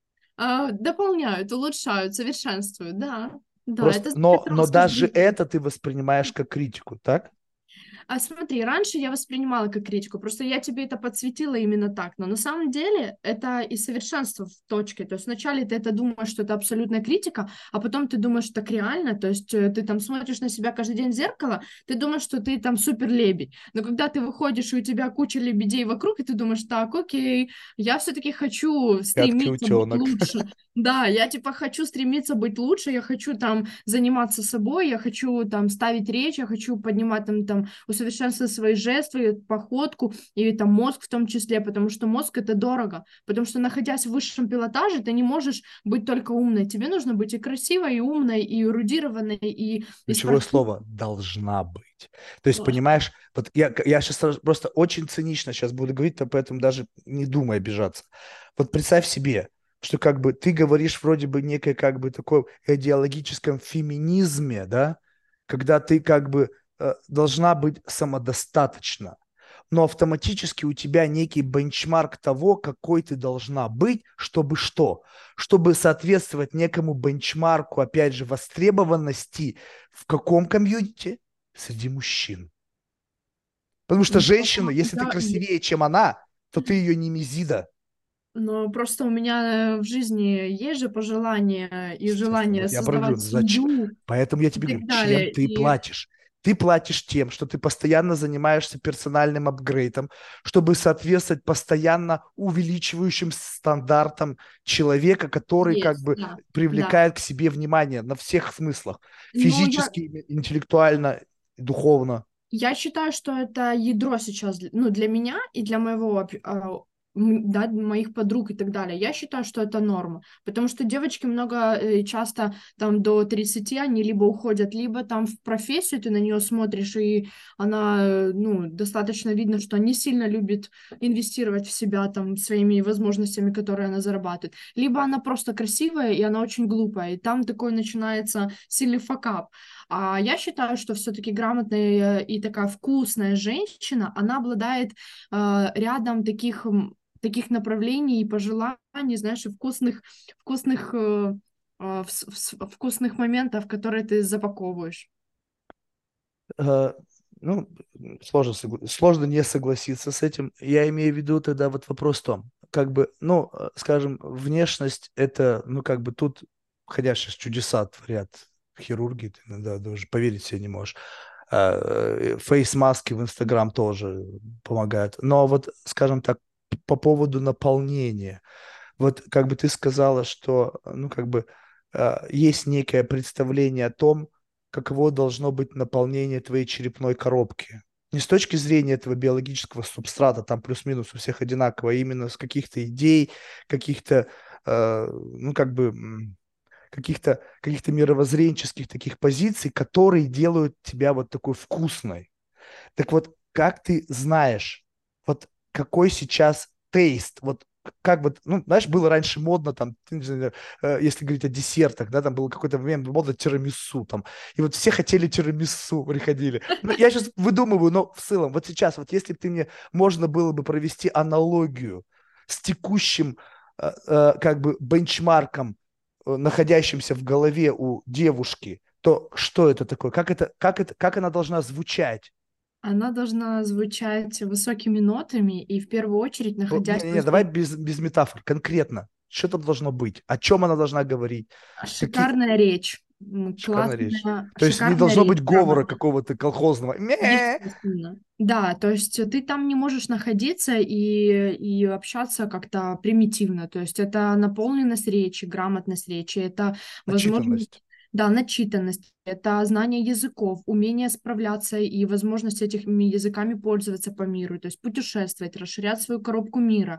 Дополняют, улучшают, совершенствуют, да. Да, Просто, это но, зависит но роскошь даже жизни. это ты воспринимаешь как критику, так? Смотри, раньше я воспринимала как критику, просто я тебе это подсветила именно так, но на самом деле это и совершенство в точке, то есть вначале ты это думаешь, что это абсолютная критика, а потом ты думаешь, что так реально, то есть ты там смотришь на себя каждый день в зеркало, ты думаешь, что ты там супер лебедь, но когда ты выходишь, и у тебя куча лебедей вокруг, и ты думаешь, так, окей, я все-таки хочу Гадкий стремиться быть утенок. лучше, да, я типа хочу стремиться быть лучше, я хочу там заниматься собой, я хочу там ставить речь, я хочу поднимать там усовершенствовать свои жесты, походку и там мозг в том числе, потому что мозг это дорого, потому что находясь в высшем пилотаже, ты не можешь быть только умной, тебе нужно быть и красивой, и умной, и эрудированной, и Ключевое спортивной. слово «должна быть». То есть, понимаешь, вот я сейчас просто очень цинично сейчас буду говорить, то поэтому даже не думай обижаться. Вот представь себе, что как бы ты говоришь вроде бы некой как бы такой идеологическом феминизме, да, когда ты как бы должна быть самодостаточна, но автоматически у тебя некий бенчмарк того, какой ты должна быть, чтобы что? Чтобы соответствовать некому бенчмарку, опять же, востребованности в каком комьюнити? Среди мужчин. Потому что женщина, Но, если ты красивее, чем она, то ты ее не мизида. но просто у меня в жизни есть же пожелания и Естественно, желание вот я говорю, создавать семью поэтому я и тебе говорю, так чем далее. ты платишь? Ты платишь тем, что ты постоянно занимаешься персональным апгрейдом, чтобы соответствовать постоянно увеличивающим стандартам человека, который как Есть, бы да, да. привлекает к себе внимание на всех смыслах. Но я, Физически, интеллектуально, духовно. Я считаю, что это ядро сейчас, ну, для меня и для моего, да, моих подруг и так далее. Я считаю, что это норма, потому что девочки часто там до 30 они либо уходят, либо там в профессию, ты на нее смотришь, и она, ну, достаточно видно, что не сильно любит инвестировать в себя там своими возможностями, которые она зарабатывает. Либо она просто красивая, и она очень глупая, и там такой начинается сильный факап. А я считаю, что все-таки грамотная и такая вкусная женщина, она обладает рядом таких направлений и пожеланий, знаешь, и вкусных моментов, которые ты запаковываешь. Э, Ну, сложно не согласиться с этим. Я имею в виду тогда вот вопрос в том, как бы, ну, скажем, внешность это, ну, как бы тут ходящие чудеса творят хирурги, ты иногда даже поверить себе не можешь. Фейс-маски в Инстаграм тоже помогают. Но вот, скажем так, по поводу наполнения. Вот как бы ты сказала, что, ну, как бы есть некое представление о том, каково должно быть наполнение твоей черепной коробки. Не с точки зрения этого биологического субстрата, там плюс-минус у всех одинаково, а именно с каких-то идей, каких-то, ну, как бы, каких-то мировоззренческих таких позиций, которые делают тебя вот такой вкусной. Так вот, как ты знаешь, вот какой сейчас тейст, вот как вот, ну, знаешь, было раньше модно, там, не знаю, если говорить о десертах, да, там был какой-то момент модно тирамису, там, и вот все хотели тирамису, приходили. Ну, я сейчас выдумываю, но в целом, вот сейчас, вот если бы ты мне, можно было бы провести аналогию с текущим, как бы, бенчмарком, находящимся в голове у девушки, то что это такое? Как она должна звучать? Она должна звучать высокими нотами и в первую очередь находясь Не-не-не, давай возле без метафор, конкретно. Что там должно быть? О чем она должна говорить? Какие... шикарная речь, Шикарная речь. классная, То есть не шикарная должно речь, быть говора грамотная. какого-то колхозного. Естественно. Да, то есть ты там не можешь находиться и общаться как-то примитивно. То есть это наполненность речи, грамотность речи, это возможность, Начитанность. да, начитанность, это знание языков, умение справляться и возможность этими языками пользоваться по миру, то есть путешествовать, расширять свою коробку мира.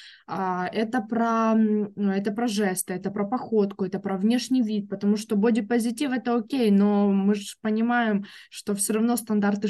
Это про жесты, это про походку, это про внешний вид, потому что бодипозитив это окей, но мы же понимаем, что все равно стандарты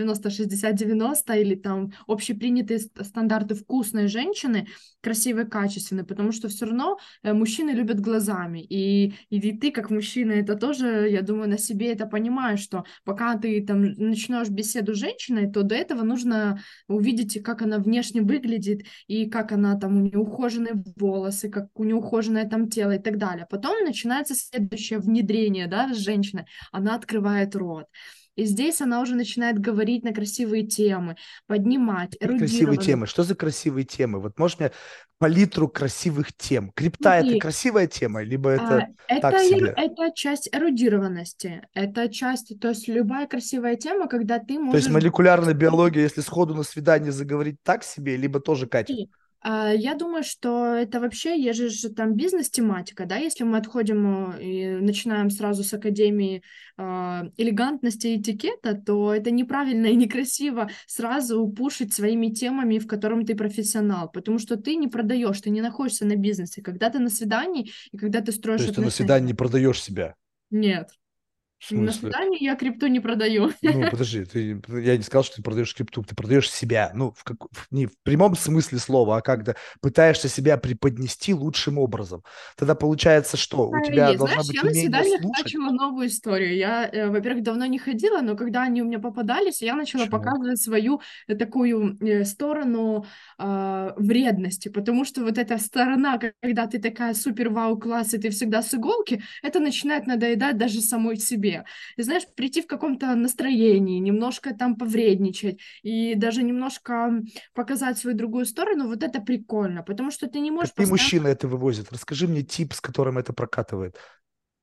90-60-90 или там общепринятые стандарты вкусной женщины красивой, качественной, потому что все равно мужчины любят глазами. И ты, как мужчина, это тоже, я думаю, на себе это понимаешь, что пока ты там начнешь беседу с женщиной, то до этого нужно увидеть, как она внешне выглядит, и как она там, у нее ухоженные волосы, как у нее ухоженное там тело и так далее. Потом начинается следующее внедрение, да, с женщины. Она открывает рот. И здесь она уже начинает говорить на красивые темы, поднимать, Какие красивые эрудированно. темы? Что за красивые темы? Вот можешь мне палитру красивых тем? Крипта — это Смотри, красивая тема, либо а, это так себе? это часть эрудированности, это часть, то есть любая красивая тема, когда ты То есть можешь. молекулярная биология, если сходу на свидание заговорить так себе, либо тоже катит? Я думаю, что это вообще, есть же там бизнес-тематика, да, если мы отходим и начинаем сразу с Академии элегантности и этикета, то это неправильно и некрасиво сразу пушить своими темами, в котором ты профессионал, потому что ты не продаешь, ты не находишься на бизнесе. Когда ты на свидании и когда ты То строишь есть ты на свидании отношения. не продаешь себя? Нет, В на смысле? свидании я крипту не продаю. Ну, подожди, я не сказал, что ты продаешь крипту, ты продаешь себя. Ну, не в прямом смысле слова, а когда пытаешься себя преподнести лучшим образом. Тогда получается, что у тебя Есть. должна Знаешь, быть я на умение свиданиях слушать. начала новую историю. Я, во-первых, давно не ходила, но когда они у меня попадались, я начала Почему? показывать свою такую сторону вредности, потому что вот эта сторона, когда ты такая супер вау-класс, и ты всегда с иголки, это начинает надоедать даже самой себе. И знаешь, прийти в каком-то настроении, немножко там повредничать и даже немножко показать свою другую сторону, вот это прикольно, потому что ты не можешь Какие постоянно. мужчины это вывозят? Расскажи мне тип, с которым это прокатывает.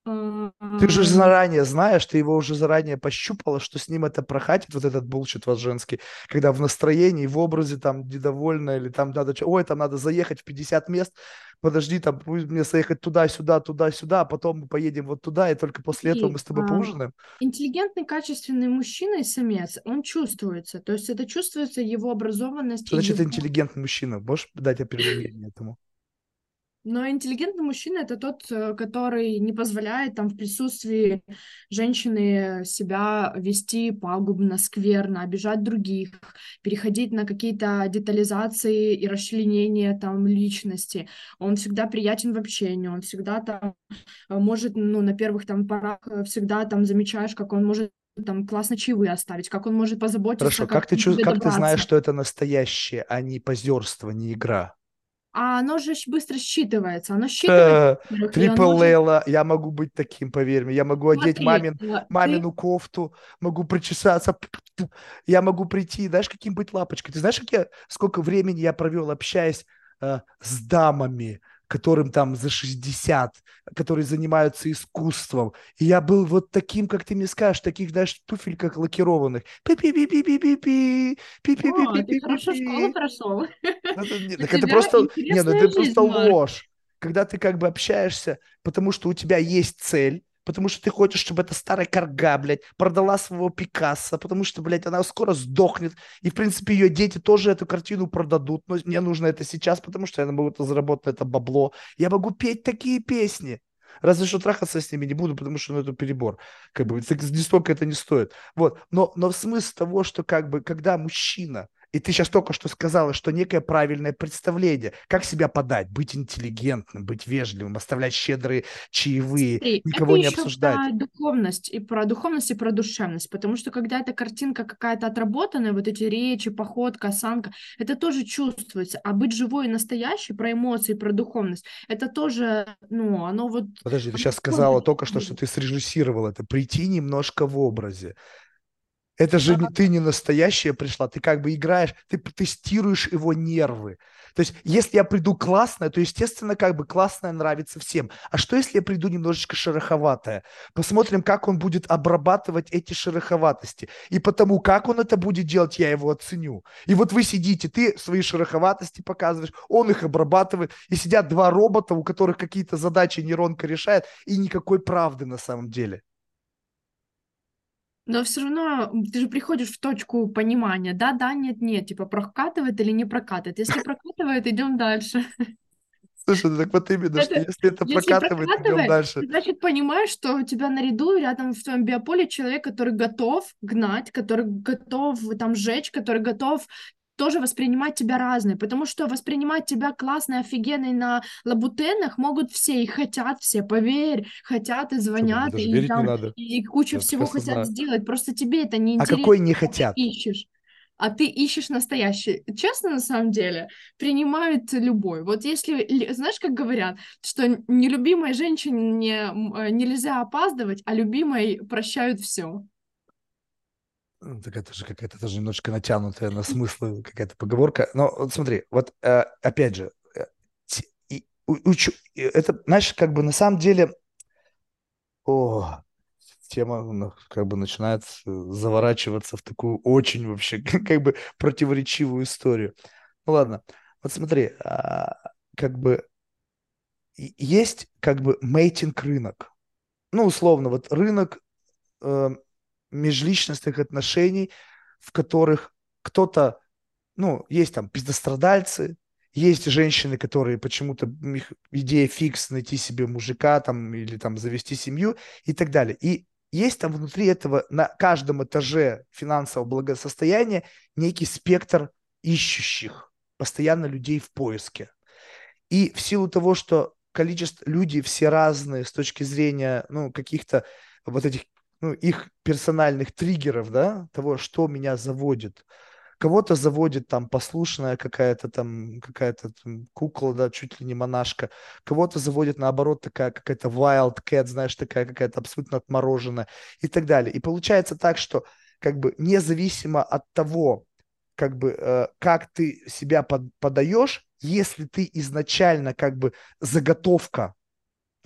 Ты же А, заранее знаешь, ты его уже заранее пощупала, что с ним это прокатит, вот этот булщит ваш женский, когда в настроении, в образе там недовольна, или там надо, ой, там надо заехать в 50 мест, подожди, там, пусть мне заехать туда-сюда, туда-сюда, а потом мы поедем вот туда, и только после этого мы Смотри, с тобой поужинаем. интеллигентный, качественный мужчина и самец, он чувствуется. То есть это чувствуется его образованность Что и значит его. интеллигентный мужчина? Можешь дать определение этому? Но интеллигентный мужчина это тот, который не позволяет там в присутствии женщины себя вести пагубно, скверно, обижать других, переходить на какие-то детализации и расчленения там личности. Он всегда приятен в общении, он всегда там может, ну, на первых там порах всегда там замечаешь, как он может там классно чаевые оставить, как он может позаботиться, Хорошо, как к тебе как ты знаешь, добраться. что это настоящее, а не позерство, не игра? А оно же быстро считывается. Оно считывается, во-первых, и оно Трипл же. Лейла, я могу быть таким, поверь мне. Я могу одеть Смотри, ты. мамину кофту, могу причесаться. Я могу прийти, знаешь, каким быть лапочкой. Ты знаешь, сколько времени я провел, общаясь с дамами, которым там за 60, которые занимаются искусством. И я был вот таким, как ты мне скажешь, таких, знаешь, туфельках лакированных. Пи-пи-пи-пи-пи-пи-пи, О, ты хорошо школу пи-пи-пи-пи-пи. прошел. У Так это тебя просто, не, ну это интересная просто жизнь, Марк. ложь. Когда ты как бы общаешься, потому что у тебя есть цель, потому что ты хочешь, чтобы эта старая карга, блядь, продала своего Пикассо, потому что, блядь, она скоро сдохнет, и, в принципе, ее дети тоже эту картину продадут, но мне нужно это сейчас, потому что я могу заработать на это бабло. Я могу петь такие песни. Разве что трахаться с ними не буду, потому что ну, это перебор. Как бы, не столько это не стоит. Вот. Но смысл того, что как бы, когда мужчина и ты сейчас только что сказала, что некое правильное представление, как себя подать, быть интеллигентным, быть вежливым, оставлять щедрые чаевые, Смотри, это никого не еще обсуждать. про духовность и про душевность, потому что когда эта картинка какая-то отработанная, вот эти речи, походка, осанка, это тоже чувствуется, а быть живой и настоящей, про эмоции, про духовность, это тоже, ну, оно вот, Подожди, ты оно сейчас тоже сказала только что будет. ты срежиссировал это. Прийти немножко в образе. Это же А, ты не настоящая пришла, ты как бы играешь, ты тестируешь его нервы. То есть, если я приду классная, то, естественно, как бы классная нравится всем. А что, если я приду немножечко шероховатая? Посмотрим, как он будет обрабатывать эти шероховатости. И потому, как он это будет делать, я его оценю. И вот вы сидите, ты свои шероховатости показываешь, он их обрабатывает, и сидят два робота, у которых какие-то задачи нейронка решает, и никакой правды на самом деле. но все равно ты же приходишь в точку понимания, да, да, нет, нет, типа прокатывает или не прокатывает. Если прокатывает, идем дальше. Слушай, ну так вот именно, что Это, если это если прокатывает, идем прокатывает, дальше. ты, значит, понимаешь, что у тебя наряду рядом в твоем биополе человек, который готов гнать, который готов там жечь, который готов тоже воспринимать тебя разной, потому что воспринимать тебя классной, офигенной на лабутенах могут все, и хотят все, поверь, хотят и Что там, мне звонят, даже и верить не там, надо. и куча Я всего прекрасно хотят знаю. сделать, просто тебе это не А интересно, какой не а ты хотят? ищешь. А ты ищешь настоящий. Честно, на самом деле, принимают любой. Вот если, знаешь, как говорят, что нелюбимой женщине нельзя опаздывать, а любимой прощают все. Так это же какая-то тоже немножко натянутая на смысл какая-то поговорка. Но вот смотри, вот опять же, это, знаешь, как бы на самом деле, о, тема ну, как бы начинает заворачиваться в такую очень вообще как бы противоречивую историю. Ну ладно, вот смотри, как бы есть как бы мейтинг рынок. Ну, условно, вот рынок э, межличностных отношений, в которых кто-то, ну, есть там пиздострадальцы, есть женщины, которые почему-то их идея фикс найти себе мужика там или там завести семью и так далее. И есть там внутри этого на каждом этаже финансового благосостояния некий спектр ищущих, постоянно людей в поиске. И в силу того, что количество людей все разные с точки зрения, ну, каких-то вот этих, ну, их персональных триггеров, да, того, что меня заводит. Кого-то заводит там послушная какая-то там кукла, да, чуть ли не монашка. Кого-то заводит наоборот такая какая-то wild cat, знаешь, такая какая-то абсолютно отмороженная и так далее. И получается так, что как бы независимо от того, как бы как ты себя подаешь, если ты изначально как бы заготовка,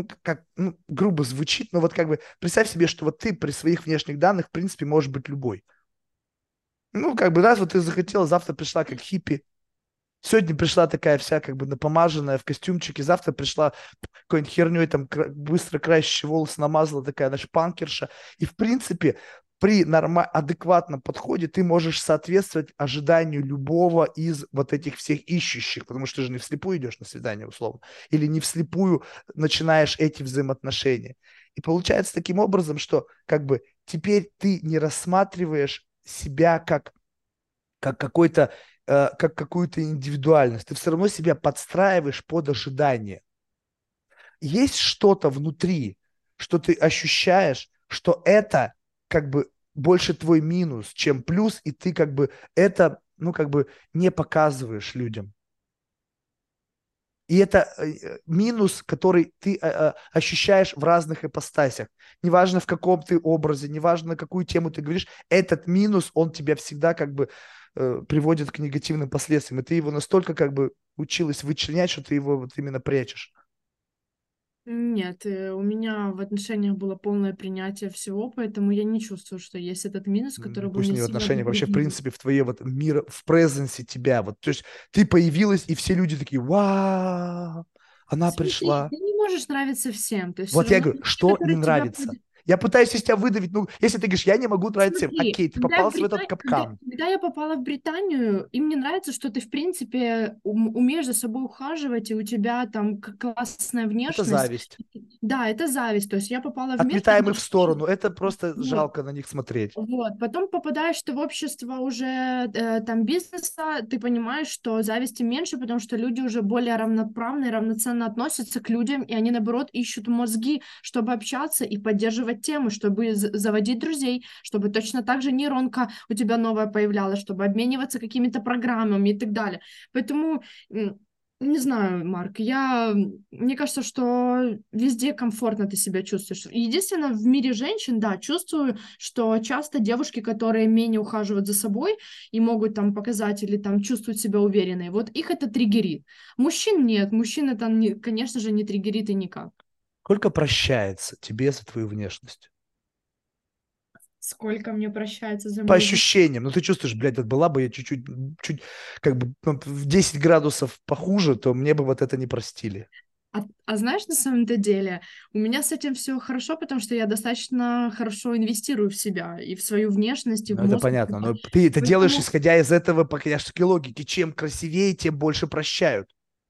ну, как, ну, грубо звучит, но вот как бы представь себе, что вот ты при своих внешних данных, в принципе, можешь быть любой. Ну, как бы раз вот ты захотела, завтра пришла как хиппи, сегодня пришла такая вся как бы напомаженная в костюмчике, завтра пришла какой-нибудь херней, там быстро красящие волосы намазала, такая, значит, панкерша. И, в принципе, при адекватном подходе ты можешь соответствовать ожиданию любого из вот этих всех ищущих, потому что ты же не вслепую идешь на свидание, условно, или не вслепую начинаешь эти взаимоотношения. И получается таким образом, что как бы теперь ты не рассматриваешь себя как какой-то, как какую-то индивидуальность. Ты все равно себя подстраиваешь под ожидание. Есть что-то внутри, что ты ощущаешь, что это как бы больше твой минус, чем плюс, и ты как бы это, ну, как бы не показываешь людям. И это минус, который ты ощущаешь в разных ипостасях. Неважно, в каком ты образе, неважно, на какую тему ты говоришь, этот минус, он тебя всегда как бы приводит к негативным последствиям. И ты его настолько как бы училась вычленять, что ты его вот именно прячешь. Нет, у меня в отношениях было полное принятие всего, поэтому я не чувствую, что есть этот минус, который бы Пусть мне не в сильно отношениях, вообще, в навредил. принципе, в твоей вот мир, в презенсе тебя. Вот, то есть ты появилась, и все люди такие, вау, она Смотри, пришла. ты не можешь нравиться всем, то есть все Вот я равно говорю, люди, что не которые тебя нравится? Я пытаюсь из тебя выдавить, ну, если ты говоришь, я не могу нравиться всем, Смотри, окей, ты попался в этот капкан. когда я попала в Британию, им не нравится, что ты, в принципе, умеешь за собой ухаживать, и у тебя там классная Это внешность. зависть. Да, это зависть. То есть я попала в мир, Отметаем когда... их в сторону, это просто Вот. жалко на них смотреть. Вот. Потом попадаешь ты в общество уже там бизнеса, ты понимаешь, что зависти меньше, потому что люди уже более равноправно и равноценно относятся к людям, и они, наоборот, ищут мозги, чтобы общаться и поддерживать темы, чтобы заводить друзей, чтобы точно так же нейронка у тебя новая появлялась, чтобы обмениваться какими-то программами и так далее. Поэтому не знаю, Марк, мне кажется, что везде комфортно ты себя чувствуешь. Единственное, в мире женщин, да, чувствую, что часто девушки, которые менее ухаживают за собой и могут там показать или там чувствуют себя уверенной, вот их это триггерит. Мужчин нет, мужчин это, конечно же, не триггерит и никак. Сколько прощается тебе за твою внешность? Сколько мне прощается за По мою жизнь. ощущениям, ну ты чувствуешь, блядь, вот была бы я чуть-чуть, чуть, как бы ну, в 10 градусов похуже, то мне бы вот это не простили. А знаешь, на самом-то деле, у меня с этим все хорошо, потому что я достаточно хорошо инвестирую в себя и в свою внешность, и в Ну, это мозг. понятно. Но ты это делаешь, Поэтому исходя из этого по княжеской логике. Чем красивее, тем больше прощают.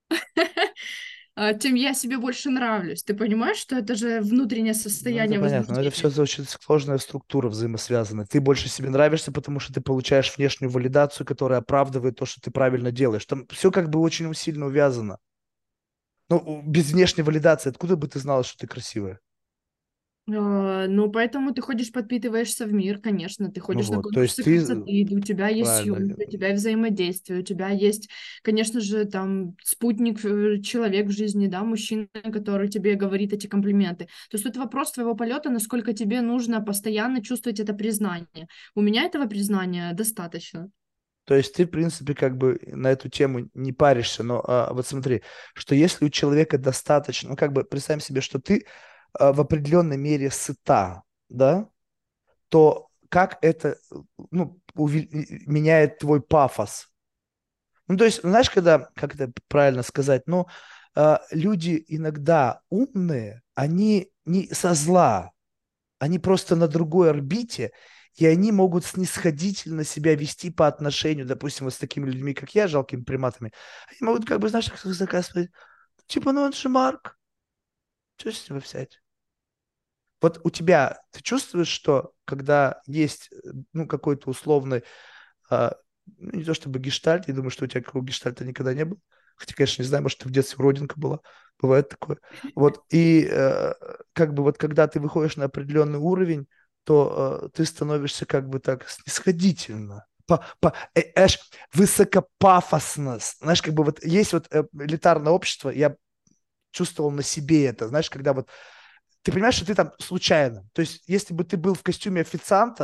тем я себе больше нравлюсь. Ты понимаешь, что это же внутреннее Ну, это состояние понятно. Но это все возбуждения? очень сложная структура взаимосвязана. Ты больше себе нравишься, потому что ты получаешь внешнюю валидацию, которая оправдывает то, что ты правильно делаешь. Там все как бы очень сильно увязано. Ну, без внешней валидации, откуда бы ты знала, что ты красивая? Ну, поэтому ты ходишь, подпитываешься в мир, конечно, ты Ну ходишь на вот, то есть конкурсы ты красоты, у тебя есть правильно. съемки, у тебя есть взаимодействие, у тебя есть, конечно же, там спутник, человек в жизни, да, мужчина, который тебе говорит эти комплименты. То есть это вопрос твоего полета, насколько тебе нужно постоянно чувствовать это признание. У меня этого признания достаточно. То есть ты, в принципе, как бы на эту тему не паришься, но вот смотри, что если у человека достаточно, ну как бы представим себе, что ты в определенной мере сыта, да, то как это ну, меняет твой пафос? Ну то есть, знаешь, когда, как это правильно сказать, ну люди иногда умные, они не со зла, они просто на другой орбите, и они могут снисходительно себя вести по отношению, допустим, вот с такими людьми, как я, жалкими приматами. Они могут, как бы, знаешь, как сказать, типа, ну он же Марк, что с него взять? Вот у тебя, ты чувствуешь, что когда есть, ну, какой-то условный, а, ну, не то чтобы гештальт, я думаю, что у тебя какого гештальта никогда не было. Хотя, конечно, не знаю, может, ты в детстве уродинка была. Бывает такое. Вот, и как бы вот когда ты выходишь на определенный уровень, то ты становишься как бы так снисходительно. Аж высокопафосно. Знаешь, как бы вот есть вот элитарное общество, я чувствовал на себе это, знаешь, когда вот ты понимаешь, что ты там случайно. То есть, если бы ты был в костюме официанта,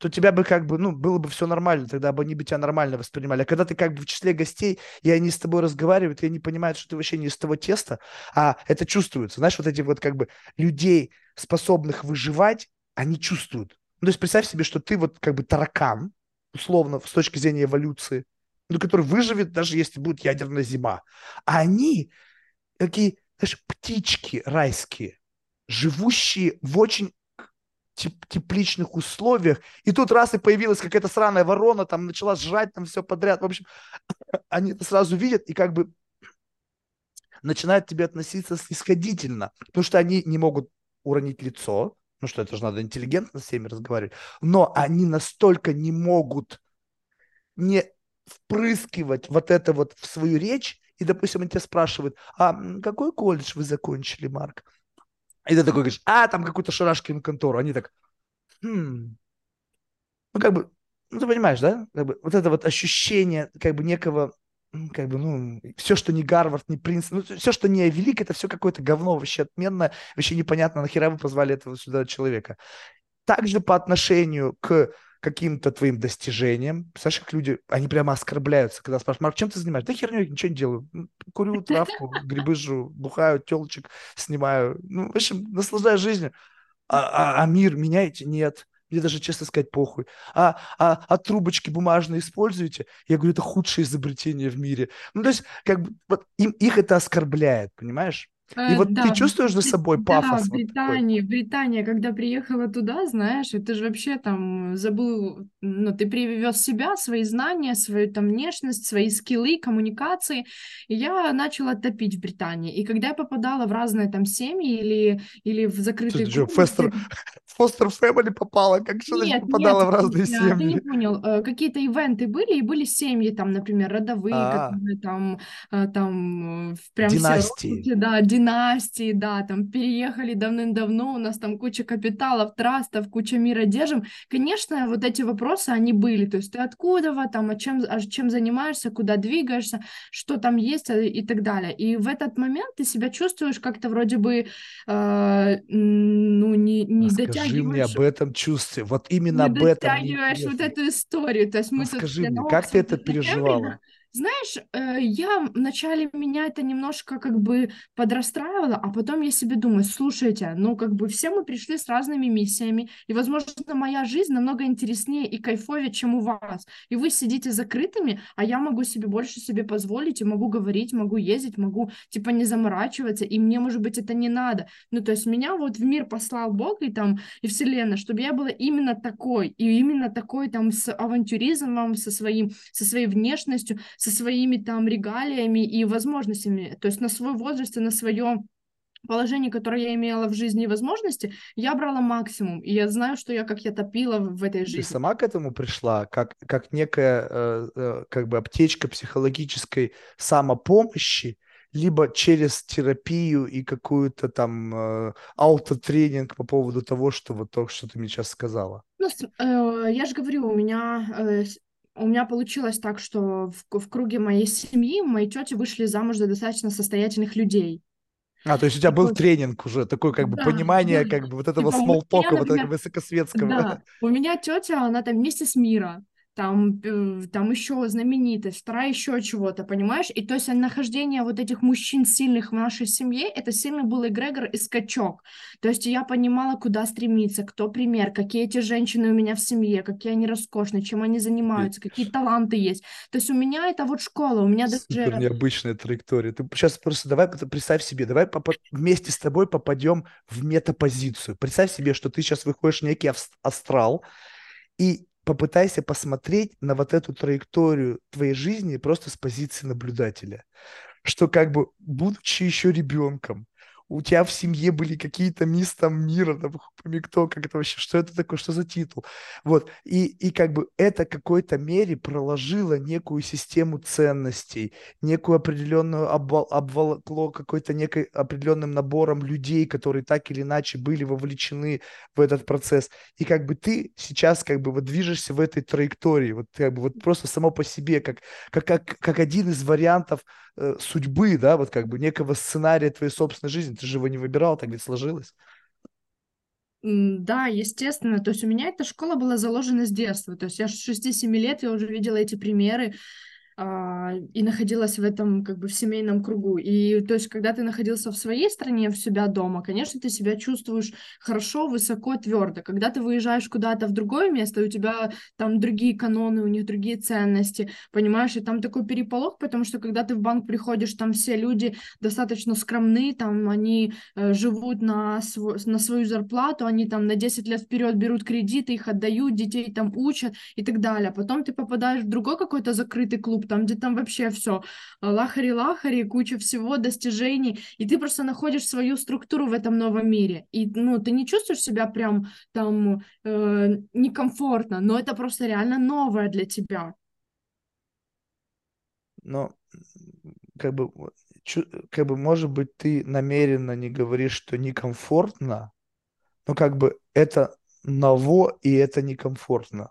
то тебя бы как бы, ну, было бы все нормально, тогда бы они бы тебя нормально воспринимали. А когда ты как бы в числе гостей, и они с тобой разговаривают, и они понимают, что ты вообще не из того теста, а это чувствуется. Знаешь, вот эти вот как бы людей, способных выживать, они чувствуют. Ну, то есть представь себе, что ты вот как бы таракан, условно, с точки зрения эволюции, ну, который выживет, даже если будет ядерная зима. А они такие, знаешь, птички райские, живущие в очень тепличных условиях. И тут раз и появилась какая-то сраная ворона, там начала жрать там все подряд. В общем, они это сразу видят и как бы начинают к тебе относиться снисходительно, потому что они не могут уронить лицо, ну что, это же надо интеллигентно с всеми разговаривать, но они настолько не могут не впрыскивать вот это вот в свою речь, и, допустим, они тебя спрашивают, а какой колледж вы закончили, Марк? И ты такой говоришь, а, там какую-то шарашкину контору. Они так, хм, ну, как бы, ну, ты понимаешь, да? Как бы, вот это вот ощущение, как бы, некого, как бы, ну, все, что не Гарвард, не Принстон, ну, все, что не Велик, это все какое-то говно вообще отменное, вообще непонятно, нахера вы позвали этого сюда человека. Также по отношению к каким-то твоим достижениям, знаешь, как люди, они прямо оскорбляются, когда спрашивают, Марк, чем ты занимаешься? Да херню, ничего не делаю. Курю травку, грибы жру, бухаю, телочек снимаю. Ну, в общем, наслаждаюсь жизнью. А мир меняете? Нет. Мне даже, честно сказать, похуй. А трубочки бумажные используете? Я говорю, это худшее изобретение в мире. Ну, то есть, как бы, вот их это оскорбляет, понимаешь? И вот ты Да, чувствуешь за собой да, пафос вот такой? В Британии, когда приехала туда, знаешь, и ты же вообще там забыл, ну, ты привез себя, свои знания, свою там внешность, свои скиллы, коммуникации, и я начала топить в Британии. И когда я попадала в разные там семьи или в закрытые Ты что, клубы, где Фостер Фэмили попала? Как что значит нет, нет, попадала в разные ты не семьи? понял. Какие-то ивенты были, и были семьи, там, например, родовые, А, которые там, прям все династии. родичи, да, династии, да, там переехали давным-давно, у нас там куча капиталов, трастов, куча мира держим. Конечно, вот эти вопросы, они были, то есть ты откуда, там, чем занимаешься, куда двигаешься, что там есть и так далее. И в этот момент ты себя чувствуешь как-то вроде бы, ну, не Расскажи мне дотягиваешь об этом чувстве. Вот именно не об этом мне дотягиваешь вот интересно. эту историю. То есть мы тут Расскажи все мне, на как ты Оксфорде, это на Кембриджа. переживала? Знаешь, я вначале меня это немножко как бы подрастраивало, а потом я себе думаю, слушайте, ну как бы все мы пришли с разными миссиями, и, возможно, моя жизнь намного интереснее и кайфовее, чем у вас. И вы сидите закрытыми, а я могу себе больше себе позволить, и могу говорить, могу ездить, могу типа не заморачиваться, и мне, может быть, это не надо. Ну, то есть меня вот в мир послал Бог, и Вселенная, чтобы я была именно такой, и именно такой там с авантюризмом, со своей внешностью, со своими там регалиями и возможностями, то есть на свой возраст и на свое положение, которое я имела в жизни и возможности, я брала максимум, и я знаю, что как я топила в этой Ты жизни. сама к этому пришла, как некая как бы аптечка психологической самопомощи, либо через терапию и какую-то там аутотренинг по поводу того, что вот то, что ты мне сейчас сказала. Ну, я же говорю, у меня получилось так, что в круге моей семьи мои тети вышли замуж за достаточно состоятельных людей. А, то есть у тебя И был вот, тренинг уже, такое как бы да, да. понимание как бы вот этого Типа у меня, смолтока, вот этого например, высокосветского. да, у меня тетя, она там вместе с Мира, там еще знаменитость, вторая еще чего-то, понимаешь? И то есть нахождение вот этих мужчин сильных в нашей семье, это сильный был эгрегор и скачок. То есть я понимала, куда стремиться, кто пример, какие эти женщины у меня в семье, какие они роскошные, чем они занимаются, какие таланты есть. То есть у меня это вот школа, у меня Супер даже необычная траектория. Ты сейчас просто давай представь себе, давай вместе с тобой попадем в метапозицию. Представь себе, что ты сейчас выходишь в некий астрал и попытайся посмотреть на вот эту траекторию твоей жизни просто с позиции наблюдателя. Что как бы, будучи еще ребенком, у тебя в семье были какие-то мисс там мира, там, помни кто, как это вообще, что это такое, что за титул. Вот, и как бы это в какой-то мере проложило некую систему ценностей, некую определенную обволокло какой-то некой определенным набором людей, которые так или иначе были вовлечены в этот процесс. И как бы ты сейчас как бы вот движешься в этой траектории, вот как бы вот просто само по себе, как один из вариантов судьбы, да, вот как бы некого сценария твоей собственной жизни. Ты же его не выбирал, так ведь сложилось. Да, естественно. То есть у меня эта школа была заложена с детства. То есть я с 6-7 лет я уже видела эти примеры, и находилась в этом как бы в семейном кругу. И то есть, когда ты находился в своей стране, в себя дома, конечно, ты себя чувствуешь хорошо, высоко, твердо. Когда ты выезжаешь куда-то в другое место, у тебя там другие каноны, у них другие ценности, понимаешь, и там такой переполох, потому что когда ты в банк приходишь, там все люди достаточно скромны, там они живут на свою зарплату, они там на 10 лет вперед берут кредиты, их отдают, детей там учат и так далее. Потом ты попадаешь в другой какой-то закрытый клуб, там, где там вообще все лахари-лахари, куча всего, достижений, и ты просто находишь свою структуру в этом новом мире. И, ну, ты не чувствуешь себя прям там некомфортно, но это просто реально новое для тебя. Но как бы, как бы, может быть, ты намеренно не говоришь, что некомфортно, но как бы это ново и это некомфортно.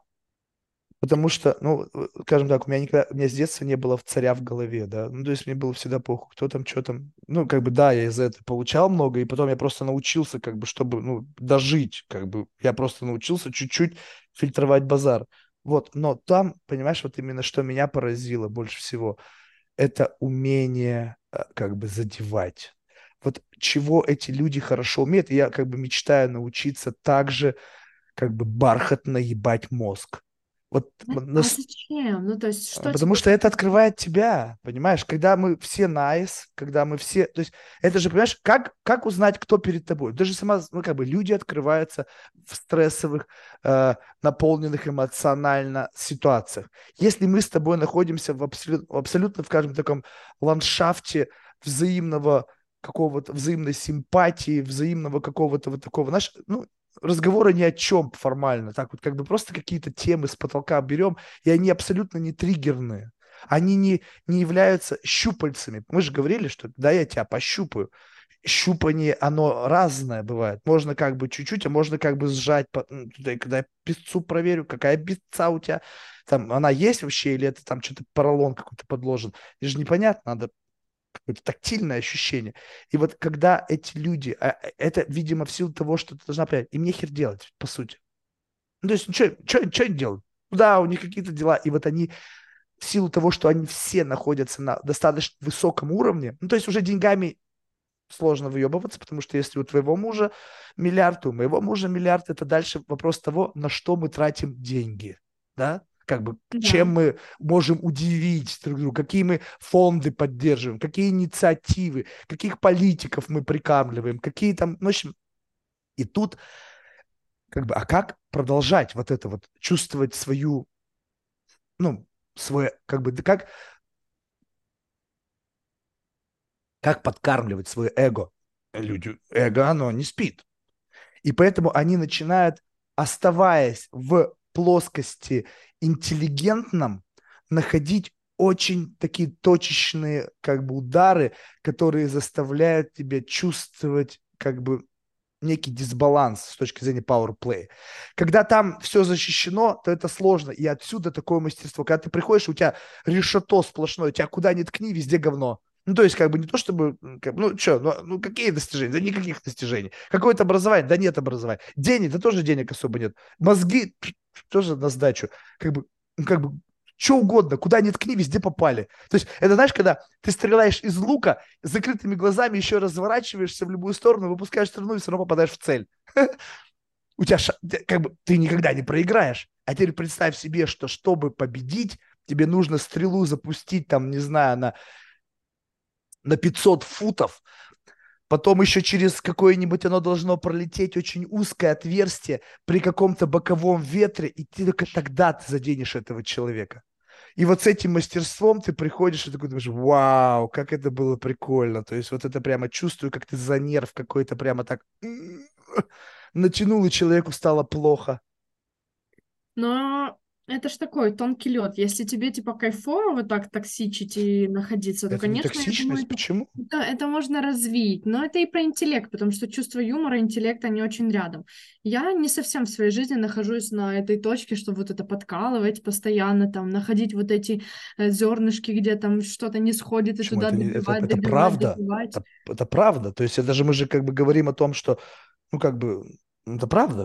Потому что, ну, скажем так, у меня с детства не было в царя в голове, да, ну, то есть мне было всегда похуй, кто там, что там, ну, как бы, да, я из-за этого получал много, и потом я просто научился, как бы, чтобы, ну, дожить, как бы, я просто научился чуть-чуть фильтровать базар, вот, но там, понимаешь, вот именно что меня поразило больше всего, это умение, как бы, задевать. Вот чего эти люди хорошо умеют, и я, как бы, мечтаю научиться также, как бы, бархатно ебать мозг. Вот А зачем? Ну, то есть, что потому тебе что это поможет? открывает тебя, понимаешь? Когда мы все nice, когда мы все... То есть это же, понимаешь, как узнать, кто перед тобой? Даже сама, ну, как бы люди открываются в стрессовых, наполненных эмоционально ситуациях. Если мы с тобой находимся в абсолютно, скажем, таком ландшафте взаимного какого-то, взаимной симпатии, взаимного какого-то вот такого, знаешь, ну, разговора ни о чем формально, так вот как бы просто какие-то темы с потолка берем, и они абсолютно не триггерные. Они не являются щупальцами. Мы же говорили, что да, я тебя пощупаю. Щупание, оно разное бывает. Можно как бы чуть-чуть, а можно как бы сжать. Когда я пиццу проверю, какая пицца у тебя, там она есть вообще, или это там что-то поролон какой-то подложен. Это же непонятно, надо какое-то тактильное ощущение. И вот когда эти люди, это, видимо, в силу того, что ты должна понять, им нехер делать, по сути. Ну, то есть, ну, что они делают? Ну да, у них какие-то дела, и вот они в силу того, что они все находятся на достаточно высоком уровне, ну, то есть уже деньгами сложно выебываться, потому что если у твоего мужа миллиард, у моего мужа миллиард, это дальше вопрос того, на что мы тратим деньги, да? Как бы чем Да. мы можем удивить друг друга, какие мы фонды поддерживаем, какие инициативы, каких политиков мы прикармливаем, какие там, ну, в общем, и тут как бы, а как продолжать вот это вот, чувствовать свою, ну, свое, как бы, да как подкармливать свое эго? Люди, эго, оно не спит. И поэтому они начинают, оставаясь в плоскости интеллигентном, находить очень такие точечные как бы удары, которые заставляют тебя чувствовать как бы некий дисбаланс с точки зрения powerplay. Когда там все защищено, то это сложно. И отсюда такое мастерство. Когда ты приходишь, у тебя решето сплошное, у тебя куда ни ткни, везде говно. Ну, то есть, как бы не то, чтобы, ну, что, ну, какие достижения? Да никаких достижений. Какое-то образование? Да нет образования. Денег? Да тоже денег особо нет. Мозги тоже на сдачу. Как бы, ну, как бы, что угодно, куда ни ткни, везде попали. То есть, это знаешь, когда ты стреляешь из лука, с закрытыми глазами еще разворачиваешься в любую сторону, выпускаешь страну и все равно попадаешь в цель. У тебя как бы ты никогда не проиграешь. А теперь представь себе, что чтобы победить, тебе нужно стрелу запустить там, не знаю, на 500 футов, потом еще через какое-нибудь оно должно пролететь очень узкое отверстие при каком-то боковом ветре, и ты только тогда ты заденешь этого человека. И вот с этим мастерством ты приходишь и такой думаешь, вау, как это было прикольно. То есть вот это прямо чувствую, как ты за нерв какой-то прямо так натянул, и человеку стало плохо. Но это ж такой тонкий лед. Если тебе типа кайфово вот так токсичить и находиться, то, Это не конечно, я думаю, токсичность. Почему? это можно развить. Но это и про интеллект, потому что чувство юмора и интеллект, они очень рядом. Я не совсем в своей жизни нахожусь на этой точке, что вот это подкалывать постоянно, там, находить вот эти зернышки, где там что-то не сходит, и Почему? туда Это, не, добивать, это добивать, правда. добивать. Это правда. То есть это же мы же как бы говорим о том, что, ну, как бы, Это правда.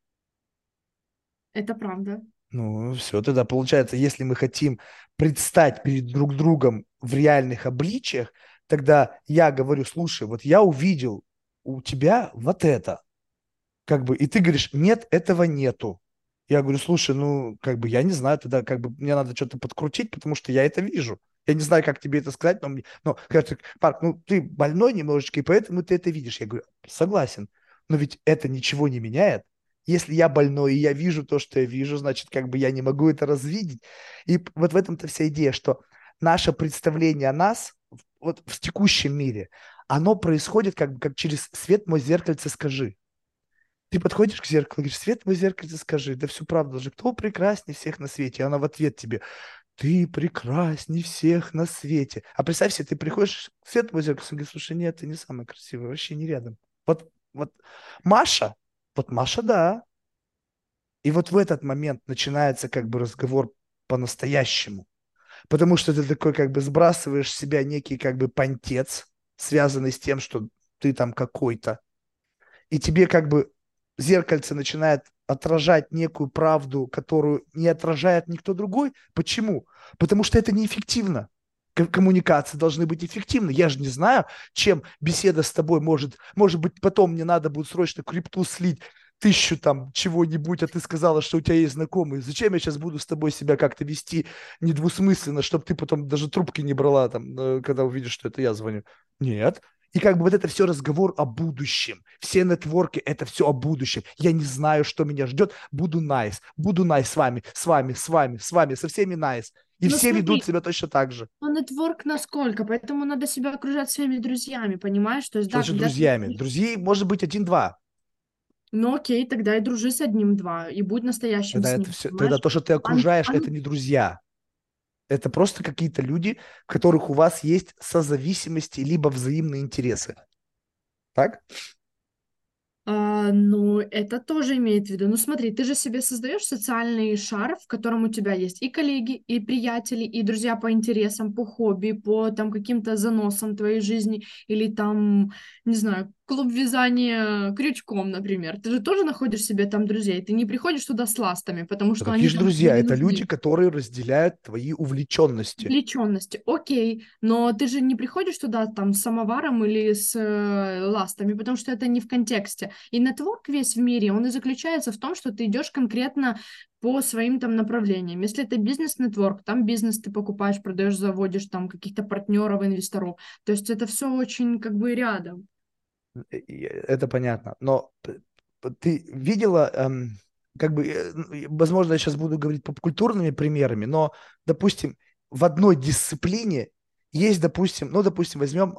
Это правда. Ну, все, тогда получается, если мы хотим предстать перед друг другом в реальных обличиях, тогда я говорю, слушай, вот я увидел у тебя вот это, как бы, и ты говоришь, нет, этого нету. Я говорю, слушай, ну, как бы, я не знаю, тогда, как бы, мне надо что-то подкрутить, потому что я это вижу. Я не знаю, как тебе это сказать, но кажется, Марк, ну, ты больной немножечко, и поэтому ты это видишь. Я говорю, согласен, но ведь это ничего не меняет. Если я больной, и я вижу то, что я вижу, значит, как бы я не могу это развидеть. И вот в этом-то вся идея, что наше представление о нас вот в текущем мире, оно происходит как бы как через свет мой зеркальце скажи. Ты подходишь к зеркалу, говоришь, свет мой зеркальце, скажи, да всю правду же, кто прекраснее всех на свете? И она в ответ тебе, ты прекрасней всех на свете. А представь себе, ты приходишь к свет мой зеркальце, говоришь, слушай, нет, ты не самый красивый, вообще не рядом. Вот Маша, вот Маша, да. И вот в этот момент начинается как бы разговор по-настоящему. Потому что ты такой как бы сбрасываешь с себя некий как бы понтец, связанный с тем, что ты там какой-то, и тебе как бы зеркальце начинает отражать некую правду, которую не отражает никто другой. Почему? Потому что это неэффективно. Коммуникации должны быть эффективны. Я же не знаю, чем беседа с тобой может быть, потом мне надо будет срочно крипту слить, 1000 там чего-нибудь, а ты сказала, что у тебя есть знакомые. Зачем я сейчас буду с тобой себя как-то вести недвусмысленно, чтобы ты потом даже трубки не брала, там, когда увидишь, что это я звоню? Нет. И как бы вот это все разговор о будущем. Все нетворки – это все о будущем. Я не знаю, что меня ждет. Буду nice с вами, со всеми nice. И Ну все ведут смотри, себя точно так же. ну нетворк насколько, поэтому надо себя окружать своими друзьями, понимаешь? То есть, Что да, значит когда ты друзьями? говоришь, Друзей может быть один-два. ну окей, тогда и дружи с одним-два, и будь настоящим Тогда с это ним, все, тогда понимаешь? то, что ты А, окружаешь, а это не друзья. Это просто какие-то люди, в которых у вас есть созависимости либо взаимные интересы. Так? Ну, это тоже имеет в виду. Ну, смотри, ты же себе создаешь социальный шар, в котором у тебя есть и коллеги, и приятели, и друзья по интересам, по хобби, по там каким-то заносам твоей жизни, или там, не знаю, клуб вязания крючком, например. Ты же тоже находишь себе там друзей. Ты не приходишь туда с ластами, потому А что какие они же там тебе друзья? не Это люди, нужны. которые разделяют твои увлеченности. Увлеченности, окей, но ты же не приходишь туда там с самоваром или с ластами, потому что это не в контексте. И нетворк весь в мире, он и заключается в том, что ты идешь конкретно по своим там направлениям. Если это бизнес-нетворк, там бизнес ты покупаешь, продаешь, заводишь там каких-то партнеров, инвесторов. То есть это все очень как бы рядом. Это понятно. Но ты видела, как бы, возможно, я сейчас буду говорить попкультурными примерами, но, допустим, в одной дисциплине есть, допустим, ну, допустим, возьмем,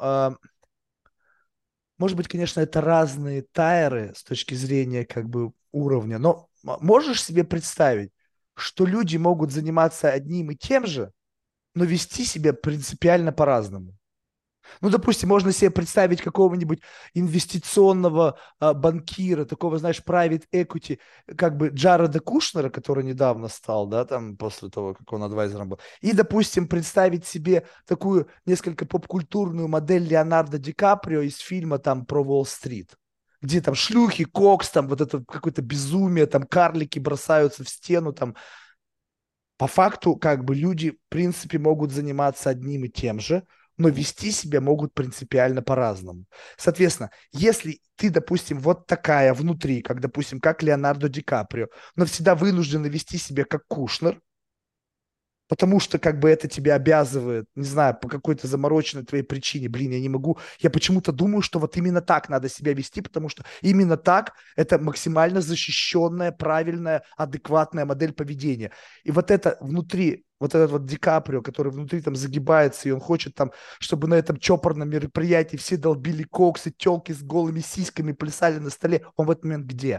может быть, конечно, это разные тайры с точки зрения как бы уровня, но можешь себе представить, что люди могут заниматься одним и тем же, но вести себя принципиально по-разному? Ну, допустим, можно себе представить какого-нибудь инвестиционного банкира, такого, знаешь, private equity, как бы Джареда Кушнера, который недавно стал, да, там, после того, как он адвайзером был. И, допустим, представить себе такую несколько попкультурную модель Леонардо Ди Каприо из фильма там про Уолл-стрит, где там шлюхи, кокс, там вот это какое-то безумие, там карлики бросаются в стену, там по факту, как бы люди, в принципе, могут заниматься одним и тем же, но вести себя могут принципиально по-разному. Соответственно, если ты, допустим, вот такая внутри, как, допустим, как Леонардо Ди Каприо, но всегда вынуждена вести себя как Кушнер, потому что как бы это тебя обязывает, не знаю, по какой-то замороченной твоей причине, блин, я не могу, я почему-то думаю, что вот именно так надо себя вести, потому что именно так это максимально защищенная, правильная, адекватная модель поведения. И вот это внутри, вот этот вот Ди Каприо, который внутри там загибается, и он хочет там, чтобы на этом чопорном мероприятии все долбили коксы, телки с голыми сиськами плясали на столе, он в этот момент где?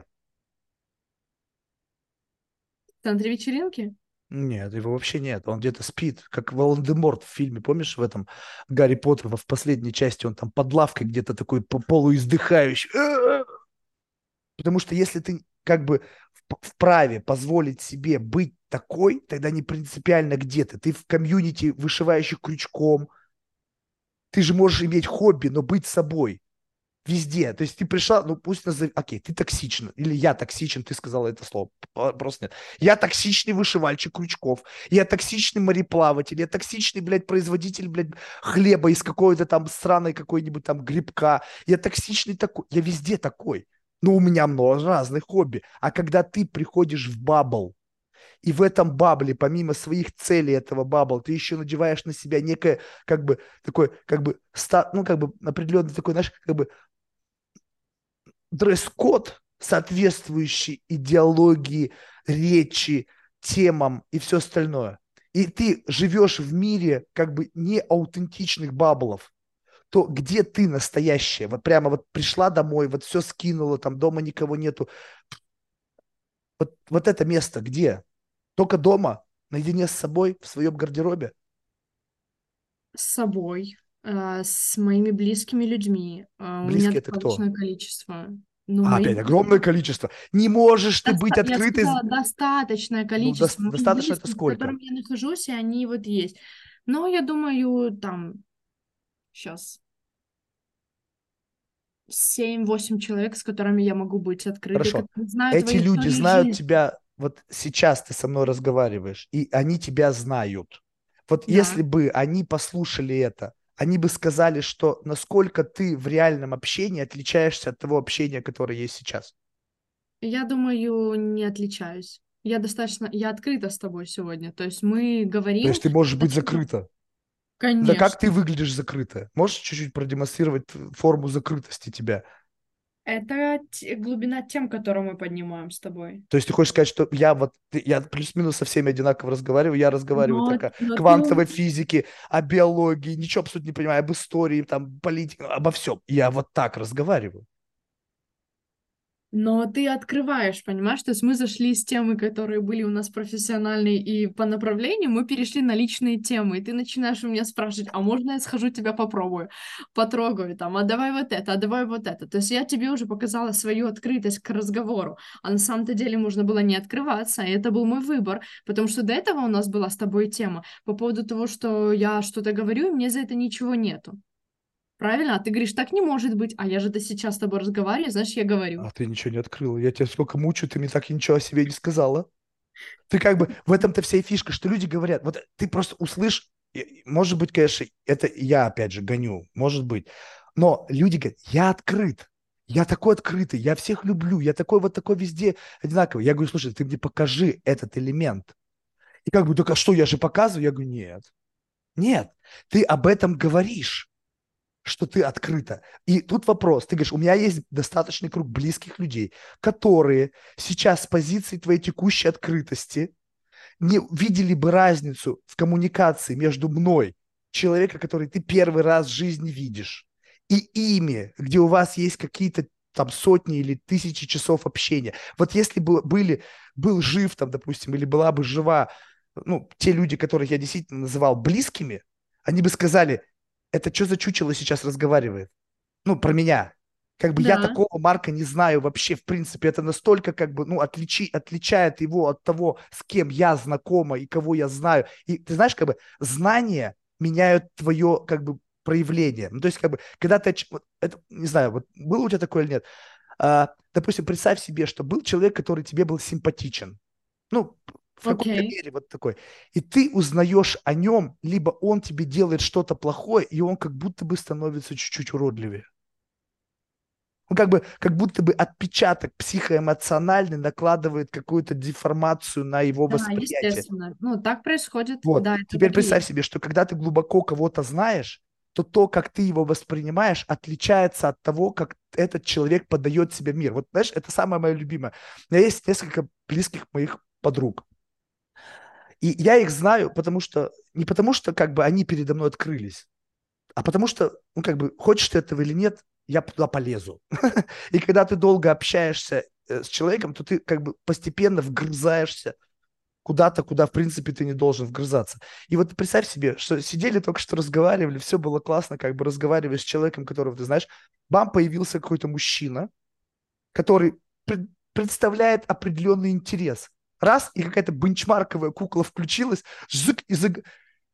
В центре вечеринки? Нет, его вообще нет. Он где-то спит, как Волан-де-Морт в фильме, помнишь, в этом Гарри Поттер, в последней части он там под лавкой где-то такой полуиздыхающий. Потому что если ты как бы вправе позволить себе быть такой, тогда не принципиально где ты. Ты в комьюнити вышивающих крючком. Ты же можешь иметь хобби, но быть собой. Везде. То есть ты пришла, ну пусть назови, окей, ты токсична, или я токсичен, ты сказала это слово. Просто нет. Я токсичный вышивальщик крючков, я токсичный мореплаватель, я токсичный, блядь, производитель, блядь, хлеба из какой-то там сраной какой-нибудь там грибка. Я токсичный такой, я везде такой. Но у меня много разных хобби. А когда ты приходишь в бабл, и в этом бабле, помимо своих целей этого бабла, ты еще надеваешь на себя некое, как бы, такой, как бы, ну, как бы, определенный такой, знаешь, как бы, дресс-код, соответствующий идеологии, речи, темам и все остальное. И ты живешь в мире как бы не аутентичных баблов, то где ты настоящая? Вот прямо вот пришла домой, вот все скинула, там дома никого нету. Вот это место где? Только дома, наедине с собой, в своем гардеробе? С собой, с моими близкими людьми. У меня Близкие это кто? достаточное количество. Ну, А, мои опять огромное близкие. количество. Не можешь ты быть Я открытой. сказала, достаточное Ну, количество моих достаточно это близких, с сколько? которыми я нахожусь, и они вот есть. Но я думаю, там, сейчас, 7-8 человек, с которыми я могу быть открытой, Хорошо. которые знают Эти твою люди историю знают жизни. тебя, вот сейчас ты со мной разговариваешь, и они тебя знают. Вот Да. если бы они послушали это, они бы сказали, что насколько ты в реальном общении отличаешься от того общения, которое есть сейчас. Я думаю, не отличаюсь. Я открыта с тобой сегодня. То есть мы То говорим есть ты можешь о быть чем? закрыта. Да как Конечно. ты выглядишь закрыто? Можешь чуть-чуть продемонстрировать форму закрытости тебя? Это глубина тем, которую мы поднимаем с тобой. То есть ты хочешь сказать, что я вот, я плюс-минус со всеми одинаково разговариваю, я разговариваю Но, так о но ты квантовой физике, о биологии, ничего абсолютно не понимаю, об истории, там, политике, обо всем. Я вот так разговариваю. Но ты открываешь, понимаешь? То есть мы зашли с темы, которые были у нас профессиональные и по направлению, мы перешли на личные темы, и ты начинаешь у меня спрашивать, а можно я схожу тебя попробую, потрогаю там, а давай вот это, а давай вот это. То есть я тебе уже показала свою открытость к разговору, а на самом-то деле можно было не открываться, и это был мой выбор, потому что до этого у нас была с тобой тема по поводу того, что я что-то говорю, и мне за это ничего нету. Правильно? А ты говоришь, так не может быть. А я же до сейчас с тобой разговариваю, знаешь, я говорю. А ты ничего не открыла. Я тебя сколько мучаю, ты мне так и ничего о себе не сказала. Ты как бы, в этом-то вся и фишка, что люди говорят, вот ты просто услышь, может быть, конечно, это я опять же гоню, может быть, но люди говорят, я открыт, я такой открытый, я всех люблю, я такой вот такой везде одинаковый. Я говорю, слушай, ты мне покажи этот элемент. И как бы, только что, я же показываю? Я говорю, нет, нет, ты об этом говоришь, что ты открыта. И тут вопрос, ты говоришь, у меня есть достаточный круг близких людей, которые сейчас с позиции твоей текущей открытости не видели бы разницу в коммуникации между мной, человека, который ты первый раз в жизни видишь, и ими, где у вас есть какие-то там сотни или тысячи часов общения. Вот если бы был жив там, допустим, или была бы жива, ну, те люди, которых я действительно называл близкими, они бы сказали, это что за чучело сейчас разговаривает? Ну, про меня. Как бы я Да. такого Марка не знаю вообще, в принципе, это настолько как бы, ну, отличает его от того, с кем я знакома и кого я знаю. И ты знаешь, как бы знания меняют твое, как бы, проявление. Ну, то есть, как бы, когда ты, вот, это, не знаю, вот было у тебя такое или нет, допустим, представь себе, что был человек, который тебе был симпатичен. Ну, в какой-то Окей. мере вот такой. И ты узнаешь о нем, либо он тебе делает что-то плохое, и он как будто бы становится чуть-чуть уродливее. Ну, как будто бы отпечаток психоэмоциональный накладывает какую-то деформацию на его Да, восприятие. естественно. Ну, так происходит. Вот. Да, это Теперь так и представь есть. себе, что когда ты глубоко кого-то знаешь, то, как ты его воспринимаешь, отличается от того, как этот человек подает себе в мир. Вот, знаешь, это самое мое любимое. У меня есть несколько близких моих подруг. И я их знаю, потому что, не потому что как бы они передо мной открылись, а потому что, ну, как бы, хочешь ты этого или нет, я туда полезу. И когда ты долго общаешься с человеком, то ты как бы постепенно вгрызаешься куда-то, куда, в принципе, ты не должен вгрызаться. И вот представь себе, что сидели только что разговаривали, все было классно, как бы разговаривали с человеком, которого ты знаешь, бам, появился какой-то мужчина, который представляет определенный интерес. Раз, и какая-то бенчмарковая кукла включилась, зык,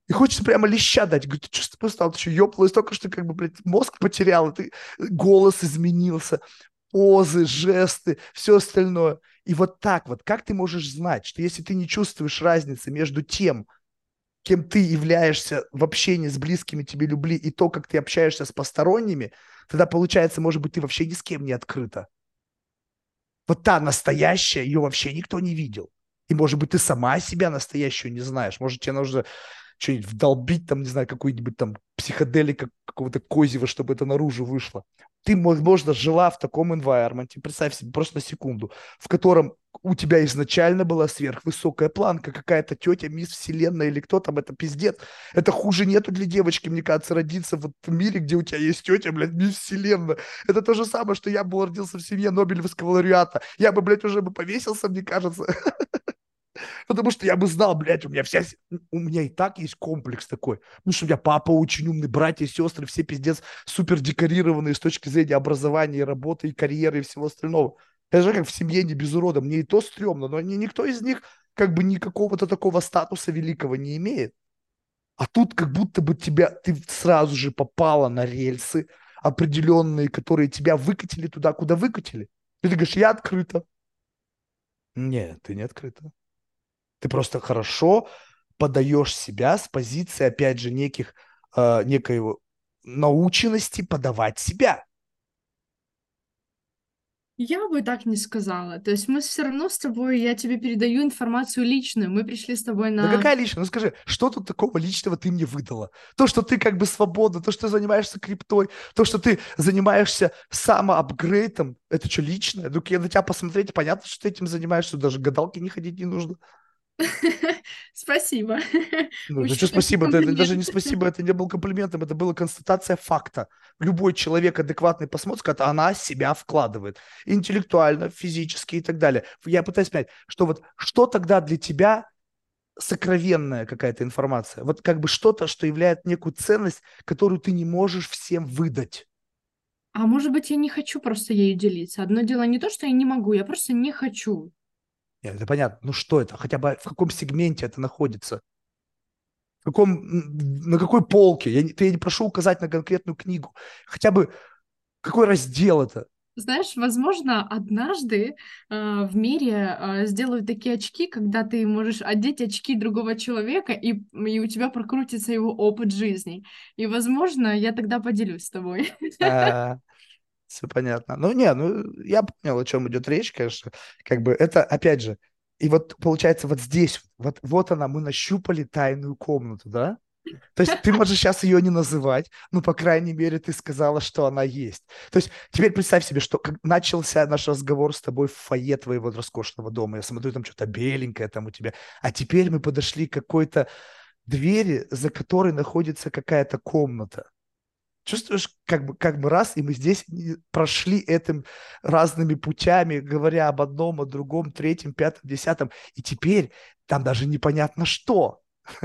И хочется прямо леща дать. Говорю, ты что с тобой стал? Ты что, ёбнулась? Только что как бы, блядь, мозг потерял, ты голос изменился, позы, жесты, все остальное. И вот так вот, как ты можешь знать, что если ты не чувствуешь разницы между тем, кем ты являешься в общении с близкими тебе любви, и то, как ты общаешься с посторонними, тогда получается, может быть, ты вообще ни с кем не открыта. Вот та настоящая, ее вообще никто не видел. И, может быть, ты сама себя настоящую не знаешь. Может, тебе нужно что-нибудь вдолбить, там, не знаю, какой-нибудь там психоделика какого-то козьего, чтобы это наружу вышло. Ты, возможно, жила в таком environment, представь себе, просто на секунду, в котором у тебя изначально была сверхвысокая планка, какая-то тетя, мисс Вселенная или кто там, это пиздец. Это хуже нету для девочки, мне кажется, родиться в мире, где у тебя есть тетя, блядь, мисс Вселенная. Это то же самое, что я бы родился в семье Нобелевского лауреата. Я бы, блядь, уже бы повесился, мне кажется. Потому что я бы знал, блядь, у меня и так есть комплекс такой. Ну, что у меня папа очень умный, братья, сестры, все пиздец супер декорированные с точки зрения образования, и работы, и карьеры, и всего остального. Это же как в семье не без урода. Мне и то стрёмно, но никто из них как бы никакого-то такого статуса великого не имеет. А тут как будто бы ты сразу же попала на рельсы определенные, которые тебя выкатили туда, куда выкатили. И ты говоришь, я открыта. Нет, ты не открыта. Ты просто хорошо подаешь себя с позиции, опять же, некоего наученности подавать себя. Я бы так не сказала. То есть мы все равно с тобой, я тебе передаю информацию личную. Мы пришли с тобой Да на... какая личная? Ну скажи, что тут такого личного ты мне выдала? То, что ты как бы свободна, то, что ты занимаешься криптой, то, что ты занимаешься самоапгрейдом, это что, личное? Ну, я на тебя посмотреть, понятно, что ты этим занимаешься, даже гадалки не ходить не нужно. Спасибо. Ну, да что Учту такой спасибо, это даже комплимент. не спасибо, это не был комплиментом, это была констатация факта. Любой человек адекватный посмотрит, скажет, она себя вкладывает. Интеллектуально, физически и так далее. Я пытаюсь понять, что вот что тогда для тебя сокровенная какая-то информация? Вот как бы что-то, что является некую ценность, которую ты не можешь всем выдать. А может быть, я не хочу просто ею делиться. Одно дело не то, что я не могу, я просто не хочу. Нет, это понятно. Ну что это? Хотя бы в каком сегменте это находится? На какой полке? Я не прошу указать на конкретную книгу. Хотя бы какой раздел это? Знаешь, возможно, однажды в мире сделают такие очки, когда ты можешь одеть очки другого человека, и у тебя прокрутится его опыт жизни. И, возможно, я тогда поделюсь с тобой. А, все понятно. Ну, не, ну, я понял, о чем идет речь, конечно. Как бы это, опять же, и вот получается вот здесь, вот она, мы нащупали тайную комнату, да? То есть ты можешь сейчас ее не называть, но, по крайней мере, ты сказала, что она есть. То есть теперь представь себе, что как начался наш разговор с тобой в фойе твоего роскошного дома. Я смотрю, там что-то беленькое там у тебя. А теперь мы подошли к какой-то двери, за которой находится какая-то комната. Чувствуешь, как бы раз, и мы здесь прошли этим разными путями, говоря об одном, о другом, третьем, пятом, десятом, и теперь там даже непонятно что.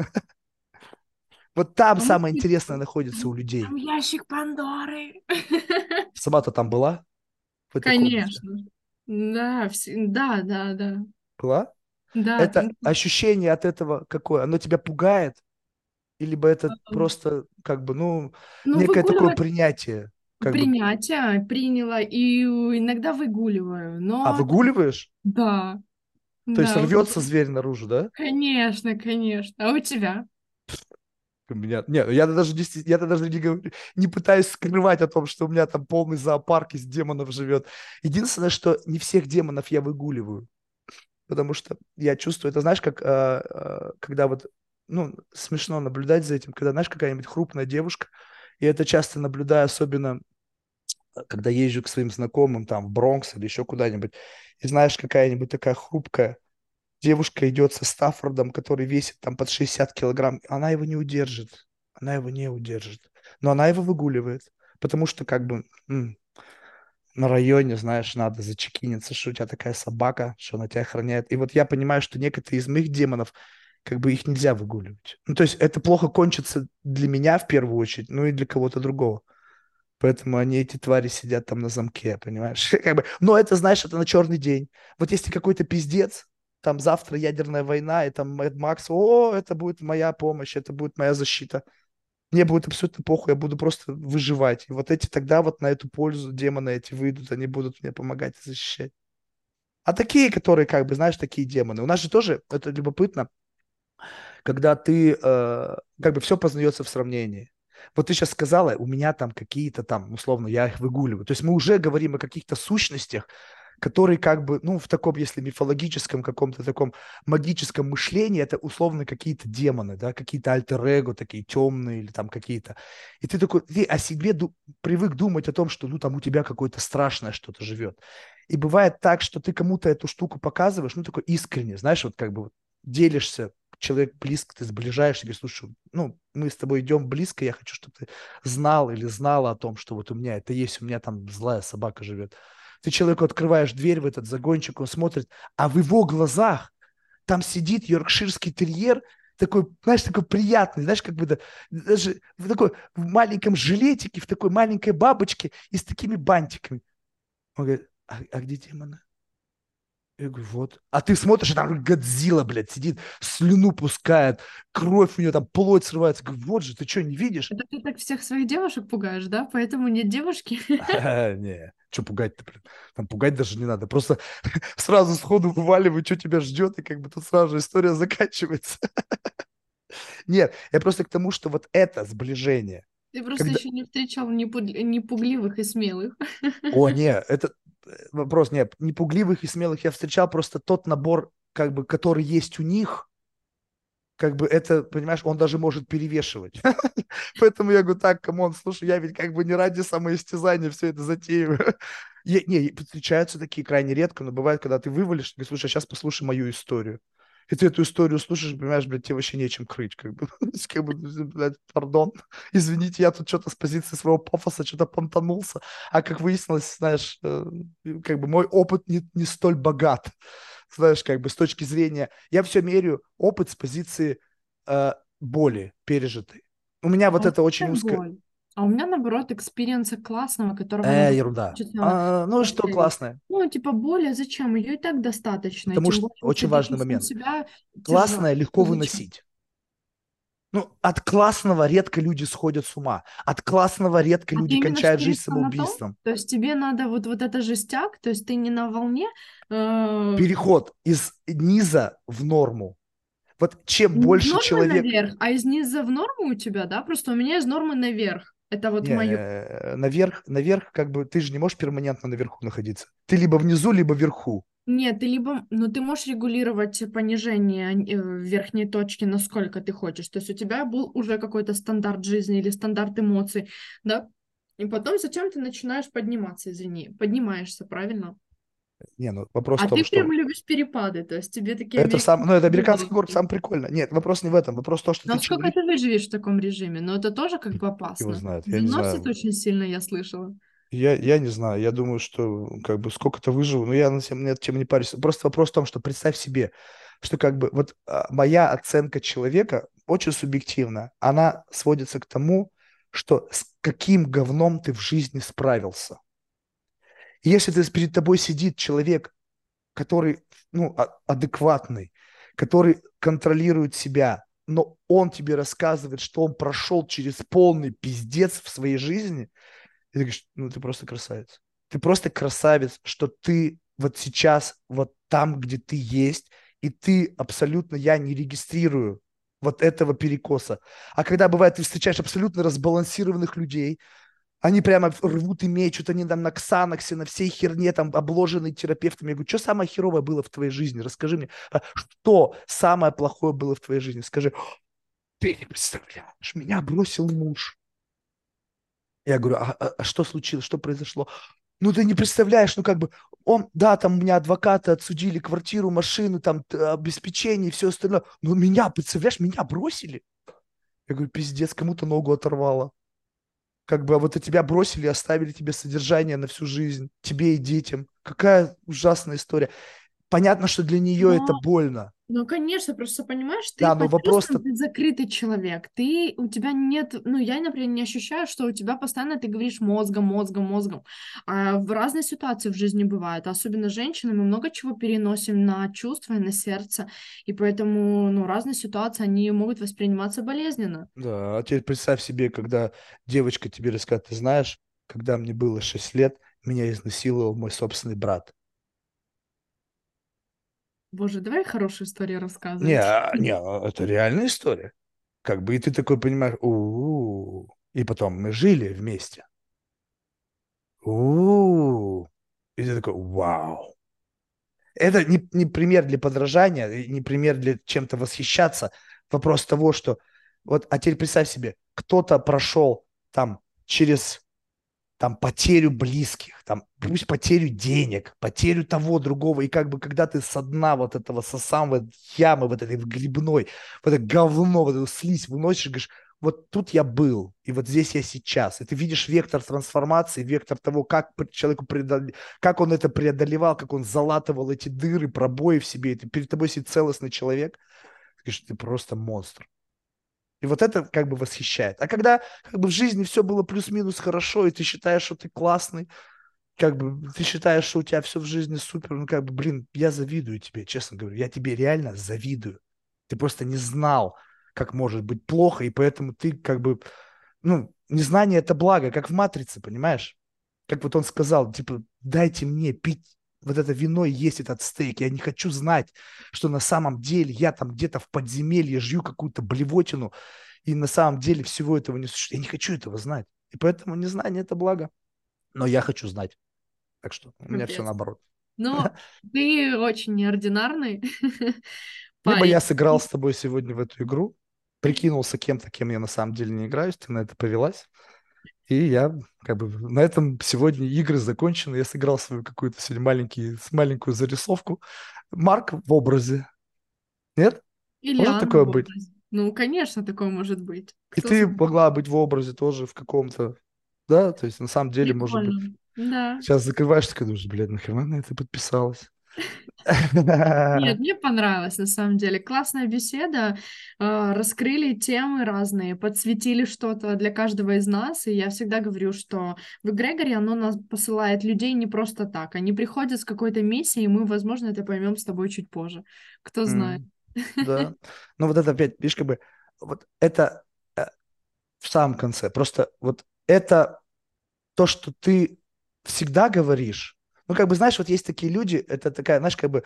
Вот там А может самое быть, интересное находится у там людей. ящик Пандоры? Сама-то там была, в этой комнате? Конечно. Да, да, да, да. Была? Да, там Это ощущение от этого какое? Оно тебя пугает? Или бы это просто как бы, ну, ну, некое такое выгуливать принятие? Как бы, принятие приняла и иногда выгуливаю, а но выгуливаешь? да, То есть да, рвется зверь наружу, да? конечно, конечно. А у тебя? У меня, нет, я даже не, не пытаюсь скрывать о том, что у меня там полный зоопарк из демонов живет. Единственное, что не всех демонов я выгуливаю, потому что я чувствую, это знаешь, как когда вот, ну, смешно наблюдать за этим, когда, знаешь, какая-нибудь крупная девушка, и это часто наблюдаю, особенно когда езжу к своим знакомым там в Бронкс или еще куда-нибудь, и знаешь, какая-нибудь такая хрупкая девушка идет со Стаффордом, который весит там под 60 килограмм, она его не удержит. Она его не удержит. Но она его выгуливает, потому что как бы на районе, знаешь, надо зачекиниться, что у тебя такая собака, что она тебя охраняет. И вот я понимаю, что некоторые из моих демонов, как бы их нельзя выгуливать. Ну, то есть это плохо кончится для меня в первую очередь, ну и для кого-то другого. Поэтому они, эти твари, сидят там на замке, понимаешь? Как бы, но это, знаешь, это на черный день. Вот если какой-то пиздец, там завтра ядерная война, и там Мэд Макс, о, это будет моя помощь, это будет моя защита. Мне будет абсолютно похуй, я буду просто выживать. И вот эти тогда вот на эту пользу демоны эти выйдут, они будут мне помогать и защищать. А такие, которые, как бы, знаешь, такие демоны. У нас же тоже, это любопытно, когда ты, как бы, все познается в сравнении. Вот ты сейчас сказала, у меня там какие-то там, условно, я их выгуливаю. То есть мы уже говорим о каких-то сущностях, которые как бы, ну, в таком, если мифологическом каком-то таком магическом мышлении, это условно какие-то демоны, да, какие-то альтер-эго, такие темные или там какие-то. И ты такой, ты о себе привык думать о том, что, ну, там у тебя какое-то страшное что-то живет. И бывает так, что ты кому-то эту штуку показываешь, ну, такой искренне, знаешь, вот как бы вот делишься, человек близко, ты сближаешься, говоришь, слушай, ну, мы с тобой идем близко, я хочу, чтобы ты знал или знала о том, что вот у меня это есть, у меня там злая собака живет. Ты человеку открываешь дверь в этот загончик, он смотрит, а в его глазах там сидит йоркширский терьер, такой, знаешь, такой приятный, знаешь, как бы да, даже в такой в маленьком жилетике, в такой маленькой бабочке и с такими бантиками. Он говорит, а где демоны? Я говорю, вот. А ты смотришь, а там Годзилла, блядь, сидит, слюну пускает, кровь у нее там, плоть срывается. Говорю, вот же, ты что, не видишь? Это ты так всех своих девушек пугаешь, да? Поэтому нет девушки. Не, что пугать-то, блин? Там пугать даже не надо. Просто сразу сходу вываливай, что тебя ждет, и как бы тут сразу же история заканчивается. Нет, я просто к тому, что вот это сближение, Ты просто когда... еще не встречал непугливых и смелых. О, не, это вопрос, не, непугливых и смелых я встречал, просто тот набор, как бы, который есть у них, как бы это, понимаешь, он даже может перевешивать. Поэтому я говорю, так, камон, слушай, я ведь как бы не ради самоистязания все это затею. Не, встречаются такие крайне редко, но бывает, когда ты вывалишь, ты говоришь, слушай, а сейчас послушай мою историю. И ты эту историю слушаешь, понимаешь, блядь, тебе вообще нечем крыть, как бы, как бы, блядь, пардон, извините, я тут что-то с позиции своего пафоса что-то понтанулся, а как выяснилось, знаешь, как бы мой опыт не столь богат, знаешь, как бы с точки зрения, я все меряю опыт с позиции боли пережитой. У меня А вот у это очень меня узко. боль. А у меня, наоборот, экспириенса классного, которого надо Ерунда. хочется Ну что повторить. классное? Ну, типа, боли, а зачем? Ее и так достаточно. И Потому тем что более очень уходить важный на саму момент. себя, тяжело. Классное легко Ну, зачем? выносить. Ну, от классного редко люди сходят с ума. От классного редко А ты люди именно кончают жизнь спиритка на том? самоубийством. То есть тебе надо вот это жестяк, то есть ты не на волне, Переход из низа в норму. Вот чем не из больше нормы человек наверх, а из низа в норму у тебя, да? Просто у меня из нормы наверх. Это вот не, мое. наверх, как бы ты же не можешь перманентно наверху находиться. Ты либо внизу, либо вверху. Нет, ты либо, ну ты можешь регулировать понижение верхней точки, насколько ты хочешь. То есть у тебя был уже какой-то стандарт жизни или стандарт эмоций, да? И потом зачем ты начинаешь подниматься, извини, поднимаешься, правильно? Не, ну вопрос в А том, ты прям что любишь перепады, то есть тебе такие это сам, ну это американские американский город, горки. сам прикольно. Нет, вопрос не в этом. Вопрос в том, что ты Насколько человек, ты выживешь в таком режиме? Но это тоже как бы его опасно. знает, я не Выносит знаю. очень сильно, я слышала. Я не знаю, я думаю, что как бы сколько-то выживу, но я на эту тему не парюсь. Просто вопрос в том, что представь себе, что как бы вот моя оценка человека очень субъективна. Она сводится к тому, что с каким говном ты в жизни справился. И если перед тобой сидит человек, который, ну, адекватный, который контролирует себя, но он тебе рассказывает, что он прошел через полный пиздец в своей жизни, и ты говоришь, ну, ты просто красавец. Ты просто красавец, что ты вот сейчас вот там, где ты есть, и ты абсолютно, я не регистрирую вот этого перекоса. А когда бывает, ты встречаешь абсолютно разбалансированных людей, они прямо рвут и мечут, они там на ксаноксе, на всей херне, там, обложенные терапевтами. Я говорю, что самое херовое было в твоей жизни? Расскажи мне, что самое плохое было в твоей жизни? Скажи, ты не представляешь, меня бросил муж. Я говорю, а что случилось, что произошло? Ну, ты не представляешь, ну, как бы, он, да, там у меня адвокаты отсудили квартиру, машину, там, обеспечение и все остальное. Но меня, представляешь, меня бросили. Я говорю, пиздец, кому-то ногу оторвало. Как бы, а вот и тебя бросили, оставили тебе содержание на всю жизнь, тебе и детям. Какая ужасная история. понятно, что для нее это Но больно. Ну, конечно, просто понимаешь, ты Да, по но вопрос-то, чувствам ты закрытый человек. У тебя нет, ну, я, например, не ощущаю, что у тебя постоянно ты говоришь мозгом, мозгом, мозгом. А в разные ситуации в жизни бывают, особенно женщины, мы много чего переносим на чувства и на сердце, и поэтому, ну, разные ситуации, они могут восприниматься болезненно. да, а теперь представь себе, когда девочка тебе рассказывает, ты знаешь, когда мне было 6 лет, меня изнасиловал мой собственный брат. Боже, давай хорошую историю Не, рассказывать. это реальная история. Как бы, и ты такой понимаешь, и потом мы жили вместе. у И ты такой, вау. Это не пример для подражания, и не пример для чем-то восхищаться. Вопрос того, что вот, а теперь представь себе, кто-то прошел там через там потерю близких, там пусть потерю денег, потерю того, другого, и как бы когда ты со дна вот этого, со самой ямы, вот этой грибной, вот это говно, вот эту слизь выносишь, говоришь, вот тут я был, и вот здесь я сейчас. И ты видишь вектор трансформации, вектор того, как человеку как он это преодолевал, как он залатывал эти дыры, пробои в себе, и ты, перед тобой сидит целостный человек, ты говоришь, ты просто монстр. И вот это как бы восхищает. А когда как бы в жизни все было плюс-минус хорошо, и ты считаешь, что ты классный, как бы ты считаешь, что у тебя все в жизни супер, ну как бы, блин, я завидую тебе, честно говорю, я тебе реально завидую. Ты просто не знал, как может быть плохо, и поэтому ты как бы, ну, незнание это благо, как в «Матрице», понимаешь? Как вот он сказал, типа, дайте мне пить вот это вино и есть этот стейк. Я не хочу знать, что на самом деле я там где-то в подземелье жую какую-то блевотину, и на самом деле всего этого не существует. Я не хочу этого знать. И поэтому незнание – это благо. Но я хочу знать. Так что у меня все Капец. наоборот. Но ты очень неординарный Либо я парень. сыграл с тобой сегодня в эту игру, прикинулся кем-то, кем я на самом деле не играюсь, ты на это повелась. И я как бы на этом сегодня игры закончены. Я сыграл свою какую-то сегодня маленькую зарисовку. Марк в образе. Нет? Или Может Анна такое в быть? образе. Ну, конечно, такое может быть. И Кто ты знает. могла быть в образе тоже в каком-то, да? То есть на самом деле, может быть, Прикольно. Да. сейчас закрываешь, такой думаешь, блядь, нахрена на это подписалась? Нет, мне понравилось, на самом деле. Классная беседа. Раскрыли темы разные, подсветили что-то для каждого из нас. И я всегда говорю, что в эгрегоре оно нас посылает людей не просто так. Они приходят с какой-то миссией, и мы, возможно, это поймем с тобой чуть позже. Кто знает. Да. Но вот это опять, видишь, как бы, вот это в самом конце. Просто вот это то, что ты всегда говоришь. Ну, как бы, знаешь, вот есть такие люди, это такая, знаешь, как бы,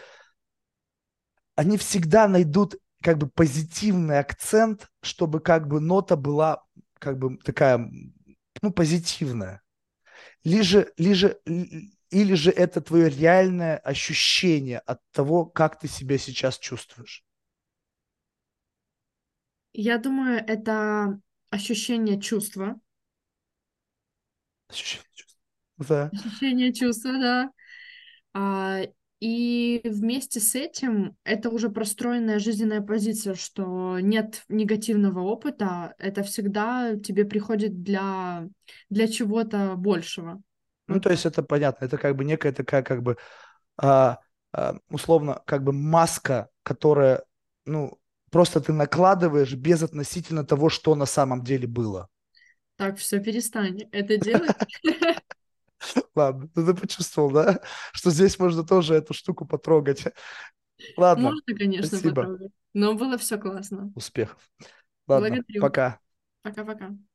они всегда найдут как бы позитивный акцент, чтобы как бы нота была как бы такая, ну, позитивная. Или же это твое реальное ощущение от того, как ты себя сейчас чувствуешь. Я думаю, это ощущение чувства. Ощущение чувств. Да. Ощущение чувства, да. А, и вместе с этим это уже простроенная жизненная позиция, что нет негативного опыта, это всегда тебе приходит для чего-то большего. Ну, Вот то так. есть это понятно, это как бы некая такая как бы условно как бы маска, которая, ну, просто ты накладываешь без относительно того, что на самом деле было. Так, все, перестань это делать. Ладно, ну ты почувствовал, да, что здесь можно тоже эту штуку потрогать. Ладно, Можно, конечно, спасибо, потрогать, но было все классно. успехов. Ладно, Благодарю. пока. Пока-пока.